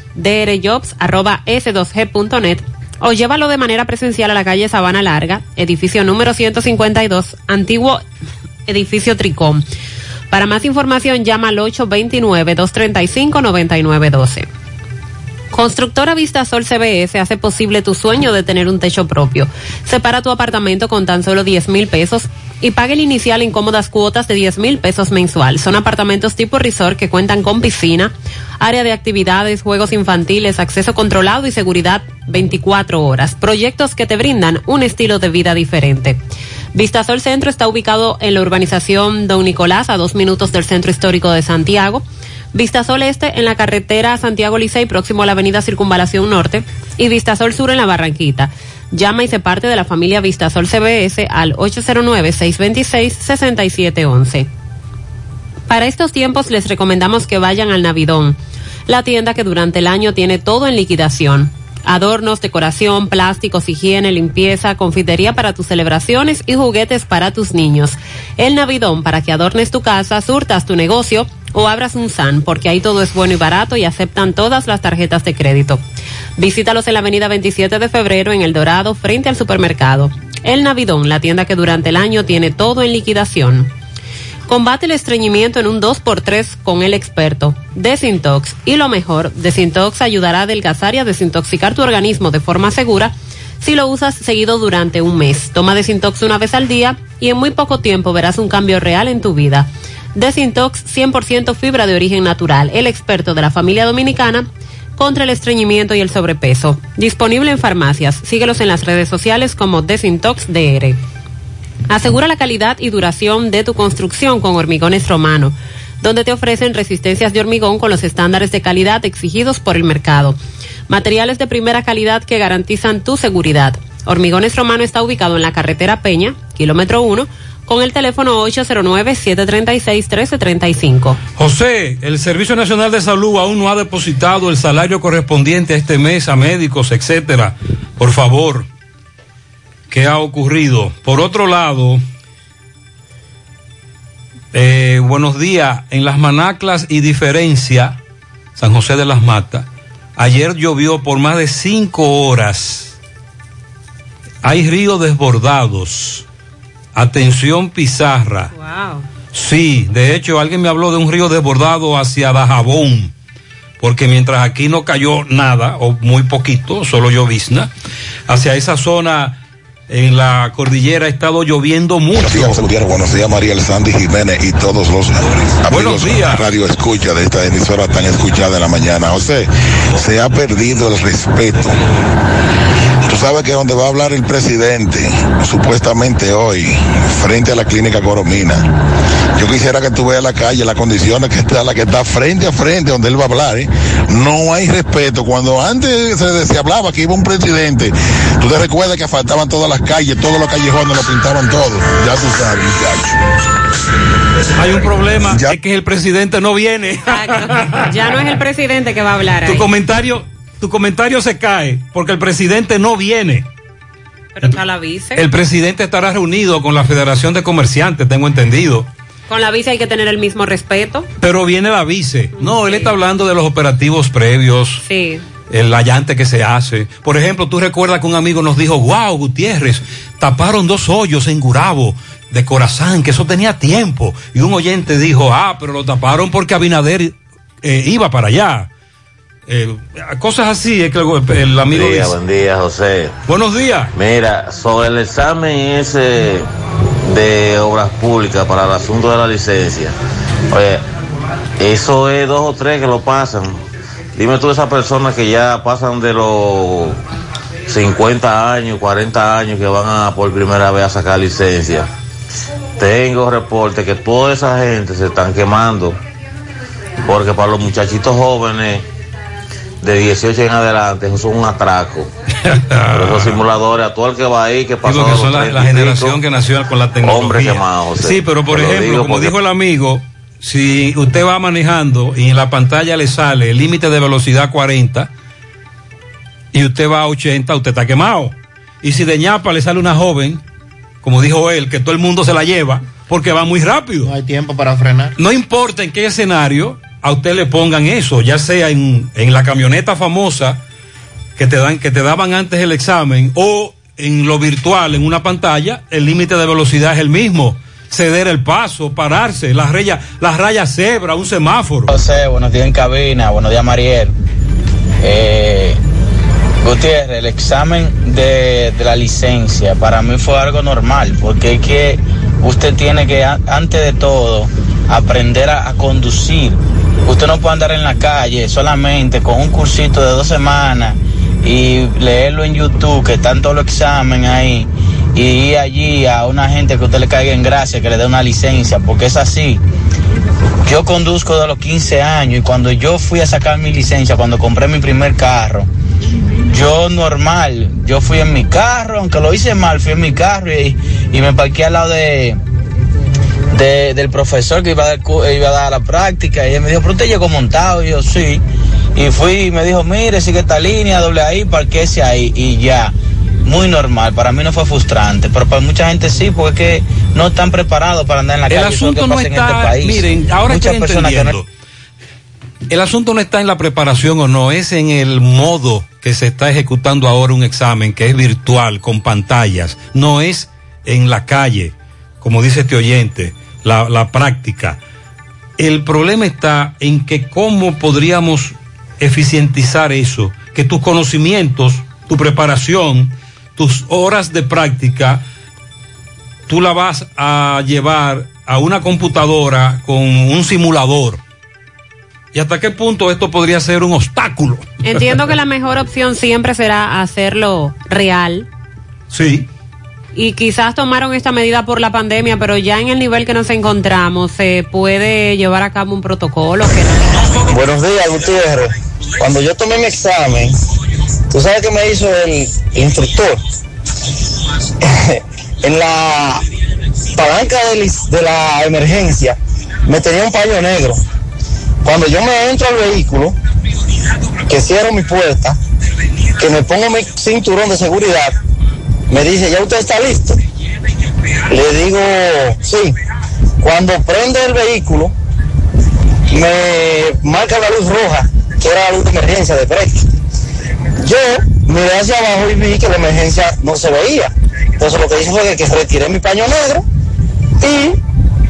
drjobs@s2g.net o llévalo de manera presencial a la calle Sabana Larga, edificio número 152, antiguo edificio Tricom. Para más información llama al 829-235-9912. Constructora Vistasol CBS hace posible tu sueño de tener un techo propio. Separa tu apartamento con tan solo 10,000 pesos y pague el inicial en cómodas cuotas de 10,000 pesos mensual. Son apartamentos tipo resort que cuentan con piscina, área de actividades, juegos infantiles, acceso controlado y seguridad 24 horas. Proyectos que te brindan un estilo de vida diferente. Vistasol Centro está ubicado en la urbanización Don Nicolás, a 2 minutos del centro histórico de Santiago. Vistasol Este en la carretera Santiago Licey, próximo a la avenida Circunvalación Norte, y Vistasol Sur en la Barranquita. Llama y sé parte de la familia Vistasol CBS al 809-626-6711. Para estos tiempos les recomendamos que vayan al Navidón, la tienda que durante el año tiene todo en liquidación. Adornos, decoración, plásticos, higiene, limpieza, confitería para tus celebraciones y juguetes para tus niños. El Navidón, para que adornes tu casa, surtas tu negocio o abras un SAN, porque ahí todo es bueno y barato y aceptan todas las tarjetas de crédito. Visítalos en la avenida 27 de febrero en El Dorado, frente al supermercado. El Navidón, la tienda que durante el año tiene todo en liquidación. Combate el estreñimiento en un 2x3 con el experto Desintox. Y lo mejor, Desintox ayudará a adelgazar y a desintoxicar tu organismo de forma segura si lo usas seguido durante un mes. Toma Desintox una vez al día y en muy poco tiempo verás un cambio real en tu vida. Desintox 100% fibra de origen natural, el experto de la familia dominicana contra el estreñimiento y el sobrepeso. Disponible en farmacias. Síguelos en las redes sociales como Desintox DR. Asegura la calidad y duración de tu construcción con Hormigones Romano, donde te ofrecen resistencias de hormigón con los estándares de calidad exigidos por el mercado. Materiales de primera calidad que garantizan tu seguridad. Hormigones Romano está ubicado en la carretera Peña, kilómetro 1, con el teléfono 809-736-1335. José, el Servicio Nacional de Salud aún no ha depositado el salario correspondiente a este mes a médicos, etcétera. Por favor, ¿qué ha ocurrido? Por otro lado, buenos días. En Las Manaclas y Diferencia, San José de las Matas, ayer llovió por más de 5 horas. Hay ríos desbordados. Atención, Pizarra. Wow. Sí, de hecho, alguien me habló de un río desbordado hacia Dajabón, porque mientras aquí no cayó nada, o muy poquito, solo llovizna, hacia esa zona en la cordillera ha estado lloviendo mucho. Buenos días, José Gutiérrez. Buenos días, Mariel, Sandy Jiménez y todos los buenos días. Radio escucha de esta emisora tan escuchada en la mañana. José, se ha perdido el respeto. sabes que donde va a hablar el presidente, supuestamente hoy, frente a la clínica Coromina, yo quisiera que tú veas la calle, las condiciones que está frente a frente donde él va a hablar, ¿eh? No hay respeto. Cuando antes se hablaba que iba un presidente, tú te recuerdas que faltaban todas las calles, todos los callejones lo pintaban todo. Ya tú sabes, muchachos. Hay un problema, es que el presidente no viene. Exacto. Ya no es el presidente que va a hablar ahí. Tu comentario se cae porque el presidente no viene. Pero está la vice. El presidente estará reunido con la Federación de Comerciantes, tengo entendido. Con la vice hay que tener el mismo respeto. Pero viene la vice. No, él está hablando de los operativos previos. Sí. El allante que se hace. Por ejemplo, tú recuerdas que un amigo nos dijo, wow, Gutiérrez, taparon 2 hoyos en Gurabo de Corazán, que eso tenía tiempo. Y un oyente dijo, pero lo taparon porque Abinader iba para allá. Cosas así es que el amigo dice. Buen día, José. Buenos días. Mira, sobre el examen ese de obras públicas para el asunto de la licencia, oye, eso es 2 o 3 que lo pasan. Dime tú, esas personas que ya pasan de los 50 años, 40 años, que van por primera vez a sacar licencia. Tengo reporte que toda esa gente se están quemando, porque para los muchachitos jóvenes de 18 en adelante, eso es un atraco. Pero esos simuladores, a todo el que va ahí, que pasó. Digo que son la generación que nació con la tecnología. Hombre quemado, José. Sí, pero por ejemplo, como dijo el amigo, si usted va manejando y en la pantalla le sale el límite de velocidad 40 y usted va a 80, usted está quemado. Y si de ñapa le sale una joven, como dijo él, que todo el mundo se la lleva porque va muy rápido. No hay tiempo para frenar. No importa en qué escenario a usted le pongan eso, ya sea en la camioneta famosa que te daban antes el examen o en lo virtual, en una pantalla, el límite de velocidad es el mismo. Ceder el paso, pararse, las rayas cebra, un semáforo. José, buenos días en cabina, buenos días Mariel. Gutiérrez, el examen de la licencia para mí fue algo normal, porque es que usted tiene que, antes de todo, aprender a conducir. Usted no puede andar en la calle solamente con un cursito de 2 semanas y leerlo en YouTube, que están todos los exámenes ahí, y ir allí a una gente que usted le caiga en gracia, que le dé una licencia, porque es así. Yo conduzco de los 15 años y cuando yo fui a sacar mi licencia, cuando compré mi primer carro, yo fui en mi carro, aunque lo hice mal, fui en mi carro y me parqué al lado del profesor que iba a dar la práctica, y él me dijo, pero usted llegó montado, y yo sí, y fui y me dijo, mire, sigue esta línea, doble ahí, parquése ahí, y ya, muy normal, para mí no fue frustrante, pero para mucha gente sí, porque es que no están preparados para andar en la calle. El asunto no está, en este país. Miren, ahora estoy entendiendo. El asunto no está en la preparación o no, es en el modo que se está ejecutando ahora un examen que es virtual, con pantallas, no es en la calle, como dice este oyente, la práctica. El problema está en que cómo podríamos eficientizar eso, que tus conocimientos, tu preparación, tus horas de práctica, tú la vas a llevar a una computadora con un simulador. ¿Y hasta qué punto esto podría ser un obstáculo? Entiendo que la mejor opción siempre será hacerlo real. Sí. Y quizás tomaron esta medida por la pandemia, pero ya en el nivel que nos encontramos, se puede llevar a cabo un protocolo. Buenos días, Gutiérrez. Cuando yo tomé mi examen, ¿tú sabes qué me hizo el instructor? En la palanca de la emergencia me tenía un paño negro. Cuando yo me entro al vehículo, que cierro mi puerta, que me pongo mi cinturón de seguridad, me dice, ¿ya usted está listo? Le digo, sí. Cuando prende el vehículo, me marca la luz roja, que era la luz de emergencia de break. Yo miré hacia abajo y vi que la emergencia no se veía. Entonces lo que hice fue que retiré mi paño negro y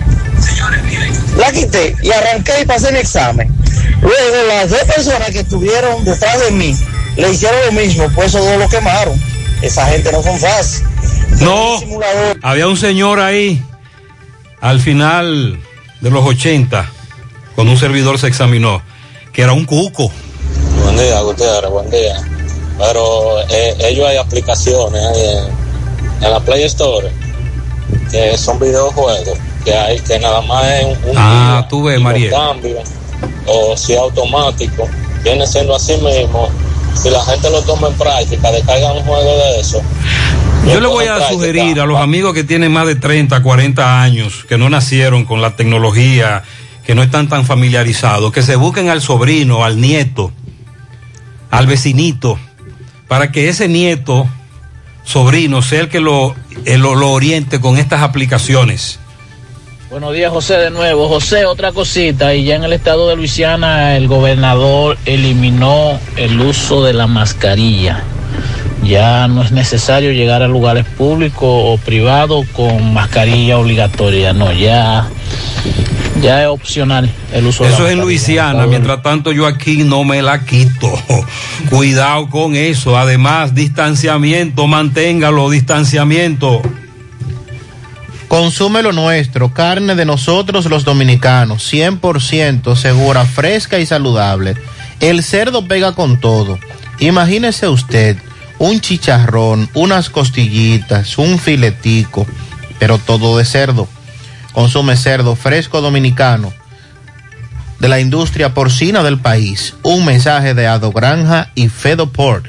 la quité y arranqué y pasé mi examen. Luego las 2 personas que estuvieron detrás de mí le hicieron lo mismo, pues esos 2 lo quemaron. Esa gente no son fáciles. No, había un señor ahí al final de los 80, cuando un servidor se examinó, que era un cuco. Buen día, Gutiérrez, buen día. pero ellos hay aplicaciones en la Play Store que son videojuegos que hay que nada más es un día, tú ves, Mariel, cambio, o si es automático, viene siendo así mismo. Si la gente lo toma en práctica, descargan un juego de eso. Yo le voy a sugerir a los amigos que tienen más de 30, 40 años, que no nacieron con la tecnología, que no están tan familiarizados, que se busquen al sobrino, al nieto, al vecinito, para que ese nieto, sobrino, sea el que lo oriente con estas aplicaciones. Buenos días, José, de nuevo. José, otra cosita, y ya en el estado de Luisiana el gobernador eliminó el uso de la mascarilla. Ya no es necesario llegar a lugares públicos o privados con mascarilla obligatoria, no, ya es opcional el uso de la mascarilla. Eso es en Luisiana, mientras tanto yo aquí no me la quito. Cuidado con eso, además distanciamiento, manténgalo, distanciamiento. Consume lo nuestro, carne de nosotros los dominicanos, 100% segura, fresca y saludable. El cerdo pega con todo. Imagínese usted un chicharrón, unas costillitas, un filetico, pero todo de cerdo. Consume cerdo fresco dominicano de la industria porcina del país. Un mensaje de Ado Granja y Fedoport.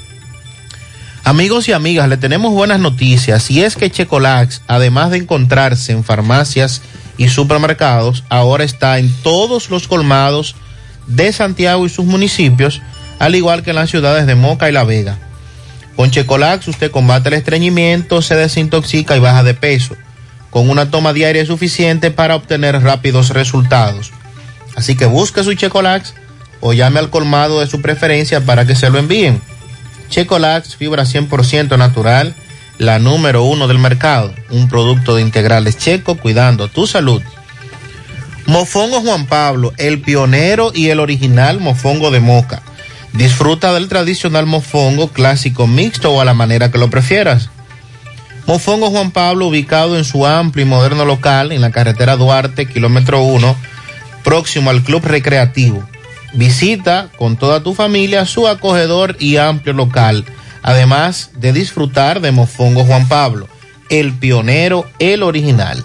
Amigos y amigas, le tenemos buenas noticias, y es que Checolax, además de encontrarse en farmacias y supermercados, ahora está en todos los colmados de Santiago y sus municipios, al igual que en las ciudades de Moca y La Vega. Con Checolax usted combate el estreñimiento, se desintoxica y baja de peso, con una toma diaria suficiente para obtener rápidos resultados. Así que busque su Checolax o llame al colmado de su preferencia para que se lo envíen. Checolax, fibra 100% natural, la número 1 del mercado, un producto de Integrales Checo, cuidando tu salud. Mofongo Juan Pablo, el pionero y el original mofongo de Moca. Disfruta del tradicional mofongo clásico mixto o a la manera que lo prefieras. Mofongo Juan Pablo, ubicado en su amplio y moderno local en la carretera Duarte, kilómetro 1, próximo al Club Recreativo. Visita con toda tu familia su acogedor y amplio local, además de disfrutar de Mofongo Juan Pablo, el pionero, el original.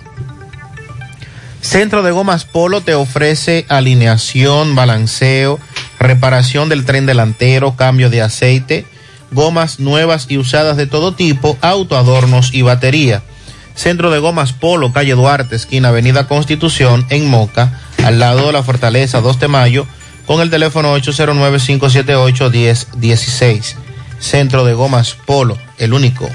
Centro de Gomas Polo te ofrece alineación, balanceo, reparación del tren delantero, cambio de aceite, gomas nuevas y usadas de todo tipo, autoadornos y batería. Centro de Gomas Polo, calle Duarte, esquina Avenida Constitución, en Moca, al lado de la Fortaleza 2 de Mayo, con el teléfono 809-578-1016. Centro de Gomas Polo, el único.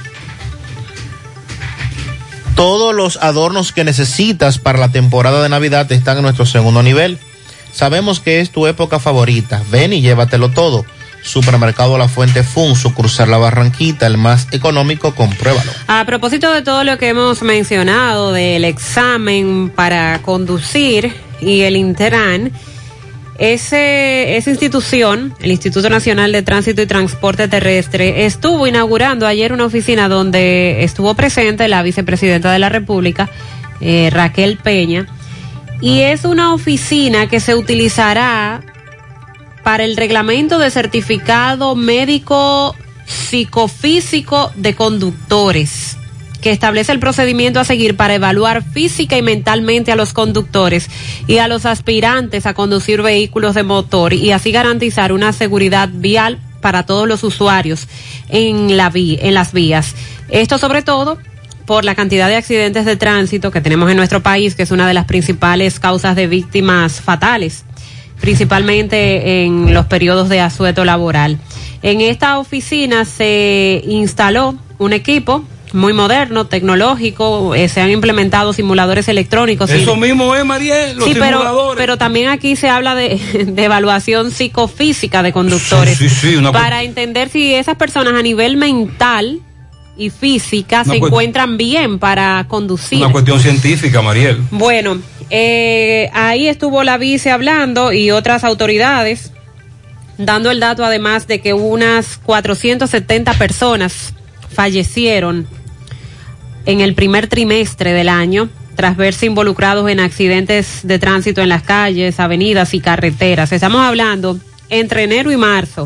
Todos los adornos que necesitas para la temporada de Navidad están en nuestro segundo nivel. Sabemos que es tu época favorita. Ven y llévatelo todo. Supermercado La Fuente Fun, sucursal La Barranquita, el más económico, compruébalo. A propósito de todo lo que hemos mencionado del examen para conducir y el Interan, esa institución, el Instituto Nacional de Tránsito y Transporte Terrestre, estuvo inaugurando ayer una oficina donde estuvo presente la vicepresidenta de la República, Raquel Peña, y es una oficina que se utilizará para el reglamento de certificado médico psicofísico de conductores, que establece el procedimiento a seguir para evaluar física y mentalmente a los conductores y a los aspirantes a conducir vehículos de motor, y así garantizar una seguridad vial para todos los usuarios en las vías. Esto sobre todo por la cantidad de accidentes de tránsito que tenemos en nuestro país, que es una de las principales causas de víctimas fatales, principalmente en los periodos de asueto laboral. En esta oficina se instaló un equipo muy moderno, tecnológico, se han implementado simuladores electrónicos. Eso mismo es, Mariel, los simuladores. Pero también aquí se habla de evaluación psicofísica de conductores, para entender si esas personas a nivel mental y física se encuentran bien para conducir. Una cuestión científica, Mariel. Bueno, ahí estuvo la vice hablando y otras autoridades, dando el dato además de que unas 470 personas fallecieron en el primer trimestre del año tras verse involucrados en accidentes de tránsito en las calles, avenidas y carreteras. Estamos hablando entre enero y marzo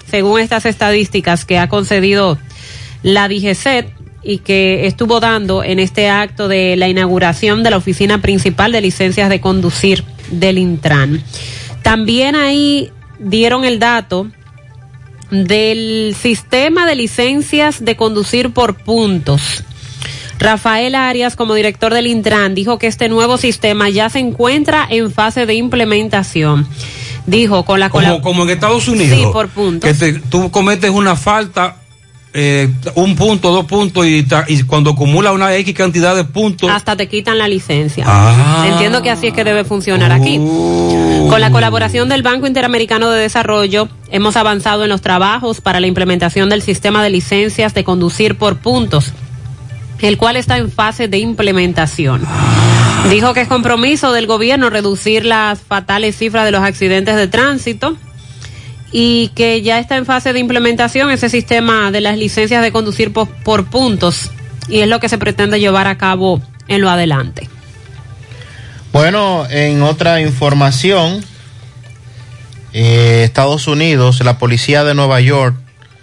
según estas estadísticas que ha concedido la DGCET y que estuvo dando en este acto de la inauguración de la oficina principal de licencias de conducir del Intran. También ahí dieron el dato del sistema de licencias de conducir por puntos. Rafael Arias, como director del Intran, dijo que este nuevo sistema ya se encuentra en fase de implementación. Dijo con la como en Estados Unidos. Sí, por puntos. Que tú cometes una falta, un punto, 2 puntos y cuando acumula una X cantidad de puntos hasta te quitan la licencia. Entiendo que así es que debe funcionar aquí. Con la colaboración del Banco Interamericano de Desarrollo hemos avanzado en los trabajos para la implementación del sistema de licencias de conducir por puntos, el cual está en fase de implementación. Dijo que es compromiso del gobierno reducir las fatales cifras de los accidentes de tránsito y que ya está en fase de implementación ese sistema de las licencias de conducir por puntos, y es lo que se pretende llevar a cabo en lo adelante. Bueno, en otra información, Estados Unidos, la policía de Nueva York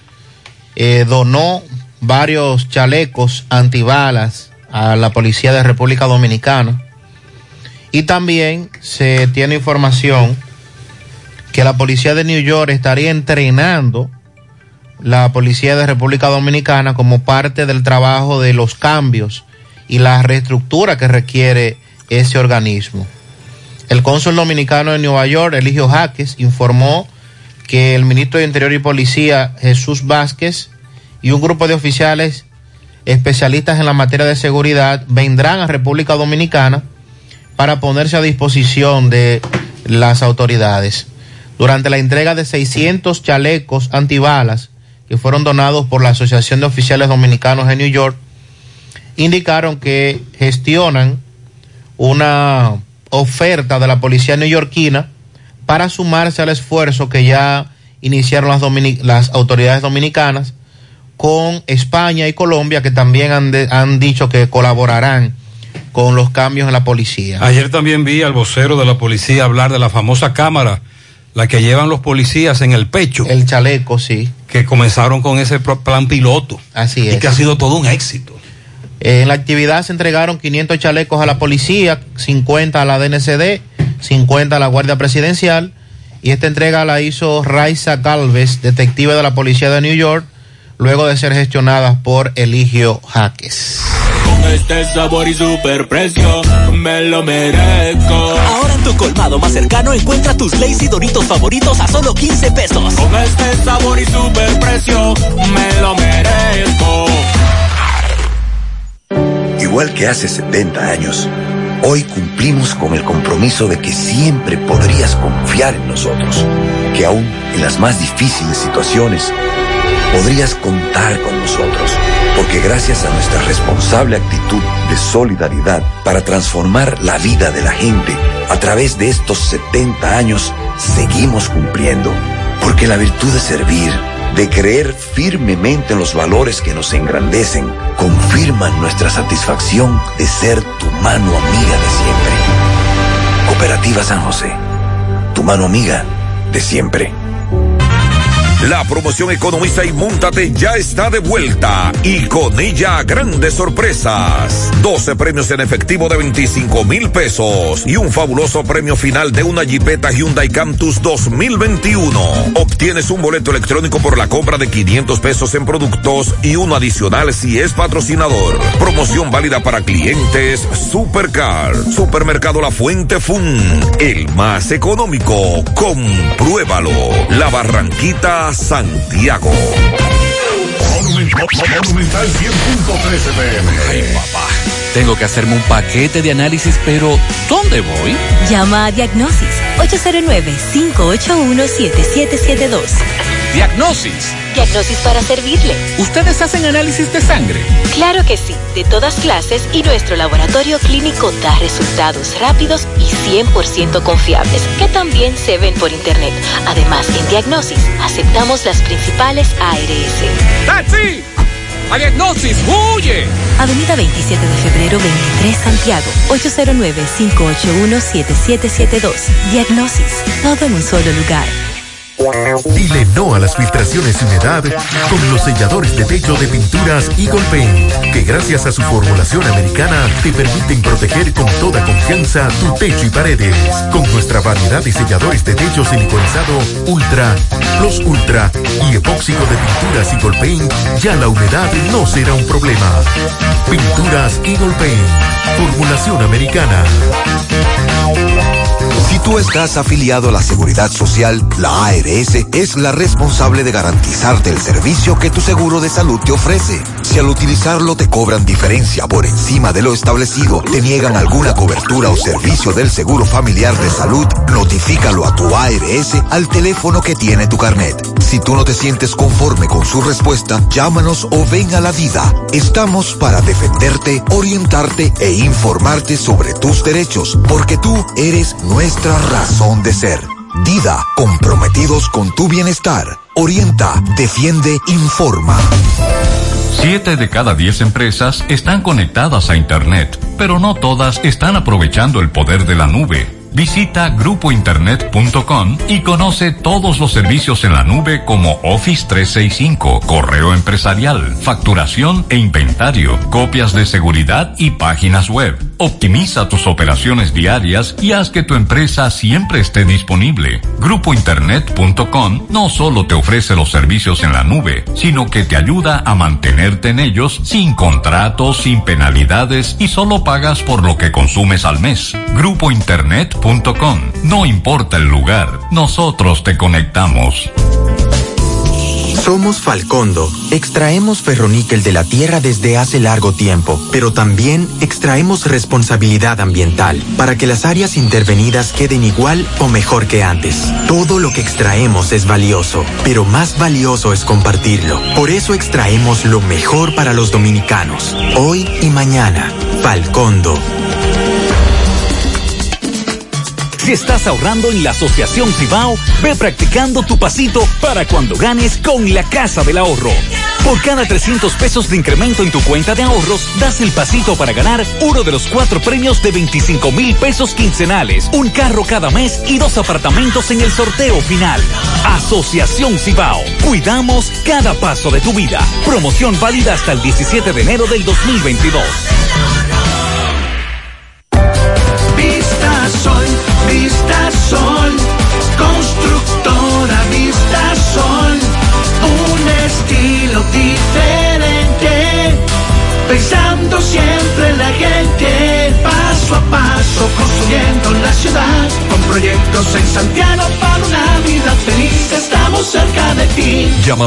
donó varios chalecos antibalas a la policía de República Dominicana, y también se tiene información que la policía de New York estaría entrenando la policía de República Dominicana como parte del trabajo de los cambios y la reestructura que requiere ese organismo. El cónsul dominicano en Nueva York, Eligio Jaques, informó que el ministro de Interior y Policía, Jesús Vázquez, y un grupo de oficiales especialistas en la materia de seguridad vendrán a República Dominicana para ponerse a disposición de las autoridades. Durante la entrega de 600 chalecos antibalas que fueron donados por la Asociación de Oficiales Dominicanos de New York, indicaron que gestionan una oferta de la policía neoyorquina para sumarse al esfuerzo que ya iniciaron las autoridades dominicanas con España y Colombia, que también han dicho que colaborarán con los cambios en la policía. Ayer también vi al vocero de la policía hablar de la famosa cámara, la que llevan los policías en el pecho. El chaleco, sí. Que comenzaron con ese plan piloto. Así es. Y que ha sido todo un éxito. En la actividad se entregaron 500 chalecos a la policía, 50 a la DNCD, 50 a la Guardia Presidencial, y esta entrega la hizo Raiza Galvez, detective de la policía de New York, luego de ser gestionadas por Eligio Jaques. Con este sabor y super precio, me lo merezco. Ahora en tu colmado más cercano encuentra tus Lay's y Doritos favoritos a solo 15 pesos. Con este sabor y super precio, me lo merezco. Igual que hace 70 años, hoy cumplimos con el compromiso de que siempre podrías confiar en nosotros, que aún en las más difíciles situaciones podrías contar con nosotros, porque gracias a nuestra responsable actitud de solidaridad para transformar la vida de la gente, a través de estos 70 años seguimos cumpliendo, porque la virtud de servir, de creer firmemente en los valores que nos engrandecen, confirman nuestra satisfacción de ser tu mano amiga de siempre. Cooperativa San José, tu mano amiga de siempre. La promoción Economiza y Móntate ya está de vuelta y con ella grandes sorpresas. 12 premios en efectivo de 25,000 pesos y un fabuloso premio final de una Jeepeta Hyundai Cantus 2021. Obtienes un boleto electrónico por la compra de 500 pesos en productos y uno adicional si es patrocinador. Promoción válida para clientes Supercar, Supermercado La Fuente Fun, el más económico. Compruébalo. La Barranquita, Santiago. Monumental 100.13 PM. Ay, papá, tengo que hacerme un paquete de análisis, pero ¿dónde voy? Llama a Diagnosis 809-581-7772. Diagnosis. Diagnosis para servirle. ¿Ustedes hacen análisis de sangre? Claro que sí, de todas clases, y nuestro laboratorio clínico da resultados rápidos y 100% confiables, que también se ven por internet. Además, en Diagnosis aceptamos las principales ARS. ¡Taxi! ¡A Diagnosis, huye! Avenida 27 de febrero 23, Santiago, 809-581-7772. Diagnosis, todo en un solo lugar. Dile no a las filtraciones y humedad con los selladores de techo de Pinturas Eagle Paint, que gracias a su formulación americana te permiten proteger con toda confianza tu techo y paredes. Con nuestra variedad de selladores de techo siliconizado Ultra, Plus Ultra y epóxico de Pinturas Eagle Paint, ya la humedad no será un problema. Pinturas Eagle Paint, formulación americana. Si tú estás afiliado a la Seguridad Social, la ARS es la responsable de garantizarte el servicio que tu seguro de salud te ofrece. Si al utilizarlo te cobran diferencia por encima de lo establecido, te niegan alguna cobertura o servicio del Seguro Familiar de Salud, notifícalo a tu ARS al teléfono que tiene tu carnet. Si tú no te sientes conforme con su respuesta, llámanos o ven a la vida. Estamos para defenderte, orientarte e informarte sobre tus derechos, porque tú eres nuestra razón de ser. Dida, comprometidos con tu bienestar. Orienta, defiende, informa. 7 de cada 10 empresas están conectadas a Internet, pero no todas están aprovechando el poder de la nube. Visita grupointernet.com y conoce todos los servicios en la nube como Office 365, correo empresarial, facturación e inventario, copias de seguridad y páginas web. Optimiza tus operaciones diarias y haz que tu empresa siempre esté disponible. Grupointernet.com no solo te ofrece los servicios en la nube, sino que te ayuda a mantenerte en ellos sin contratos, sin penalidades y solo pagas por lo que consumes al mes. Grupointernet.com. No importa el lugar, nosotros te conectamos. Somos Falcondo. Extraemos ferroníquel de la tierra desde hace largo tiempo, pero también extraemos responsabilidad ambiental para que las áreas intervenidas queden igual o mejor que antes. Todo lo que extraemos es valioso, pero más valioso es compartirlo. Por eso extraemos lo mejor para los dominicanos, hoy y mañana. Falcondo. Si estás ahorrando en la Asociación Cibao, ve practicando tu pasito para cuando ganes con la Casa del Ahorro. Por cada 300 pesos de incremento en tu cuenta de ahorros, das el pasito para ganar uno de los 4 premios de 25,000 pesos quincenales, un carro cada mes y 2 apartamentos en el sorteo final. Asociación Cibao. Cuidamos cada paso de tu vida. Promoción válida hasta el 17 de enero del 2022. Vista Sol, constructora Vista Sol, un estilo diferente, pensando siempre en la gente, paso a paso construyendo la ciudad, con proyectos en Santiago para una vida feliz, estamos cerca de ti. Llama al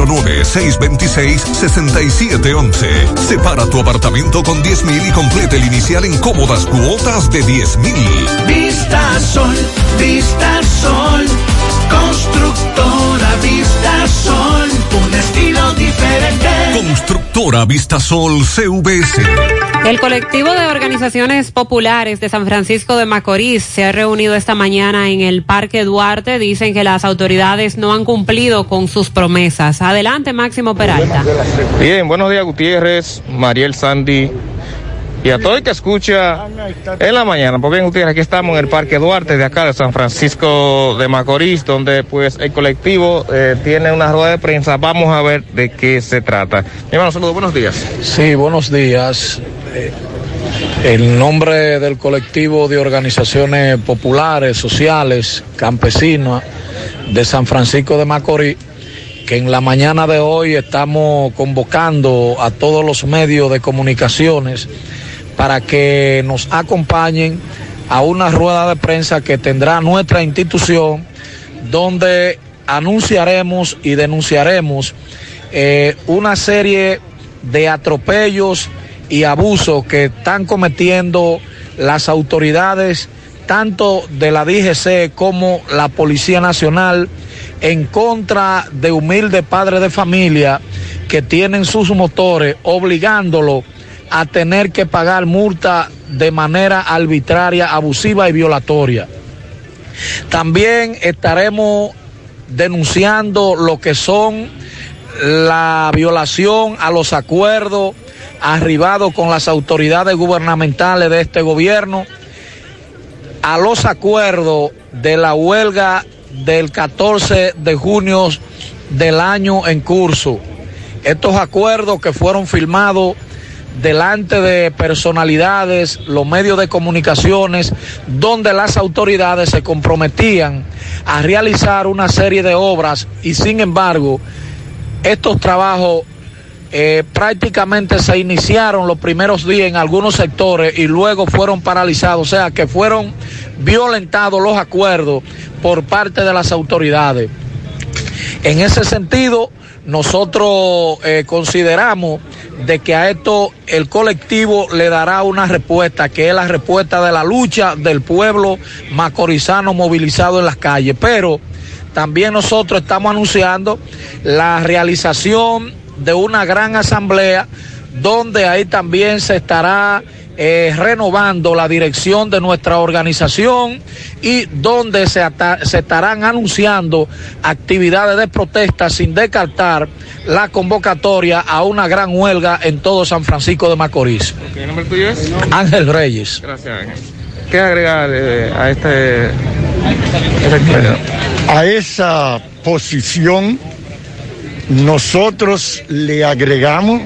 809-626-6711. Separa tu apartamento con 10,000 y complete el inicial en cómodas cuotas de 10,000. Vista Sol, constructora Vista Sol, un estilo diferente. Constructora Vista Sol CVS. El colectivo de organizaciones populares de San Francisco de Macorís se ha reunido esta mañana en el Parque Duarte. Dicen que las autoridades no han cumplido con sus promesas. Adelante, Máximo Peralta. Bien, buenos días, Gutiérrez, Mariel, Sandy y a todo el que escucha en la mañana. Pues bien, Gutiérrez, aquí estamos en el Parque Duarte de acá de San Francisco de Macorís, donde pues el colectivo tiene una rueda de prensa. Vamos a ver de qué se trata. Mi hermano, saludos, buenos días. Sí, buenos días. El nombre del colectivo de organizaciones populares, sociales, campesinas de San Francisco de Macorís, que en la mañana de hoy estamos convocando a todos los medios de comunicaciones para que nos acompañen a una rueda de prensa que tendrá nuestra institución, donde anunciaremos y denunciaremos una serie de atropellos y abusos que están cometiendo las autoridades, tanto de la DGC como la Policía Nacional, en contra de humildes padres de familia que tienen sus motores, obligándolos a tener que pagar multa de manera arbitraria, abusiva y violatoria. También estaremos denunciando lo que son la violación a los acuerdos arribados con las autoridades gubernamentales de este gobierno, a los acuerdos de la huelga del 14 de junio del año en curso. Estos acuerdos que fueron firmados delante de personalidades, los medios de comunicaciones, donde las autoridades se comprometían a realizar una serie de obras y sin embargo estos trabajos prácticamente se iniciaron los primeros días en algunos sectores y luego fueron paralizados, o sea que fueron violentados los acuerdos por parte de las autoridades. En ese sentido, nosotros consideramos de que a esto el colectivo le dará una respuesta, que es la respuesta de la lucha del pueblo macorizano movilizado en las calles, pero también nosotros estamos anunciando la realización de una gran asamblea donde ahí también se estará renovando la dirección de nuestra organización y donde se estarán anunciando actividades de protesta sin descartar la convocatoria a una gran huelga en todo San Francisco de Macorís. ¿El nombre tuyo es? Ángel Reyes. Gracias, Ángel. ¿Qué agregar a a esa posición? Nosotros le agregamos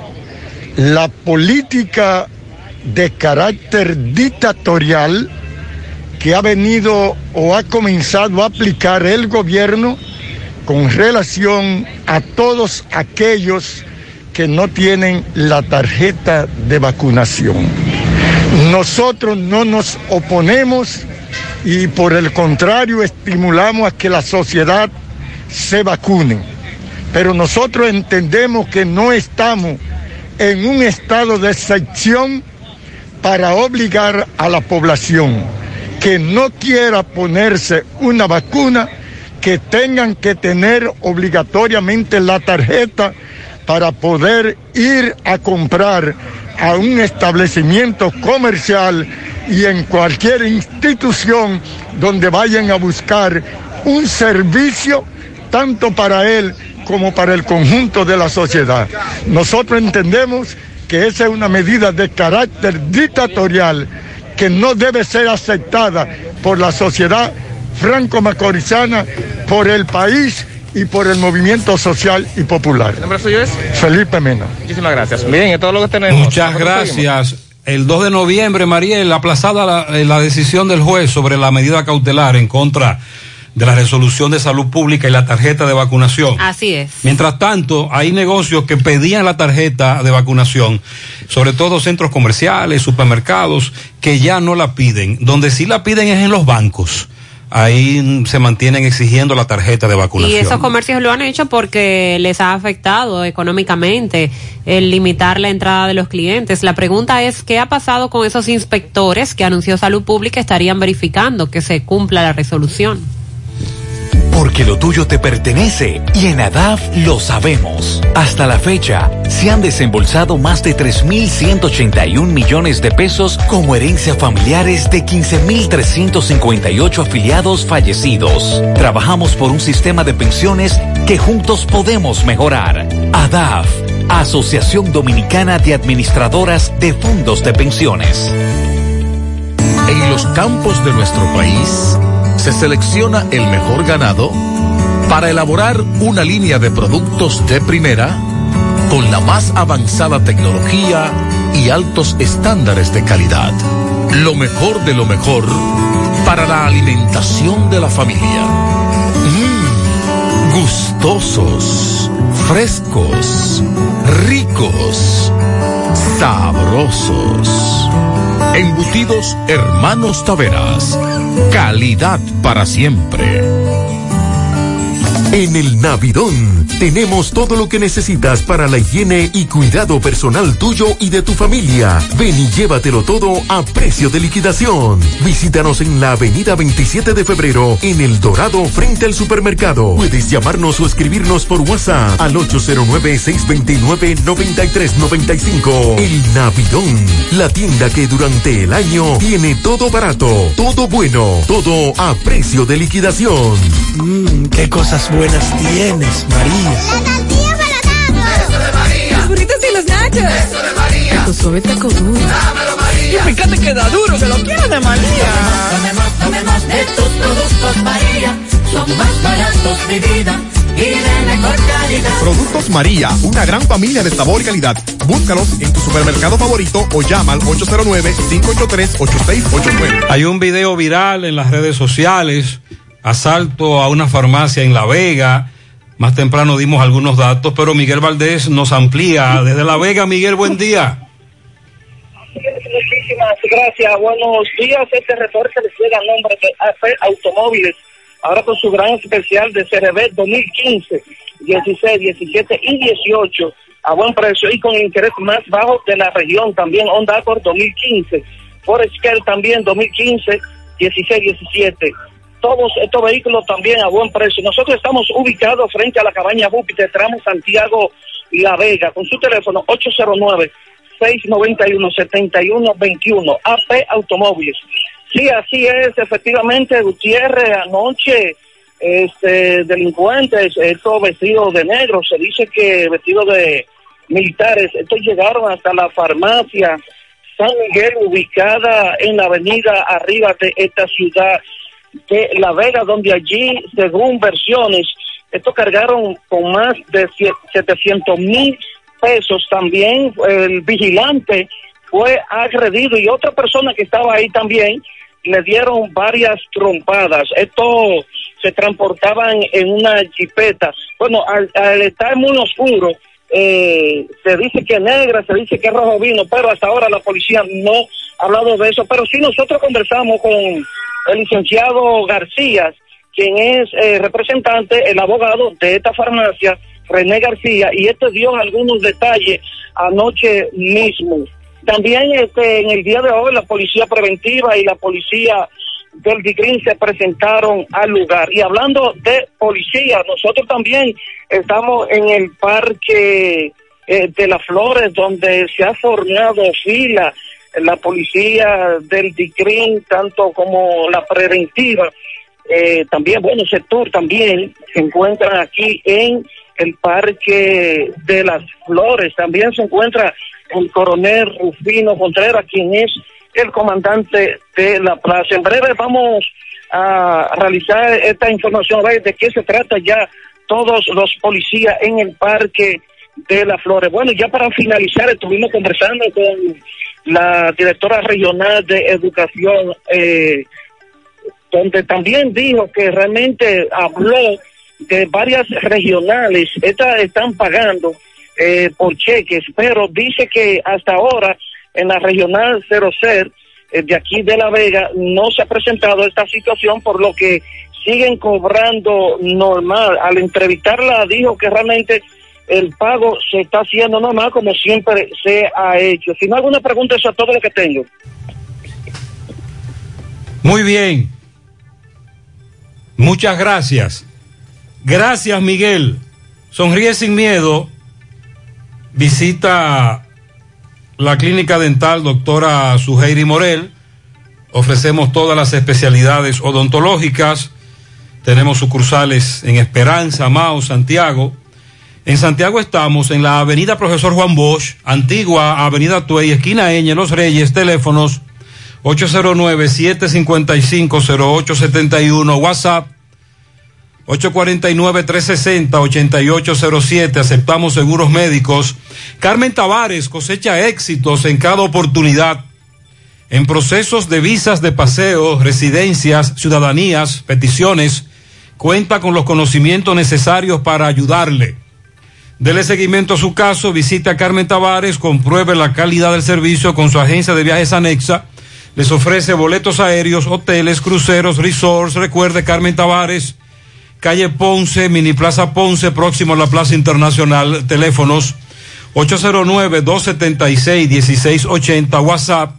la política de carácter dictatorial que ha venido o ha comenzado a aplicar el gobierno con relación a todos aquellos que no tienen la tarjeta de vacunación. Nosotros no nos oponemos y por el contrario estimulamos a que la sociedad se vacune. Pero nosotros entendemos que no estamos en un estado de excepción para obligar a la población que no quiera ponerse una vacuna, que tengan que tener obligatoriamente la tarjeta para poder ir a comprar a un establecimiento comercial y en cualquier institución donde vayan a buscar un servicio tanto para él como para el conjunto de la sociedad. Nosotros entendemos que esa es una medida de carácter dictatorial que no debe ser aceptada por la sociedad franco-macorizana, por el país y por el movimiento social y popular. ¿El nombre suyo es? Felipe Mena. Muchísimas gracias. Bien, es todo lo que tenemos. Muchas gracias. El 2 de noviembre, Mariel, aplazada la decisión del juez sobre la medida cautelar en contra de la resolución de salud pública y la tarjeta de vacunación. Así es. Mientras tanto, hay negocios que pedían la tarjeta de vacunación, sobre todo centros comerciales, supermercados, que ya no la piden. Donde sí la piden es en los bancos. Ahí se mantienen exigiendo la tarjeta de vacunación. Y esos comercios lo han hecho porque les ha afectado económicamente el limitar la entrada de los clientes. La pregunta es, ¿qué ha pasado con esos inspectores que anunció Salud Pública estarían verificando que se cumpla la resolución? Porque lo tuyo te pertenece y en ADAF lo sabemos. Hasta la fecha, se han desembolsado más de 3.181 millones de pesos como herencia familiares de 15.358 afiliados fallecidos. Trabajamos por un sistema de pensiones que juntos podemos mejorar. ADAF, Asociación Dominicana de Administradoras de Fondos de Pensiones. En los campos de nuestro país, se selecciona el mejor ganado para elaborar una línea de productos de primera con la más avanzada tecnología y altos estándares de calidad. Lo mejor de lo mejor para la alimentación de la familia. Gustosos, frescos, ricos, sabrosos. Embutidos Hermanos Taveras. Calidad para siempre. En el Navidón tenemos todo lo que necesitas para la higiene y cuidado personal tuyo y de tu familia. Ven y llévatelo todo a precio de liquidación. Visítanos en la avenida 27 de febrero, en El Dorado, frente al supermercado. Puedes llamarnos o escribirnos por WhatsApp al 809-629-9395. El Navidón, la tienda que durante el año tiene todo barato, todo bueno, todo a precio de liquidación. Qué cosas buenas tienes, María. La tortilla para tacos. Eso de María. Los burritos y los nachos. Eso de María. Tu suave taco duro. Dámelo, María. Y fíjate que da duro, que lo quiero de María. Dame más de tus productos, María. son más baratos de vida y de mejor calidad. Productos María, una gran familia de sabor y calidad. Búscalos en tu supermercado favorito o llama al 809-583-8689. Hay un video viral en las redes sociales, asalto a una farmacia en La Vega. Más temprano dimos algunos datos, pero Miguel Valdés nos amplía desde La Vega. Miguel, buen día. Muchísimas gracias, buenos días. Este reporte les llega a nombre de AP Automóviles, ahora con su gran especial de CRB 2015, 16, 17 y 18 a buen precio y con interés más bajo de la región. También Honda Accord 2015, Forest Scale también 2015, 16, 17. Todos estos vehículos también a buen precio. Nosotros estamos ubicados frente a la cabaña Júpiter, tramo Santiago La Vega, con su teléfono 809-691-7121, AP Automóviles. Sí, así es, efectivamente, Gutiérrez, anoche, delincuentes, estos vestidos de negro, se dice que vestidos de militares, estos llegaron hasta la farmacia San Miguel, ubicada en la avenida arriba de esta ciudad de La Vega, donde allí, según versiones, estos cargaron con más de 700,000 pesos. También el vigilante fue agredido y otra persona que estaba ahí también le dieron varias trompadas. Estos se transportaban en una jipeta. Bueno, al estar muy oscuro, se dice que negra, se dice que rojo vino, pero hasta ahora la policía no ha hablado de eso. Pero sí, nosotros conversamos con el licenciado García, quien es representante, el abogado de esta farmacia, René García, y dio algunos detalles anoche mismo. También en el día de hoy la policía preventiva y la policía del DIGRIN se presentaron al lugar. Y hablando de policía, nosotros también estamos en el parque de las Flores, donde se ha formado fila la policía del DIGRIN, tanto como la preventiva. También, bueno, sector también se encuentran aquí en el parque de las Flores. También se encuentra el coronel Rufino Contreras, quien es el comandante de la plaza. En breve vamos a realizar esta información, de qué se trata ya todos los policías en el parque de las Flores. Bueno, ya para finalizar, estuvimos conversando con la directora regional de educación, donde también dijo que realmente habló de varias regionales, estas están pagando por cheques, pero dice que hasta ahora en la regional 00 de aquí de La Vega no se ha presentado esta situación, por lo que siguen cobrando normal. Al entrevistarla dijo que realmente el pago se está haciendo normal como siempre se ha hecho. Si no hay alguna pregunta, eso es todo lo que tengo. Muy bien. Muchas gracias. Gracias, Miguel. Sonríe sin miedo. Visita la clínica dental doctora Suheiri Morel. Ofrecemos todas las especialidades odontológicas. Tenemos sucursales en Esperanza, Mao, Santiago. En Santiago estamos en la avenida Profesor Juan Bosch, antigua avenida Tuey, esquina Eñe, Los Reyes. Teléfonos 809-755-0871, WhatsApp 849-360-8807. Aceptamos seguros médicos. Carmen Tavares cosecha éxitos en cada oportunidad en procesos de visas de paseo, residencias, ciudadanías, peticiones. Cuenta con los conocimientos necesarios para ayudarle. Dele seguimiento a su caso, visite a Carmen Tavares, compruebe la calidad del servicio con su agencia de viajes anexa. Les ofrece boletos aéreos, hoteles, cruceros, resorts. Recuerde, Carmen Tavares, calle Ponce, Mini Plaza Ponce, próximo a la Plaza Internacional. Teléfonos 809-276-1680, WhatsApp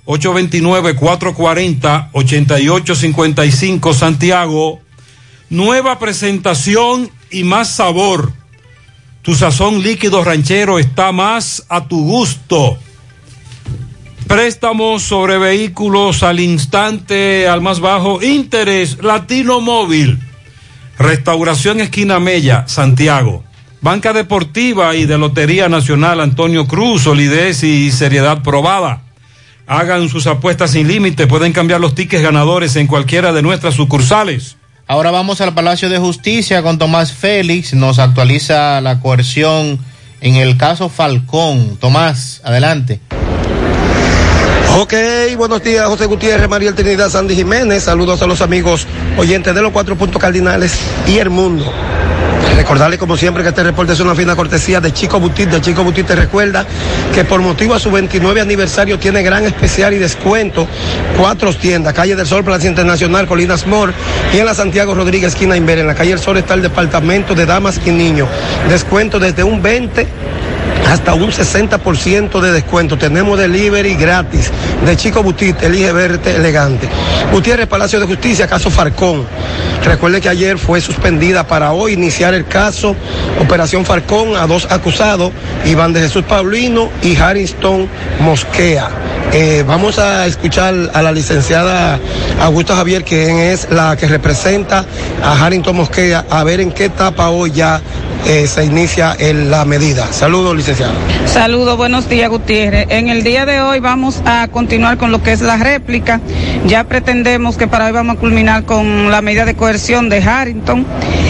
829-440-8855, Santiago. Nueva presentación y más sabor. Tu sazón líquido ranchero está más a tu gusto. Préstamos sobre vehículos al instante, al más bajo interés. Latino Móvil. Restauración Esquina Mella, Santiago. Banca Deportiva y de Lotería Nacional Antonio Cruz, solidez y seriedad probada. Hagan sus apuestas sin límite, pueden cambiar los tickets ganadores en cualquiera de nuestras sucursales. Ahora vamos al Palacio de Justicia con Tomás Félix. Nos actualiza la coerción en el caso Falcón. Tomás, adelante. Ok, buenos días, José Gutiérrez, María Trinidad, Sandy Jiménez. Saludos a los amigos oyentes de los 4 puntos cardinales y el mundo. Recordarles como siempre que este reporte es una fina cortesía de Chico Butit. De Chico Butit te recuerda que por motivo a su 29 aniversario tiene gran especial y descuento. 4 tiendas, Calle del Sol, Plaza Internacional, Colinas Mall y en la Santiago Rodríguez, esquina Inver. En la Calle del Sol está el departamento de damas y niños. Descuento desde un 20 hasta un 60% de descuento. Tenemos delivery gratis de Chico Butit, elige verte elegante. Gutiérrez, Palacio de Justicia, caso Falcón. Recuerde que ayer fue suspendida para hoy iniciar el caso Operación Falcón a 2 acusados, Iván de Jesús Paulino y Harrington Mosquea. Vamos a escuchar a la licenciada Augusta Javier, quien es la que representa a Harrington Mosquea, a ver en qué etapa hoy ya se inicia la medida. Saludos, licenciado. Saludos, buenos días, Gutiérrez. En el día de hoy vamos a continuar con lo que es la réplica. Ya pretendemos que para hoy vamos a culminar con la medida de coerción de Harrington.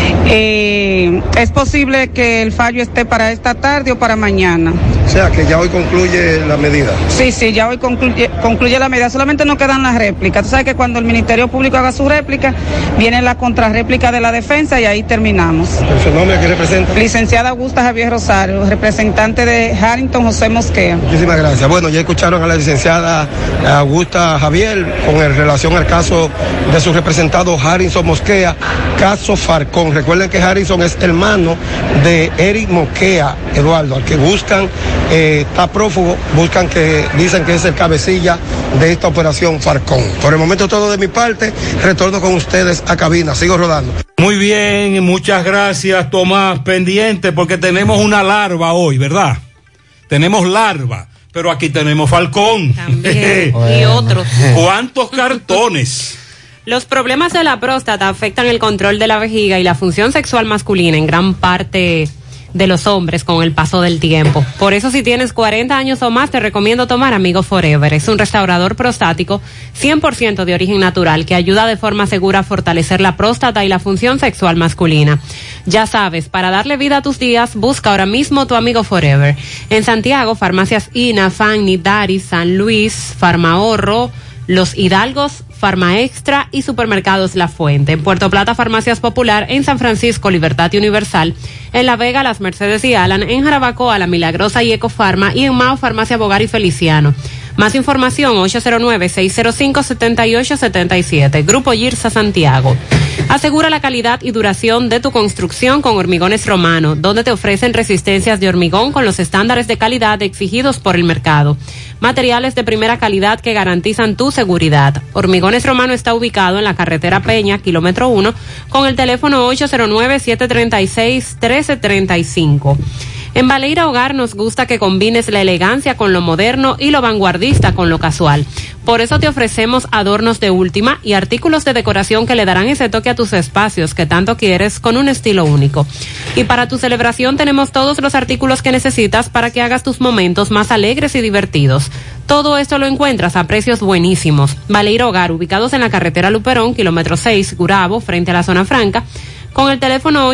Es posible que el fallo esté para esta tarde o para mañana. O sea, que ya hoy concluye la medida. Sí, ya hoy concluye la medida. Solamente nos quedan las réplicas. Tú sabes que cuando el Ministerio Público haga su réplica, viene la contrarréplica de la defensa y ahí terminamos. ¿Su nombre que representa? Licenciada Augusta Javier Rosario, representante de Harrington José Mosquea. Muchísimas gracias. Bueno, ya escucharon a la licenciada Augusta Javier con relación al caso de su representado Harrington Mosquea, caso Falcón. Recuerden que Harrington es hermano de Eric Mosquea, Eduardo, al que buscan, está prófugo, dicen que es el cabecilla de esta operación Falcón. Por el momento todo de mi parte, retorno con ustedes a cabina, sigo rodando. Muy bien, muchas gracias, Tomás. Pendiente porque tenemos una larva hoy, ¿verdad? Tenemos larva, pero aquí tenemos Falcón. También, y otros. ¿Cuántos cartones? Los problemas de la próstata afectan el control de la vejiga y la función sexual masculina en gran parte de los hombres con el paso del tiempo. Por eso, si tienes 40 años o más, te recomiendo tomar Amigo Forever. Es un restaurador prostático 100% de origen natural que ayuda de forma segura a fortalecer la próstata y la función sexual masculina. Ya sabes, para darle vida a tus días, busca ahora mismo tu Amigo Forever. En Santiago, farmacias INA, Fanny, Daris, San Luis, Farmahorro, Los Hidalgos, Farma Extra y Supermercados La Fuente. En Puerto Plata, Farmacias Popular. En San Francisco, Libertad y Universal. En La Vega, Las Mercedes y Alan. En Jarabacoa, La Milagrosa y Ecofarma. Y en Mao, Farmacia Bogar y Feliciano. Más información, 809-605-7877. Grupo Girsa Santiago. Asegura la calidad y duración de tu construcción con Hormigones Romano, donde te ofrecen resistencias de hormigón con los estándares de calidad exigidos por el mercado. Materiales de primera calidad que garantizan tu seguridad. Hormigones Romano está ubicado en la carretera Peña, kilómetro 1, con el teléfono 809-736-1335. En Baleira Hogar nos gusta que combines la elegancia con lo moderno y lo vanguardista con lo casual. Por eso te ofrecemos adornos de última y artículos de decoración que le darán ese toque a tus espacios que tanto quieres con un estilo único. Y para tu celebración tenemos todos los artículos que necesitas para que hagas tus momentos más alegres y divertidos. Todo esto lo encuentras a precios buenísimos. Baleira Hogar, ubicados en la carretera Luperón, kilómetro 6, Gurabo, frente a la zona franca, con el teléfono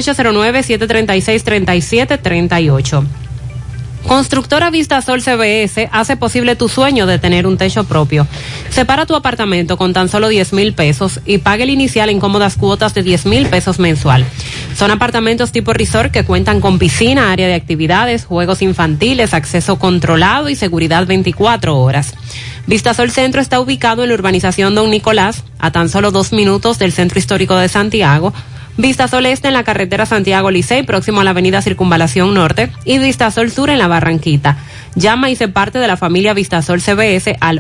809-736-3738. Constructora Vistasol CBS hace posible tu sueño de tener un techo propio. Separa tu apartamento con tan solo 10,000 pesos y pague el inicial en cómodas cuotas de 10,000 pesos mensual. Son apartamentos tipo resort que cuentan con piscina, área de actividades, juegos infantiles, acceso controlado y seguridad 24 horas. Vistasol Centro está ubicado en la urbanización Don Nicolás, a tan solo 2 minutos del Centro Histórico de Santiago. Vistasol Este en la carretera Santiago Licey, próximo a la avenida Circunvalación Norte, y Vistasol Sur en la Barranquita. Llama y sé parte de la familia Vistasol CBS al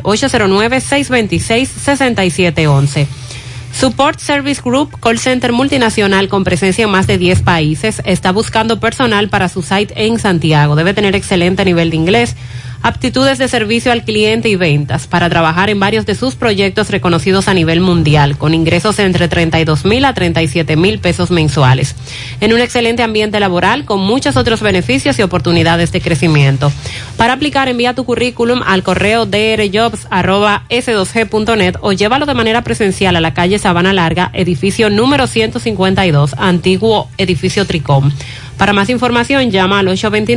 809-626-6711. Support Service Group, call center multinacional con presencia en más de 10 países, está buscando personal para su site en Santiago. Debe tener excelente nivel de inglés. aptitudes de servicio al cliente y ventas para trabajar en varios de sus proyectos reconocidos a nivel mundial, con ingresos entre 32,000 a 37,000 pesos mensuales, en un excelente ambiente laboral con muchos otros beneficios y oportunidades de crecimiento. Para aplicar, envía tu currículum al correo drjobs@s2g.net o llévalo de manera presencial a la calle Sabana Larga, edificio número 152, antiguo edificio Tricom. Para más información, llama al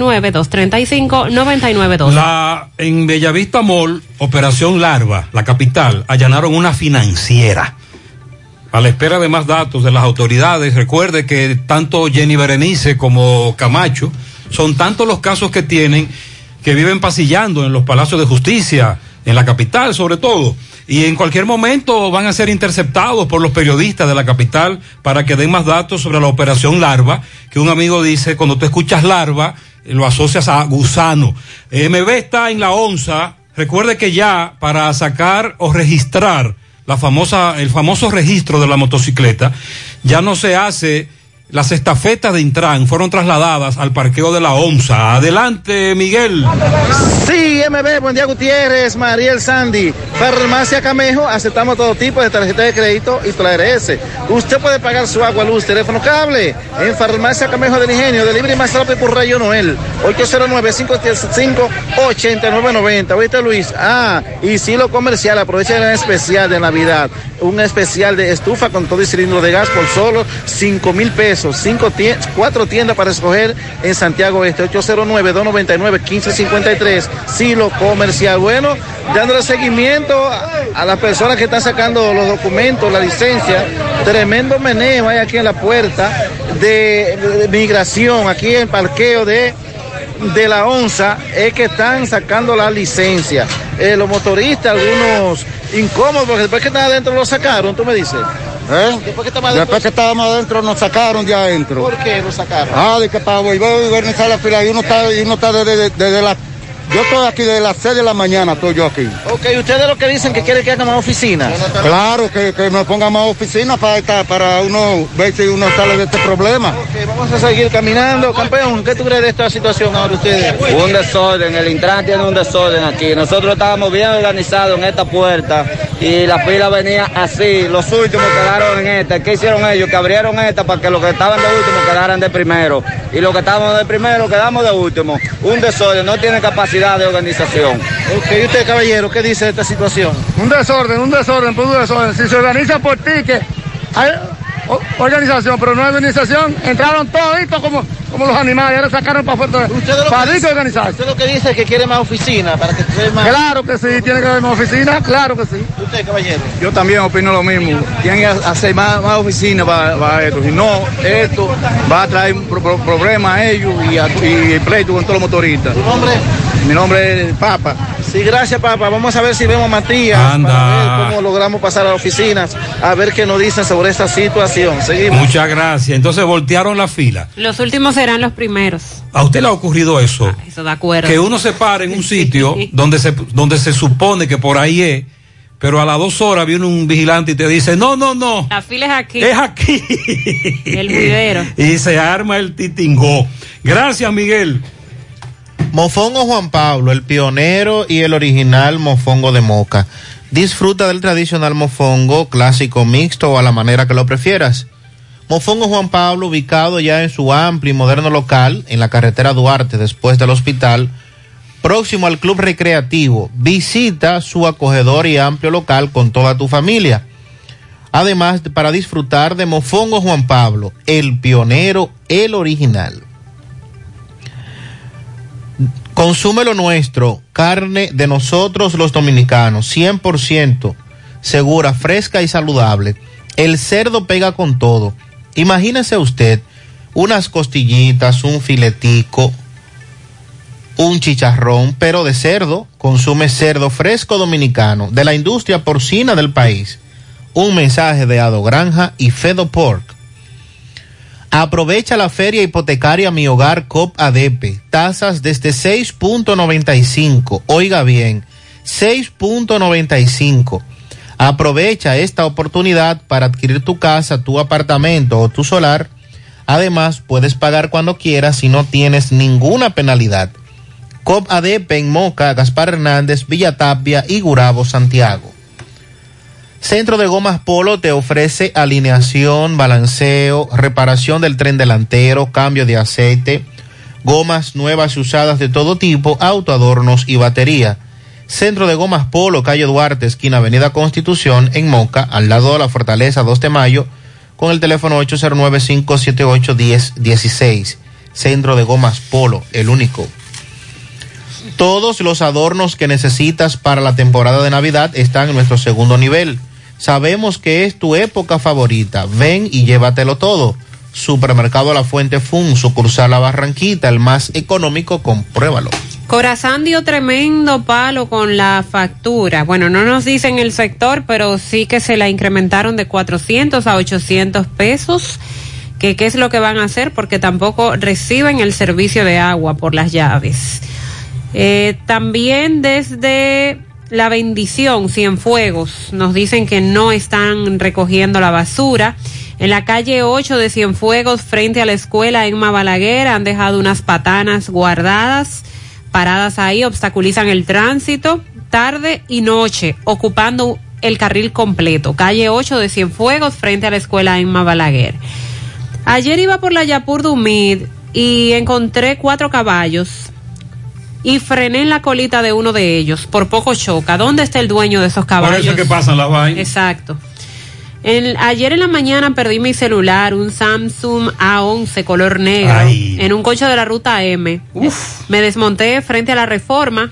829-235-9912. En Bellavista Mall, Operación Larva, la capital, allanaron una financiera. A la espera de más datos de las autoridades, recuerde que tanto Jenny Berenice como Camacho son tantos los casos que tienen que viven pasillando en los palacios de justicia, en la capital sobre todo, y en cualquier momento van a ser interceptados por los periodistas de la capital para que den más datos sobre la operación Larva, que un amigo dice, cuando tú escuchas Larva, lo asocias a gusano. MB está en la onza. Recuerde que ya para sacar o registrar el famoso registro de la motocicleta, ya no se hace. Las estafetas de Intran fueron trasladadas al parqueo de la ONSA. Adelante, Miguel. Sí, MB, buen día, Gutiérrez, Mariel Sandy. Farmacia Camejo, aceptamos todo tipo de tarjeta de crédito y PLRS. Usted puede pagar su agua, luz, teléfono, cable en Farmacia Camejo del Ingenio, delivery más rápido por Rayo Noel, 809-575-8990. ¿Oíste, Luis? Y Silo Comercial, aprovecha el especial de Navidad. Un especial de estufa con todo y cilindro de gas por solo 5,000 pesos. 4 tiendas para escoger en Santiago Este, 809-299-1553, Silo Comercial. Bueno, dándole seguimiento a las personas que están sacando los documentos, la licencia, tremendo meneo hay aquí en la puerta de migración, aquí en el parqueo de la ONSA, es que están sacando la licencia. Los motoristas, algunos incómodos, porque después que están adentro lo sacaron, tú me dices. Después que estábamos adentro nos sacaron de adentro. ¿Por qué nos sacaron? De que para volver a organizar la fila y uno está desde la... Yo estoy aquí desde las 6 de la mañana, estoy yo aquí. Ok, ¿ustedes lo que dicen que quieren que haga más oficinas? Claro, que me ponga más oficinas para uno ver si uno sale de este problema. Ok, vamos a seguir caminando. Campeón, ¿qué tú crees de esta situación ahora ustedes? Un desorden, el Intran tiene un desorden aquí. Nosotros estábamos bien organizados en esta puerta y la fila venía así. Los últimos quedaron en esta. ¿Qué hicieron ellos? Que abrieron esta para que los que estaban de último quedaran de primero. Y los que estábamos de primero quedamos de último. Un desorden, no tiene capacidad de organización. Ok, ¿y usted, caballero, qué dice de esta situación? Un desorden. Si se organiza por ti, que hay organización, pero no hay organización, entraron toditos como los animales, ahora sacaron para afuera. Para organizar. ¿Usted lo que dice es que quiere más oficina para que sea más? Claro que sí, tiene que haber más oficina, claro que sí. ¿Usted, caballero? Yo también opino lo mismo. Tienen que hacer más oficina para esto. Si no, esto va a traer problemas a ellos y pleito con todos los motoristas. ¿Tu nombre? Mi nombre es Papa. Sí, gracias, Papa. Vamos a ver si vemos a Matías. Para ver cómo logramos pasar a las oficinas, a ver qué nos dicen sobre esta situación. Seguimos. Muchas gracias. Entonces voltearon la fila. Los últimos serán los primeros. ¿A usted le ha ocurrido eso? Eso de acuerdo. Que uno se para en un sitio donde se supone que por ahí es, pero a las 2 horas viene un vigilante y te dice, no. La fila es aquí. Es aquí. El juidero. Y se arma el titingó. Gracias, Miguel. Mofongo Juan Pablo, el pionero y el original mofongo de Moca. Disfruta del tradicional mofongo, clásico, mixto o a la manera que lo prefieras. Mofongo Juan Pablo, ubicado ya en su amplio y moderno local, en la carretera Duarte, después del hospital, próximo al Club Recreativo. Visita su acogedor y amplio local con toda tu familia. Además, para disfrutar de Mofongo Juan Pablo, el pionero, el original. Consume lo nuestro, carne de nosotros los dominicanos, 100% segura, fresca y saludable. El cerdo pega con todo. Imagínese usted unas costillitas, un filetico, un chicharrón, pero de cerdo. Consume cerdo fresco dominicano, de la industria porcina del país. Un mensaje de Ado Granja y Fedo Pork. Aprovecha la feria hipotecaria Mi Hogar COP ADP. Tasas desde 6.95. Oiga bien, 6.95. Aprovecha esta oportunidad para adquirir tu casa, tu apartamento o tu solar. Además, puedes pagar cuando quieras y no tienes ninguna penalidad. COP ADEPE en Moca, Gaspar Hernández, Villa Tapia y Gurabo, Santiago. Centro de Gomas Polo te ofrece alineación, balanceo, reparación del tren delantero, cambio de aceite, gomas nuevas y usadas de todo tipo, autoadornos y batería. Centro de Gomas Polo, calle Duarte, esquina Avenida Constitución, en Moca, al lado de la Fortaleza 2 de Mayo, con el teléfono 809-578-1016. Centro de Gomas Polo, el único. Todos los adornos que necesitas para la temporada de Navidad están en nuestro segundo nivel. Sabemos que es tu época favorita. Ven y llévatelo todo. Supermercado La Fuente Fun, sucursal La Barranquita, el más económico, compruébalo. Corazán dio tremendo palo con la factura. Bueno, no nos dicen el sector, pero sí que se la incrementaron de 400 a 800 pesos. ¿Qué es lo que van a hacer? Porque tampoco reciben el servicio de agua por las llaves. También desde La Bendición, Cienfuegos, nos dicen que no están recogiendo la basura. En la calle 8 de Cienfuegos, frente a la escuela Emma Balaguer, han dejado unas patanas guardadas, paradas ahí, obstaculizan el tránsito tarde y noche, ocupando el carril completo. Calle 8 de Cienfuegos, frente a la escuela Emma Balaguer. Ayer iba por la Yapur Dumid y encontré 4 caballos y frené en la colita de uno de ellos. Por poco choca. ¿Dónde está el dueño de esos caballos? Por eso es que pasan las vainas. Exacto. Ayer en la mañana perdí mi celular, un Samsung A11 color negro, en un coche de la ruta M. Uf. Me desmonté frente a la Reforma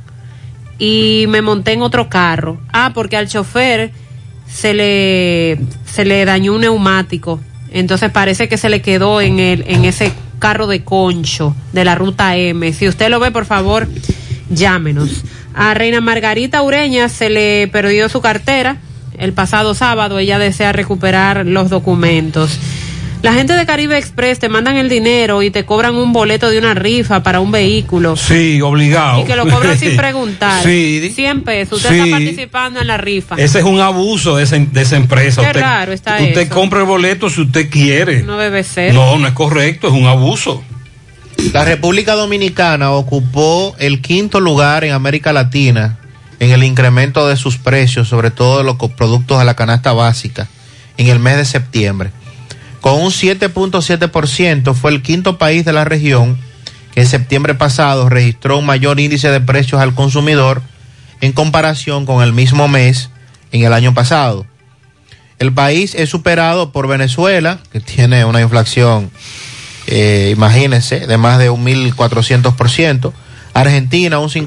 y me monté en otro carro. Porque al chofer se le dañó un neumático. Entonces parece que se le quedó en ese carro de concho de la ruta M. Si usted lo ve, por favor, llámenos. A Reina Margarita Ureña se le perdió su cartera el pasado sábado. Ella desea recuperar los documentos. La gente de Caribe Express te mandan el dinero y te cobran un boleto de una rifa para un vehículo. Sí, obligado. Y que lo cobran sin preguntar. Sí. 100 pesos. Usted está participando en la rifa. Ese es un abuso de esa empresa. Qué raro está eso. Usted compra el boleto si usted quiere. No debe ser. No es correcto, es un abuso. La República Dominicana ocupó el 5º lugar en América Latina en el incremento de sus precios, sobre todo de los productos de la canasta básica, en el mes de septiembre. Con un 7.7%, fue el 5º país de la región que en septiembre pasado registró un mayor índice de precios al consumidor en comparación con el mismo mes en el año pasado. El país es superado por Venezuela, que tiene una inflación, imagínense, de más de 1.400%, Argentina un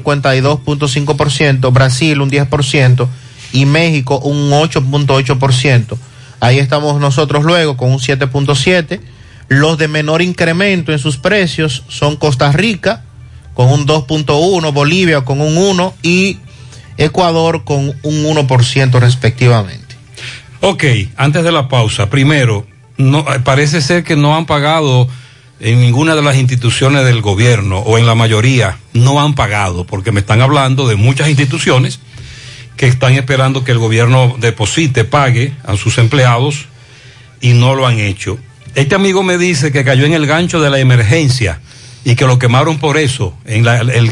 52.5%, Brasil un 10% y México un 8.8%. Ahí estamos nosotros luego con un 7.7%. Los de menor incremento en sus precios son Costa Rica con un 2.1%, Bolivia con un 1% y Ecuador con un 1% respectivamente. Ok, antes de la pausa, primero, parece ser que no han pagado en ninguna de las instituciones del gobierno, o en la mayoría, no han pagado, porque me están hablando de muchas instituciones que están esperando que el gobierno deposite, pague a sus empleados y no lo han hecho. Este amigo me dice que cayó en el gancho de la emergencia y que lo quemaron por eso, en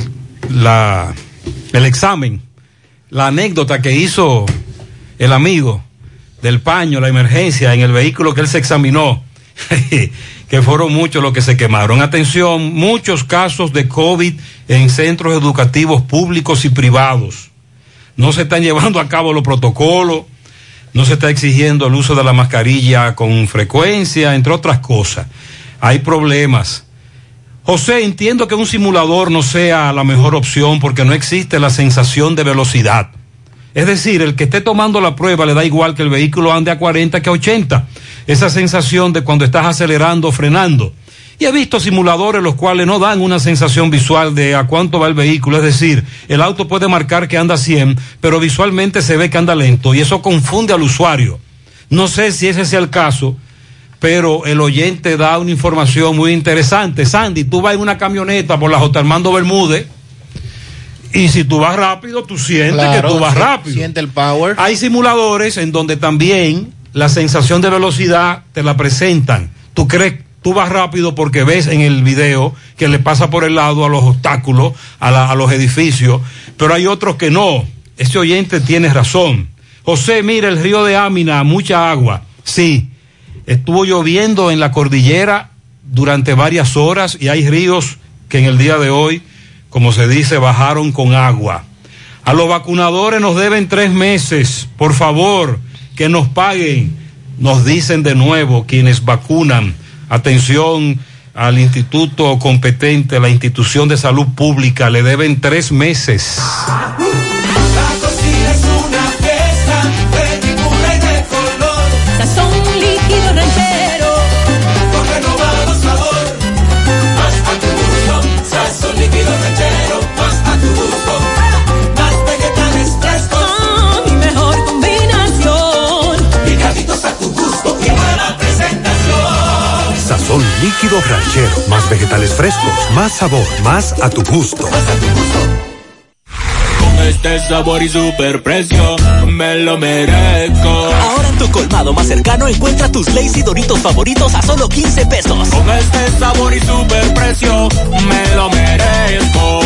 el examen, la anécdota que hizo el amigo del paño, la emergencia en el vehículo que él se examinó, que fueron muchos los que se quemaron. Atención, muchos casos de COVID en centros educativos públicos y privados. No se están llevando a cabo los protocolos, no se está exigiendo el uso de la mascarilla con frecuencia, entre otras cosas. Hay problemas. José, entiendo que un simulador no sea la mejor opción porque no existe la sensación de velocidad. Es decir, el que esté tomando la prueba le da igual que el vehículo ande a 40 que a 80. Esa sensación de cuando estás acelerando o frenando. Y he visto simuladores los cuales no dan una sensación visual de a cuánto va el vehículo. Es decir, el auto puede marcar que anda a 100, pero visualmente se ve que anda lento y eso confunde al usuario. No sé si ese sea el caso, pero el oyente da una información muy interesante. Sandy, tú vas en una camioneta por la J. Armando Bermúdez y si tú vas rápido, tú sientes que tú vas rápido. Siente el power. Hay simuladores en donde también la sensación de velocidad te la presentan. Tú tú vas rápido porque ves en el video que le pasa por el lado a los obstáculos, a los edificios, pero hay otros que no. Ese oyente tiene razón. José, mira, el río de Amina, mucha agua. Sí, estuvo lloviendo en la cordillera durante varias horas y hay ríos que en el día de hoy, como se dice, bajaron con agua. A los vacunadores nos deben 3 meses, por favor, que nos paguen, nos dicen de nuevo quienes vacunan. Atención al instituto competente, la institución de salud pública, le deben 3 meses. Sazón líquido ranchero, más vegetales frescos, más sabor, más a tu gusto. Con este sabor y super precio, me lo merezco. Ahora en tu colmado más cercano encuentra tus Lay's y Doritos favoritos a solo 15 pesos. Con este sabor y super precio, me lo merezco.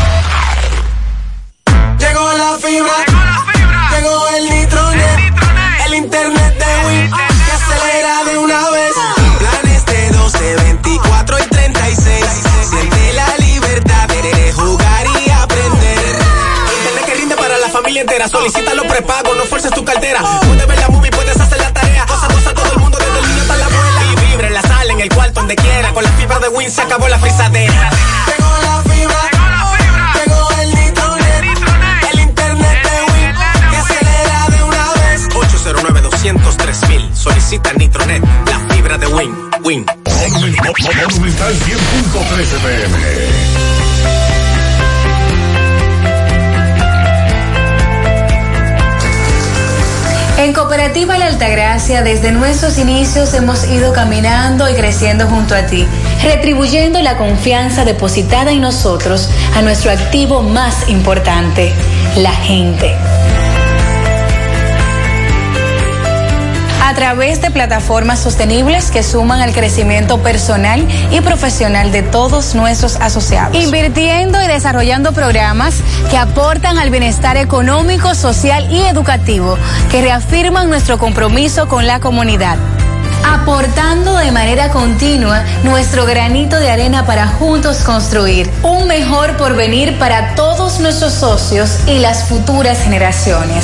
Llegó la fibra, llegó el Nitronet, el internet de Win, que acelera de una vez. Planes de 12, 24 y 36. Siente la libertad de jugar y aprender. Internet que rinde para la familia entera. Solicítalo prepago, no fuerces tu cartera. Puedes ver la movie, puedes hacer la tarea. Goza todo el mundo, desde el niño hasta la abuela. Y vibra en la sala, en el cuarto, donde quiera. Con la fibra de Win se acabó la frisadera. Llegó la fibra. Llegó el Nitronet. El internet de Win, que acelera de una vez. 809-203-1000. Solicita Nitronet, la fibra de Win. Win. Monumental 100.13 PM. En Cooperativa La Altagracia, desde nuestros inicios hemos ido caminando y creciendo junto a ti, retribuyendo la confianza depositada en nosotros a nuestro activo más importante, la gente. A través de plataformas sostenibles que suman al crecimiento personal y profesional de todos nuestros asociados. Invirtiendo y desarrollando programas que aportan al bienestar económico, social y educativo, que reafirman nuestro compromiso con la comunidad. Aportando de manera continua nuestro granito de arena para juntos construir un mejor porvenir para todos nuestros socios y las futuras generaciones.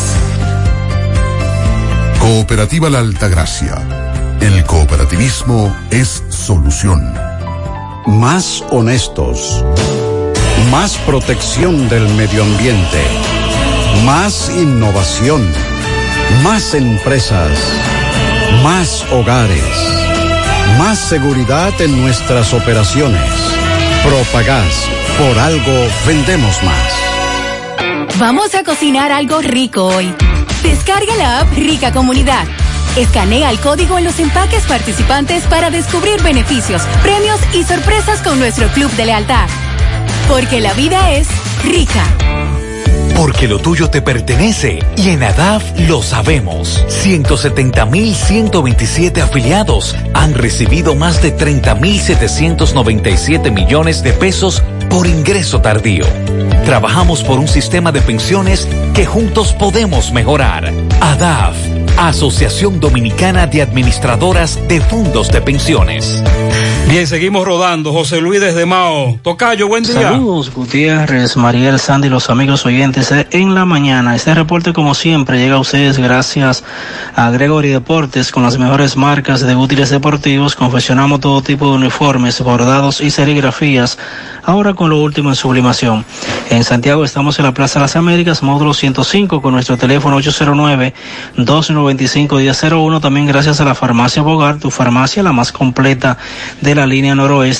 Cooperativa La Altagracia. El cooperativismo es solución. Más honestos. Más protección del medio ambiente. Más innovación. Más empresas. Más hogares. Más seguridad en nuestras operaciones. Propagás. Por algo vendemos más. Vamos a cocinar algo rico hoy. Descarga la app Rica Comunidad. Escanea el código en los empaques participantes para descubrir beneficios, premios y sorpresas con nuestro club de lealtad. Porque la vida es rica. Porque lo tuyo te pertenece y en ADAF lo sabemos. 170.127 afiliados han recibido más de 30.797 millones de pesos por ingreso tardío. Trabajamos por un sistema de pensiones que juntos podemos mejorar. ADAF, Asociación Dominicana de Administradoras de Fondos de Pensiones. Bien, seguimos rodando. José Luis desde Mao. Tocayo, buen día. Saludos, Gutiérrez, Mariel, Sandy, los amigos oyentes en la mañana. Este reporte, como siempre, llega a ustedes gracias a Gregory Deportes, con las mejores marcas de útiles deportivos. Confeccionamos todo tipo de uniformes, bordados y serigrafías, ahora con lo último en sublimación. En Santiago estamos en la Plaza de las Américas, módulo 105, con nuestro teléfono 809-295-1001. También gracias a la Farmacia Bogar, tu farmacia la más completa de la línea noroeste.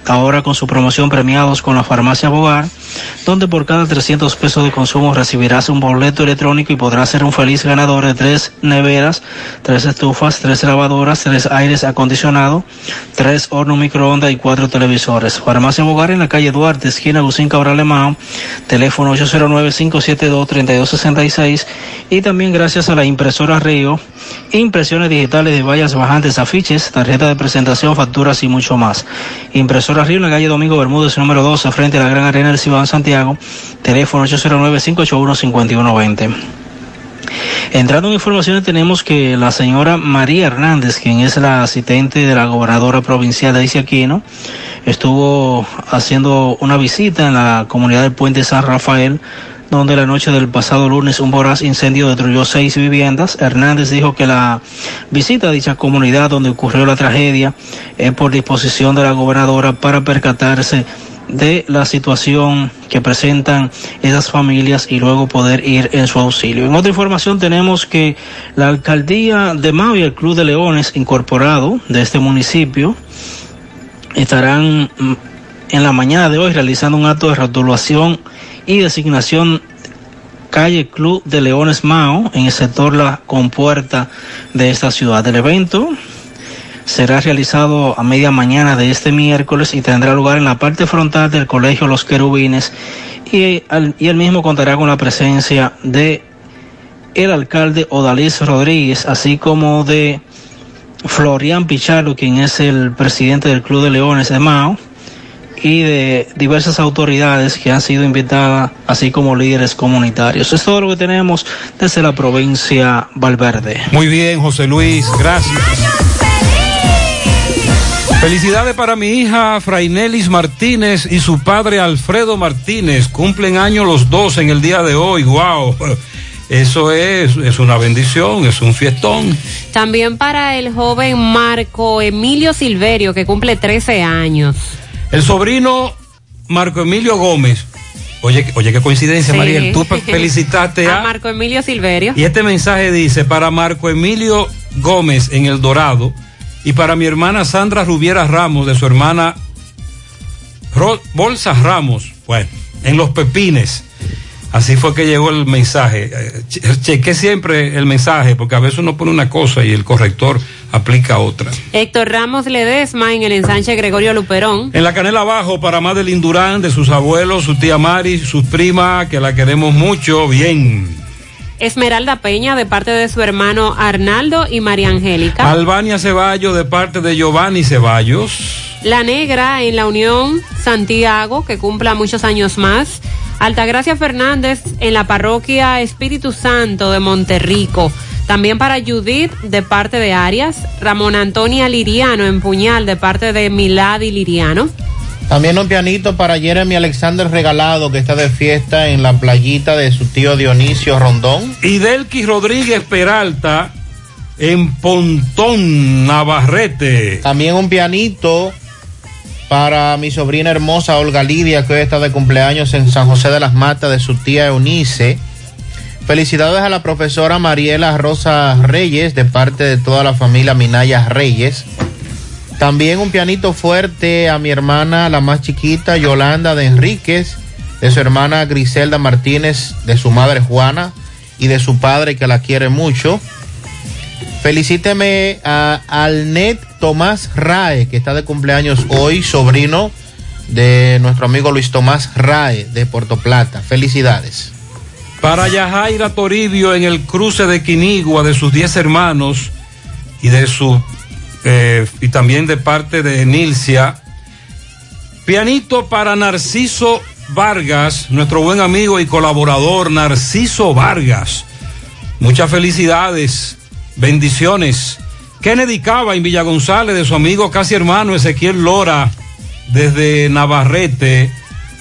ahora con su promoción premiados con la farmacia Bogar, donde por cada 300 pesos de consumo recibirás un boleto electrónico y podrás ser un feliz ganador de 3 neveras, 3 estufas, 3 lavadoras, 3 aires acondicionados, 3 hornos microondas y 4 televisores. Farmacia Bogar en la calle Duarte, esquina Agustín Cabral Lemao, teléfono 809-572-3266, y también gracias a la impresora Río, impresiones digitales de vallas bajantes, afiches, tarjeta de presentación, facturas y mucho más. Impresora Río en la calle Domingo Bermúdez, número 12, frente a la Gran Arena del Cibao en Santiago, teléfono 809-581-5120. Entrando en informaciones, tenemos que la señora María Hernández, quien es la asistente de la gobernadora provincial Daisy Aquino, estuvo haciendo una visita en la comunidad del Puente San Rafael, donde la noche del pasado lunes un voraz incendio destruyó 6 viviendas. Hernández dijo que la visita a dicha comunidad donde ocurrió la tragedia es por disposición de la gobernadora para percatarse de la situación que presentan esas familias y luego poder ir en su auxilio. En otra información tenemos que la alcaldía de Mao y el Club de Leones incorporado de este municipio estarán en la mañana de hoy realizando un acto de rotulación y designación calle Club de Leones Mao en el sector La Compuerta de esta ciudad. El evento será realizado a media mañana de este miércoles y tendrá lugar en la parte frontal del Colegio Los Querubines, y el mismo contará con la presencia de el alcalde Odalis Rodríguez, así como de Florian Pichardo, quien es el presidente del Club de Leones de Mao, y de diversas autoridades que han sido invitadas, así como líderes comunitarios. Es todo lo que tenemos desde la provincia Valverde. Muy bien, José Luis, gracias. Felicidades para mi hija Frainelis Martínez y su padre Alfredo Martínez. Cumplen años los dos en el día de hoy. ¡Wow! Eso es una bendición, es un fiestón. También para el joven Marco Emilio Silverio, que cumple 13 años. El sobrino Marco Emilio Gómez. Oye, qué coincidencia, sí. Mariel. Tú felicitaste a Marco Emilio Silverio. Y este mensaje dice: para Marco Emilio Gómez en El Dorado, y para mi hermana Sandra Rubiera Ramos, de su hermana Bolsa Ramos, bueno, en Los Pepines. Así fue que llegó el mensaje. Chequé siempre el mensaje, porque a veces uno pone una cosa y el corrector aplica otra. Héctor Ramos Ledesma en el ensanche Gregorio Luperón. En la Canela Abajo, para Madeline Durán, de sus abuelos, su tía Mari, sus primas, que la queremos mucho, bien. Esmeralda Peña, de parte de su hermano Arnaldo y María Angélica. Albania Ceballos, de parte de Giovanni Ceballos. La Negra en la Unión Santiago, que cumpla muchos años más. Altagracia Fernández en la parroquia Espíritu Santo de Monterrico. También para Judith, de parte de Arias. Ramón Antonia Liriano en Puñal, de parte de Milady Liriano. También un pianito para Jeremy Alexander Regalado, que está de fiesta en la playita de su tío Dionisio Rondón. Y Delqui Rodríguez Peralta en Pontón, Navarrete. También un pianito para mi sobrina hermosa Olga Lidia, que hoy está de cumpleaños en San José de las Matas, de su tía Eunice. Felicidades a la profesora Mariela Rosa Reyes, de parte de toda la familia Minaya Reyes. También un pianito fuerte a mi hermana, la más chiquita, Yolanda de Enríquez, de su hermana Griselda Martínez, de su madre Juana y de su padre, que la quiere mucho. Felicíteme a Alnet Tomás Rae, que está de cumpleaños hoy, sobrino de nuestro amigo Luis Tomás Rae, de Puerto Plata. Felicidades. Para Yajaira Toribio en el cruce de Quinigua, de sus 10 hermanos y de su y también de parte de Nilcia. Pianito para Narciso Vargas, nuestro buen amigo y colaborador Narciso Vargas. Muchas felicidades, bendiciones. Kennedy Cava en Villa González, de su amigo casi hermano Ezequiel Lora, desde Navarrete.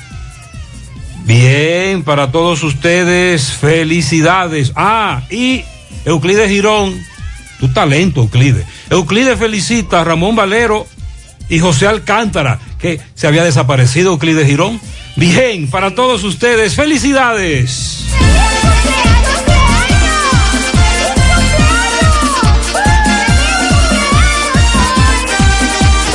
Bien, para todos ustedes, felicidades. Y Euclides Girón, tu talento, Euclides. Euclides felicita a Ramón Valero y José Alcántara, que se había desaparecido Euclides Girón. Bien, para todos ustedes, felicidades.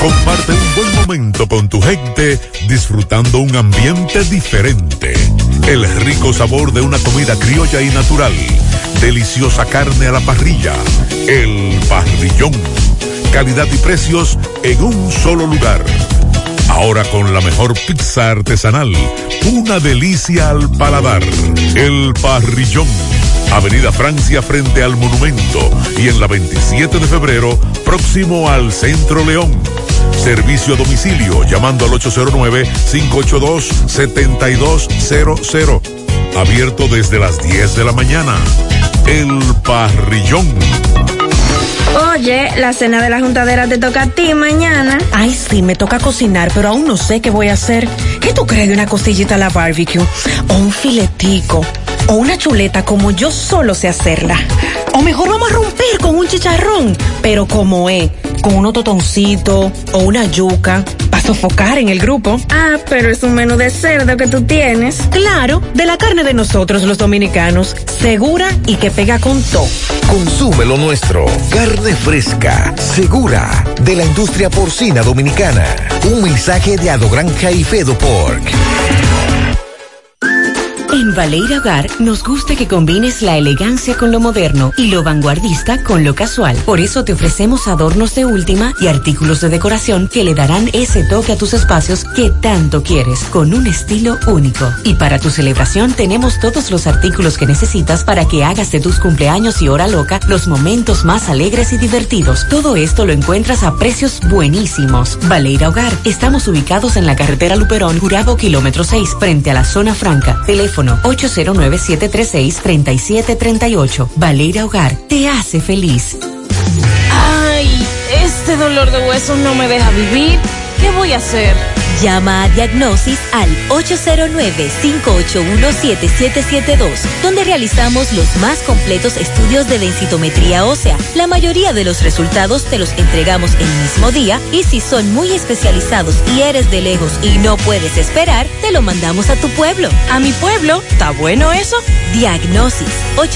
Comparte un buen momento con tu gente disfrutando un ambiente diferente. El rico sabor de una comida criolla y natural. Deliciosa carne a la parrilla. El Parrillón. Calidad y precios en un solo lugar. Ahora con la mejor pizza artesanal. Una delicia al paladar. El Parrillón. Avenida Francia frente al Monumento y en la 27 de febrero próximo al Centro León. Servicio a domicilio llamando al 809-582-7200. Abierto desde las 10 de la mañana. El Parrillón. Oye, la cena de la juntadera te toca a ti mañana. Ay, sí, me toca cocinar, pero aún no sé qué voy a hacer. ¿Qué tú crees de una costillita a la barbecue? O un filetico. O una chuleta como yo solo sé hacerla. O mejor vamos a romper con un chicharrón, pero como es, con unos totoncitos o una yuca, para sofocar en el grupo. Ah, pero es un menú de cerdo que tú tienes. Claro, de la carne de nosotros los dominicanos, segura y que pega con todo. Consume lo nuestro, carne fresca, segura, de la industria porcina dominicana. Un mensaje de Adogranja y Fedopork. En Valleira Hogar nos gusta que combines la elegancia con lo moderno y lo vanguardista con lo casual. Por eso te ofrecemos adornos de última y artículos de decoración que le darán ese toque a tus espacios que tanto quieres, con un estilo único. Y para tu celebración tenemos todos los artículos que necesitas para que hagas de tus cumpleaños y hora loca los momentos más alegres y divertidos. Todo esto lo encuentras a precios buenísimos. Valleira Hogar, estamos ubicados en la carretera Luperón, Gurabo, kilómetro 6, frente a la zona franca. Teléfono 809-736-3738. Valleira Hogar te hace feliz. Ay, este dolor de huesos no me deja vivir. ¿Qué voy a hacer? Llama a Diagnosis al 809-581-7772, donde realizamos los más completos estudios de densitometría ósea. La mayoría de los resultados te los entregamos el mismo día y si son muy especializados y eres de lejos y no puedes esperar, te lo mandamos a tu pueblo. ¿A mi pueblo? ¿Está bueno eso? Diagnosis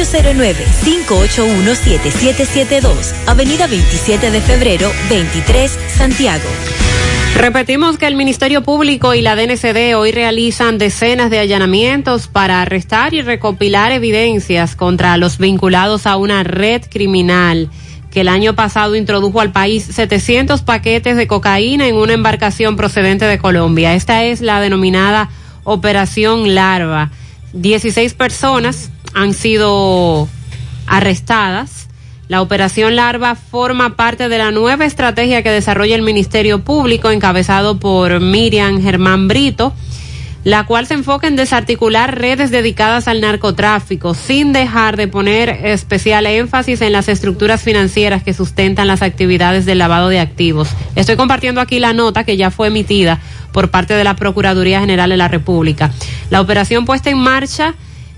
809-581-7772, Avenida 27 de febrero, 23, Santiago. Repetimos que el Ministerio Público y la DNCD hoy realizan decenas de allanamientos para arrestar y recopilar evidencias contra los vinculados a una red criminal que el año pasado introdujo al país 700 paquetes de cocaína en una embarcación procedente de Colombia. Esta es la denominada Operación Larva. 16 personas han sido arrestadas. La Operación Larva forma parte de la nueva estrategia que desarrolla el Ministerio Público, encabezado por Miriam Germán Brito, la cual se enfoca en desarticular redes dedicadas al narcotráfico, sin dejar de poner especial énfasis en las estructuras financieras que sustentan las actividades del lavado de activos. Estoy compartiendo aquí la nota que ya fue emitida por parte de la Procuraduría General de la República. La operación puesta en marcha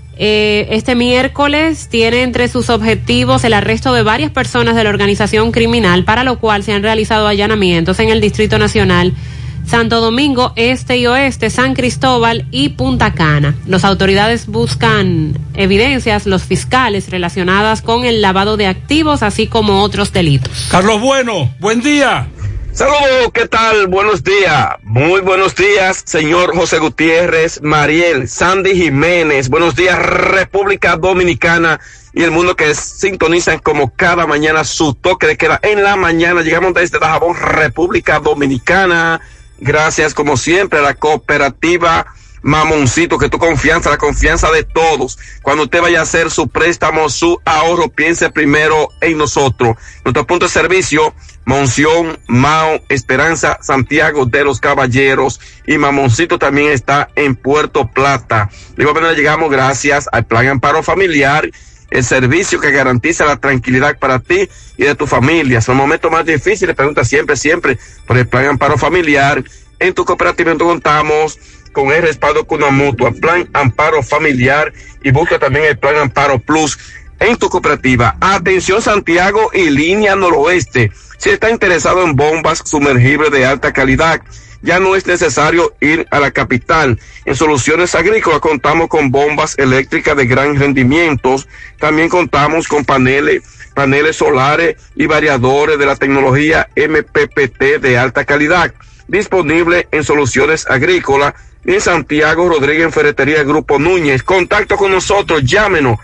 este miércoles tiene entre sus objetivos el arresto de varias personas de la organización criminal, para lo cual se han realizado allanamientos en el Distrito Nacional, Santo Domingo Este y Oeste, San Cristóbal y Punta Cana. Las autoridades buscan evidencias, los fiscales, relacionadas con el lavado de activos, así como otros delitos. Carlos Bueno, buen día. Saludos, ¿qué tal? Buenos días, muy buenos días, señor José Gutiérrez, Mariel, Sandy Jiménez, buenos días, República Dominicana y el mundo que sintonizan como cada mañana su toque de queda en la mañana. Llegamos desde Dajabón, República Dominicana, gracias como siempre a la cooperativa Mamoncito, que tu confianza, la confianza de todos. Cuando usted vaya a hacer su préstamo, su ahorro, piense primero en nosotros. Nuestro punto de servicio, Monción, Mao, Esperanza, Santiago de los Caballeros, y Mamoncito también está en Puerto Plata. De igual manera llegamos gracias al Plan Amparo Familiar, el servicio que garantiza la tranquilidad para ti y de tu familia. Son momentos más difíciles, pregunta siempre por el Plan Amparo Familiar. En tu cooperativa contamos con el respaldo con una mutua, Plan Amparo Familiar, y busca también el Plan Amparo Plus en tu cooperativa. Atención Santiago y línea noroeste. Si está interesado en bombas sumergibles de alta calidad, ya no es necesario ir a la capital. En Soluciones Agrícolas contamos con bombas eléctricas de gran rendimiento. También contamos con paneles paneles solares y variadores de la tecnología MPPT de alta calidad, disponible en Soluciones Agrícolas y en Santiago Rodríguez en Ferretería Grupo Núñez. Contacto con nosotros, llámenos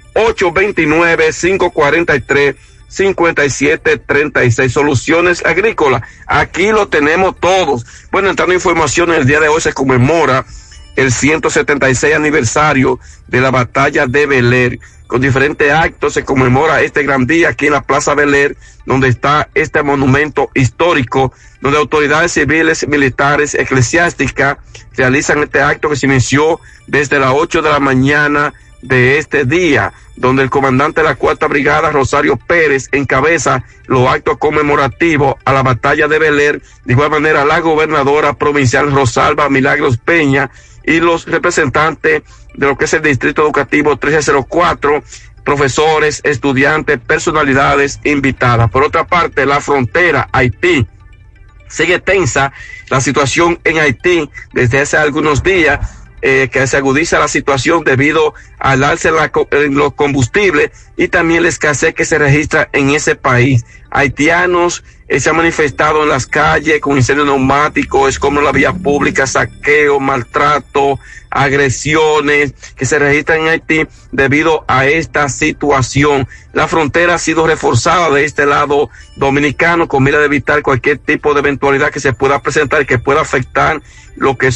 829-543-5736. Soluciones Agrícolas, aquí lo tenemos todos. Bueno, entrando información, el día de hoy se conmemora el 176 aniversario de la batalla de Bel-Air. Con diferentes actos se conmemora este gran día aquí en la Plaza Bel-Air, donde está este monumento histórico, donde autoridades civiles, militares, eclesiásticas realizan este acto que se inició desde las 8 de la mañana de este día, donde el comandante de la 4ª Brigada, Rosario Pérez, encabeza los actos conmemorativos a la batalla de Bel-Air. De igual manera, la gobernadora provincial Rosalba Milagros Peña y los representantes de lo que es el Distrito Educativo 1304, profesores, estudiantes, personalidades invitadas. Por otra parte, la frontera Haití sigue tensa. La situación en Haití desde hace algunos días, que se agudiza la situación debido al alza en los combustibles y también la escasez que se registra en ese país. Haitianos se han manifestado en las calles con incendios neumáticos, escombros en la vía pública, saqueo, maltrato, agresiones que se registran en Haití debido a esta situación. La frontera ha sido reforzada de este lado dominicano con mira de evitar cualquier tipo de eventualidad que se pueda presentar y que pueda afectar lo que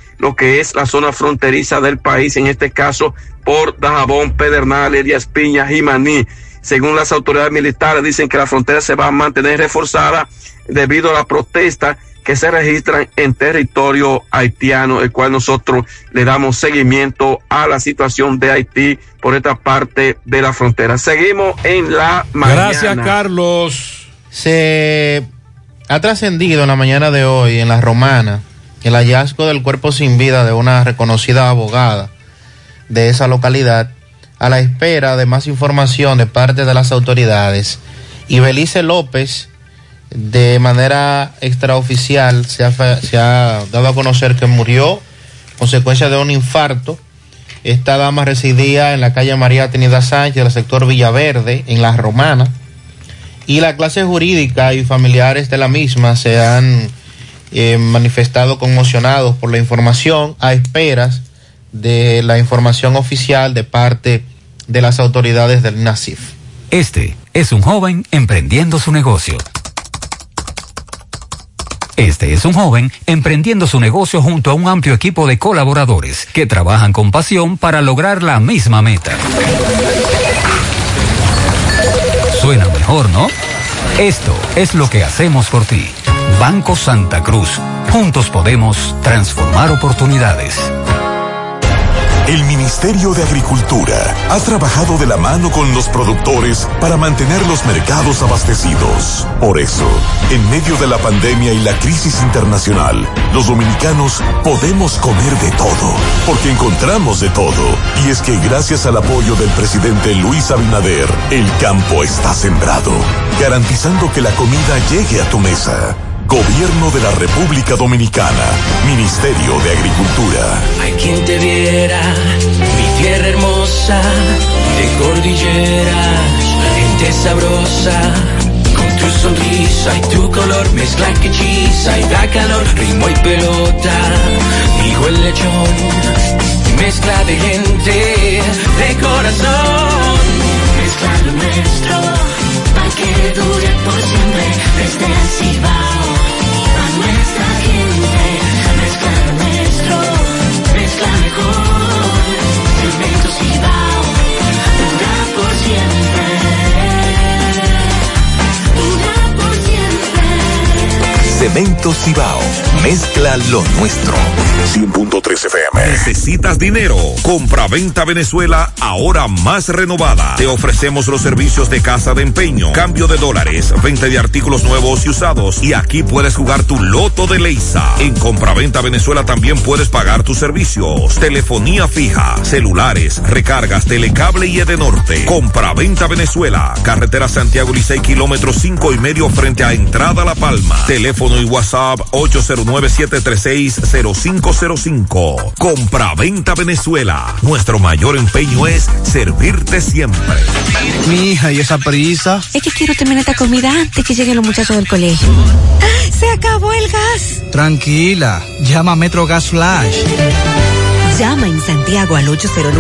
es la zona fronteriza del país, en este caso por Dajabón, Pedernales, Elías Piña, Jimaní. Según las autoridades militares, dicen que la frontera se va a mantener reforzada debido a la protesta que se registran en territorio haitiano, el cual nosotros le damos seguimiento a la situación de Haití por esta parte de la frontera. Seguimos en la mañana. Gracias, Carlos. Se ha trascendido en la mañana de hoy en La Romana el hallazgo del cuerpo sin vida de una reconocida abogada de esa localidad, a la espera de más información de parte de las autoridades. Ibelice López, de manera extraoficial, se ha dado a conocer que murió consecuencia de un infarto. Esta dama residía en la calle María Trinidad Sánchez, del sector Villaverde, en La Romana, y la clase jurídica y familiares de la misma se han manifestado conmocionados por la información, a esperas de la información oficial de parte de las autoridades del NACIF. Este es un joven emprendiendo su negocio. Este es un joven emprendiendo su negocio junto a un amplio equipo de colaboradores que trabajan con pasión para lograr la misma meta. Suena mejor, ¿no? Esto es lo que hacemos por ti. Banco Santa Cruz. Juntos podemos transformar oportunidades. El Ministerio de Agricultura ha trabajado de la mano con los productores para mantener los mercados abastecidos. Por eso, en medio de la pandemia y la crisis internacional, los dominicanos podemos comer de todo, porque encontramos de todo. Y es que gracias al apoyo del presidente Luis Abinader, el campo está sembrado, garantizando que la comida llegue a tu mesa. Gobierno de la República Dominicana. Ministerio de Agricultura. Hay quien te viera, mi tierra hermosa, de cordilleras, gente sabrosa, con tu sonrisa y tu color, mezcla que hechiza y da calor, ritmo y pelota, dijo el lechón, mezcla de gente, de corazón, mezcla lo nuestro, para que dure por siempre, desde el Cibao. Nuestra gente, mezcla lo nuestro, mezcla mejor, Cemento Cibao, dura por siempre, dura por siempre. Cemento Cibao, mezcla lo nuestro. 100.3 FM. ¿Necesitas dinero? Compra-venta Venezuela, ahora más renovada. Te ofrecemos los servicios de casa de empeño, cambio de dólares, venta de artículos nuevos y usados. Y aquí puedes jugar tu loto de Leisa. En Compra-venta Venezuela también puedes pagar tus servicios. Telefonía fija, celulares, recargas, telecable y Edenorte. Compra-venta Venezuela. Carretera Santiago Licey, kilómetro 5.5 frente a Entrada La Palma. Teléfono Teléfono y WhatsApp 809-736-0505. Compra-venta Venezuela. Nuestro mayor empeño es servirte siempre. Mi hija, ¿y esa prisa? Es que quiero terminar esta comida antes que lleguen los muchachos del colegio. ¡Se acabó el gas! Tranquila, llama a Metro Gas Flash. Llama en Santiago al 809-226-0202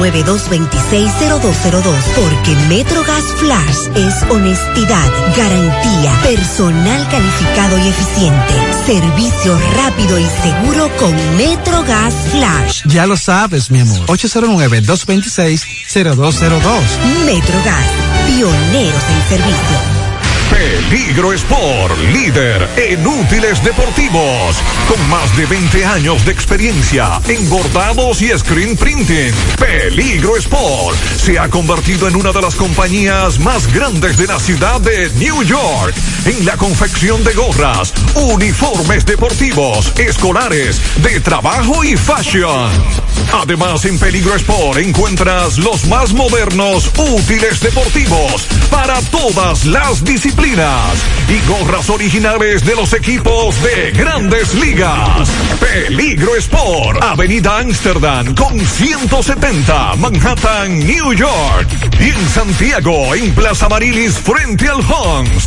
porque MetroGas Flash es honestidad, garantía, personal calificado y eficiente, servicio rápido y seguro con MetroGas Flash. Ya lo sabes, mi amor. 809-226-0202. MetroGas, pioneros en servicio. Peligro Sport, líder en útiles deportivos, con más de 20 años de experiencia en bordados y screen printing. Peligro Sport se ha convertido en una de las compañías más grandes de la ciudad de New York en la confección de gorras, uniformes deportivos, escolares, de trabajo y fashion. Además, en Peligro Sport encuentras los más modernos útiles deportivos para todas las disciplinas y gorras originales de los equipos de Grandes Ligas. Peligro Sport, Avenida Amsterdam con 170, Manhattan, New York. Y en Santiago, en Plaza Marilis, frente al Hans,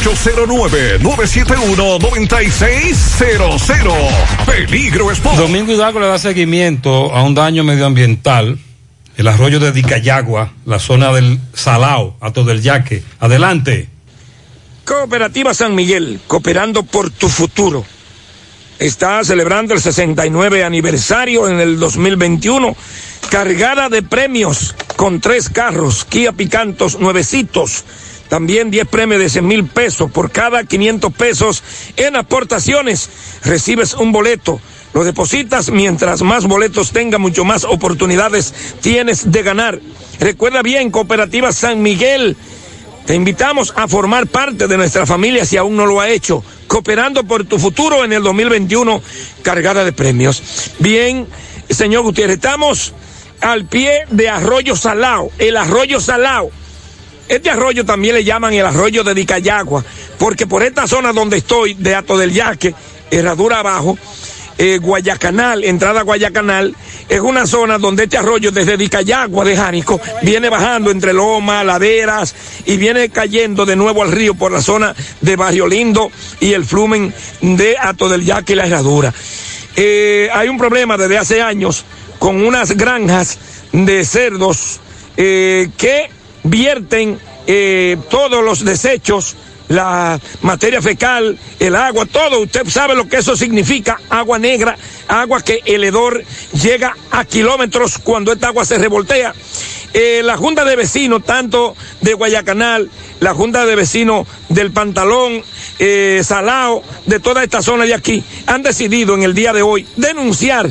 809-971-9600. Peligro Sport. Domingo Hidalgo le da seguimiento a un daño medioambiental. El arroyo de Dicayagua, la zona del Salao, Hato del Yaque. Adelante. Cooperativa San Miguel, cooperando por tu futuro. Está celebrando el 69 aniversario en el 2021, cargada de premios con 3 carros, Kia Picantos nuevecitos. También 10 premios de 100,000 pesos. Por cada 500 pesos en aportaciones, recibes un boleto. Lo depositas, mientras más boletos tenga, mucho más oportunidades tienes de ganar. Recuerda bien, Cooperativa San Miguel, te invitamos a formar parte de nuestra familia si aún no lo ha hecho. Cooperando por tu futuro en el 2021, cargada de premios. Bien, señor Gutiérrez, estamos al pie de Arroyo Salao, el Arroyo Salao. Este arroyo también le llaman el arroyo de Dicayagua, porque por esta zona donde estoy, de Hato del Yaque, Herradura abajo, Guayacanal, entrada a Guayacanal, es una zona donde este arroyo desde Dicayagua de Jánico viene bajando entre lomas, laderas y viene cayendo de nuevo al río por la zona de Barrio Lindo y el flumen de Hato del Yaque y la Herradura. Hay un problema desde hace años con unas granjas de cerdos que vierten todos los desechos, la materia fecal, el agua, todo. Usted sabe lo que eso significa: agua negra, agua que el hedor llega a kilómetros cuando esta agua se revoltea. La Junta de Vecinos, tanto de Guayacanal, la Junta de Vecinos del Pantalón, Salao, de toda esta zona de aquí, han decidido en el día de hoy denunciar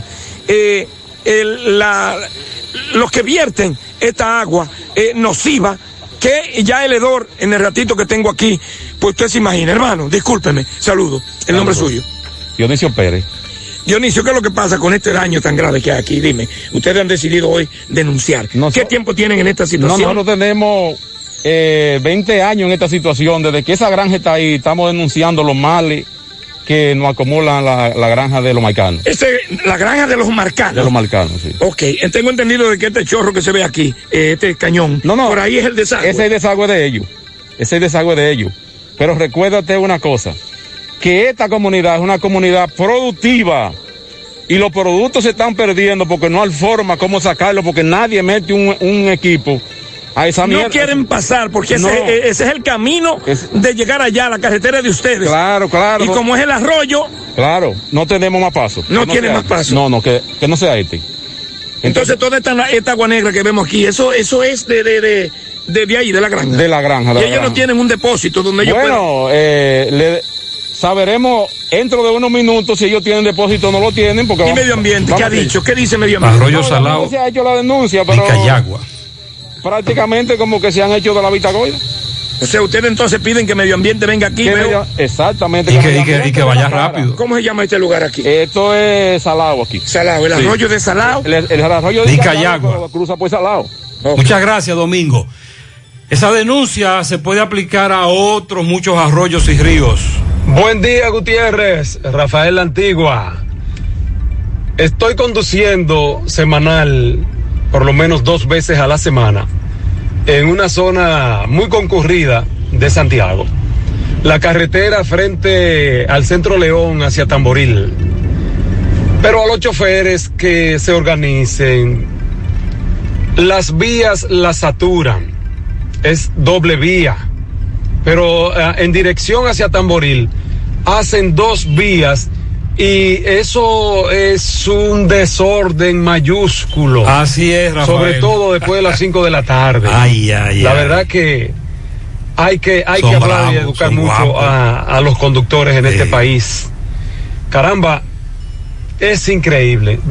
los que vierten esta agua nociva, que ya el hedor, en el ratito que tengo aquí, pues usted se imagina. Hermano, discúlpeme, saludo, el nombre suyo. Dionisio Pérez. Dionisio, ¿qué es lo que pasa con este daño tan grave que hay aquí? Dime, ustedes han decidido hoy denunciar. ¿Qué tiempo tienen en esta situación? Nosotros tenemos 20 años en esta situación. Desde que esa granja está ahí, estamos denunciando los males que nos acumulan la granja de los marcanos. La granja de los marcanos. De los marcanos, sí. Ok, tengo entendido de que este chorro que se ve aquí, este cañón, por ahí es el desagüe. Ese es el desagüe de ellos. Ese es el desagüe de ellos. Pero recuérdate una cosa, que esta comunidad es una comunidad productiva y los productos se están perdiendo porque no hay forma cómo sacarlo, porque nadie mete un equipo a esa mierda. No quieren pasar porque ese es el camino de llegar allá, la carretera de ustedes. Claro. Y como es el arroyo. Claro, no tenemos más paso. No tiene más paso. No, que no sea este. Entonces toda esta agua negra que vemos aquí, eso es de ahí, de la granja. De la granja. Y ellos no tienen un depósito donde ellos puedan. Saberemos dentro de unos minutos si ellos tienen depósito o no lo tienen. Porque ¿Y medio ambiente? ¿Qué ha dicho? ¿Qué dice medio ambiente? Arroyo Salao. Se ha hecho la denuncia, pero Dicayagua. Prácticamente como que se han hecho de la vista gorda. O sea, ustedes entonces piden que medio ambiente venga aquí. Exactamente. Y que vaya rápido. ¿Cómo se llama este lugar aquí? Esto es Salao aquí. Salao, el arroyo de Salao. El arroyo de Dicayagua. Cruza por Salao. Okay. Muchas gracias, Domingo. Esa denuncia se puede aplicar a otros muchos arroyos y ríos. Buen día, Gutiérrez. Rafael La Antigua. Estoy conduciendo semanal, por lo menos 2 veces a la semana, en una zona muy concurrida de Santiago. La carretera frente al Centro León hacia Tamboril. Pero a los choferes que se organicen, las vías las saturan. Es doble vía. Pero en dirección hacia Tamboril hacen 2 vías y eso es un desorden mayúsculo. Así es, Rafael. Sobre todo después de las 5 de la tarde. La verdad que hay que hablar y educar mucho a los conductores en este país. Caramba, es increíble.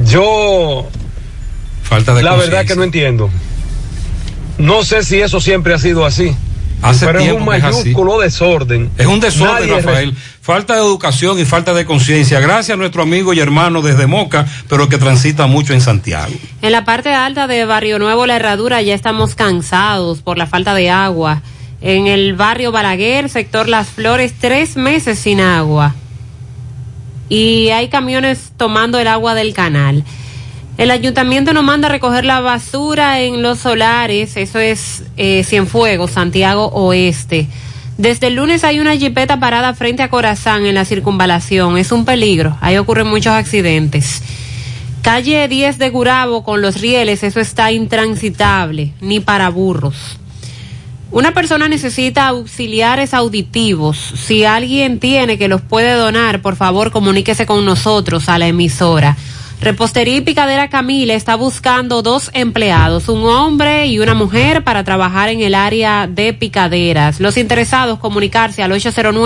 Falta de la verdad que no entiendo. No sé si eso siempre ha sido así. Pero es un mayúsculo desorden. Es un desorden, Rafael. Falta de educación y falta de conciencia. Gracias a nuestro amigo y hermano desde Moca, pero que transita mucho en Santiago. En la parte alta de Barrio Nuevo, La Herradura, ya estamos cansados por la falta de agua. En el barrio Balaguer, sector Las Flores, 3 meses sin agua. Y hay camiones tomando el agua del canal. El ayuntamiento nos manda a recoger la basura en Los Solares, eso es Cienfuegos, Santiago Oeste. Desde el lunes hay una jipeta parada frente a Corazán en la circunvalación, es un peligro, ahí ocurren muchos accidentes. Calle 10 de Gurabo con los rieles, eso está intransitable, ni para burros. Una persona necesita auxiliares auditivos. Si alguien tiene que los puede donar, por favor comuníquese con nosotros a la emisora. Repostería y Picadera Camila está buscando 2 empleados, un hombre y una mujer, para trabajar en el área de picaderas. Los interesados comunicarse al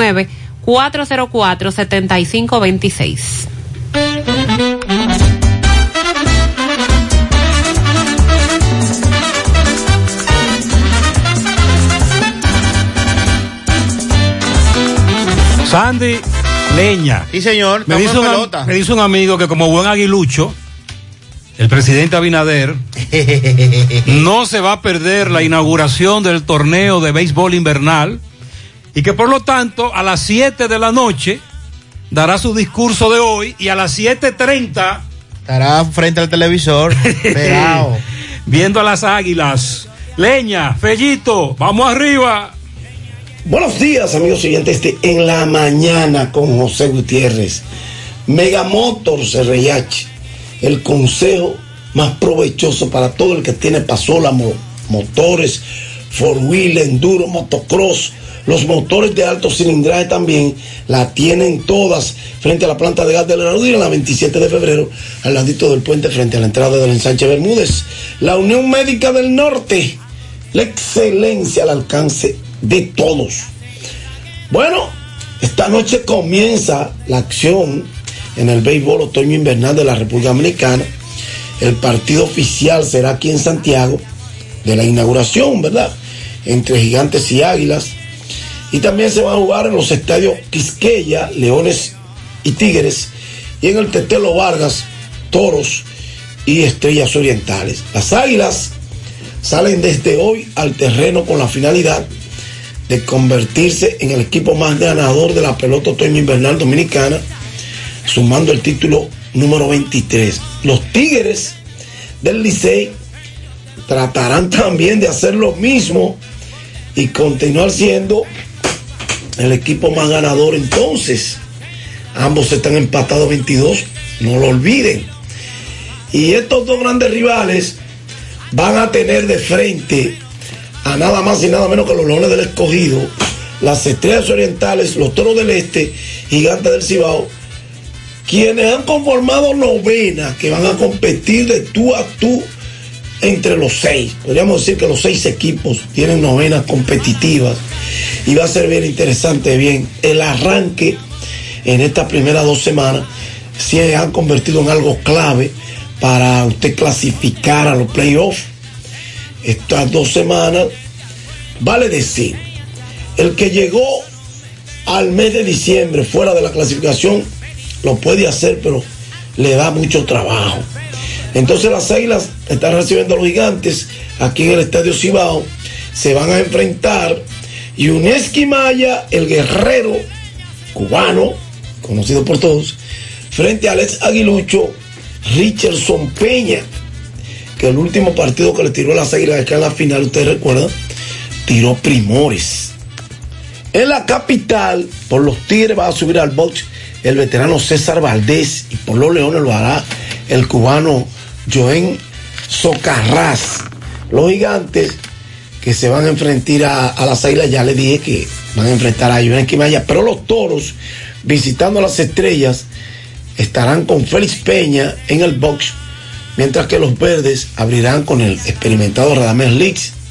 809-404-7526. Sandy Leña. Sí, señor. Me dice un amigo que, como buen aguilucho, el presidente Abinader no se va a perder la inauguración del torneo de béisbol invernal y que por lo tanto a las 7 de la noche dará su discurso de hoy y a las 7:30 estará frente al televisor pegado, viendo a las Águilas. Leña, Fellito, vamos arriba. Buenos días, amigos oyentes de En la Mañana con José Gutiérrez. Megamotors RH, el consejo más provechoso para todo el que tiene pasola, motores, four wheel, enduro, motocross. Los motores de alto cilindraje también la tienen todas frente a la planta de gas de la Herradura, en la 27 de febrero, al ladito del puente frente a la entrada del ensanche Bermúdez. La Unión Médica del Norte, la excelencia al alcance de todos. Bueno, esta noche comienza la acción en el béisbol otoño invernal de la República Dominicana. El partido oficial será aquí en Santiago, de la inauguración, ¿verdad?, entre Gigantes y Águilas. Y también se va a jugar en los estadios Quisqueya, Leones y Tigres, y en el Tetelo Vargas, Toros y Estrellas Orientales. Las Águilas salen desde hoy al terreno con la finalidad de convertirse en el equipo más ganador de la pelota otoño invernal dominicana, sumando el título número 23. Los Tigres del Licey tratarán también de hacer lo mismo y continuar siendo el equipo más ganador. Entonces, ambos están empatados 22, no lo olviden. Y estos 2 grandes rivales van a tener de frente a nada más y nada menos que los Leones del Escogido, las Estrellas Orientales, los Toros del Este, Gigantes del Cibao, quienes han conformado novenas que van a competir de tú a tú entre los 6. Podríamos decir que los 6 equipos tienen novenas competitivas y va a ser bien interesante, bien el arranque en estas primeras 2 semanas. Se han convertido en algo clave para usted clasificar a los playoffs. Estas 2 semanas, vale decir, el que llegó al mes de diciembre fuera de la clasificación lo puede hacer, pero le da mucho trabajo. Entonces las Águilas están recibiendo a los Gigantes aquí en el Estadio Cibao, se van a enfrentar, y Uneski Maya, el guerrero cubano, conocido por todos, frente al ex aguilucho Richardson Peña, que el último partido que le tiró a las Águilas acá en la final, ustedes recuerdan, tiró primores. En la capital, por los Tigres va a subir al box el veterano César Valdés, y por los Leones lo hará el cubano Joen Socarrás. Los Gigantes, que se van a enfrentar a las Águilas, ya les dije que van a enfrentar a Joen Quimaya, pero los Toros, visitando a las Estrellas, estarán con Félix Peña en el box, mientras que los Verdes abrirán con el experimentado Radamés Lix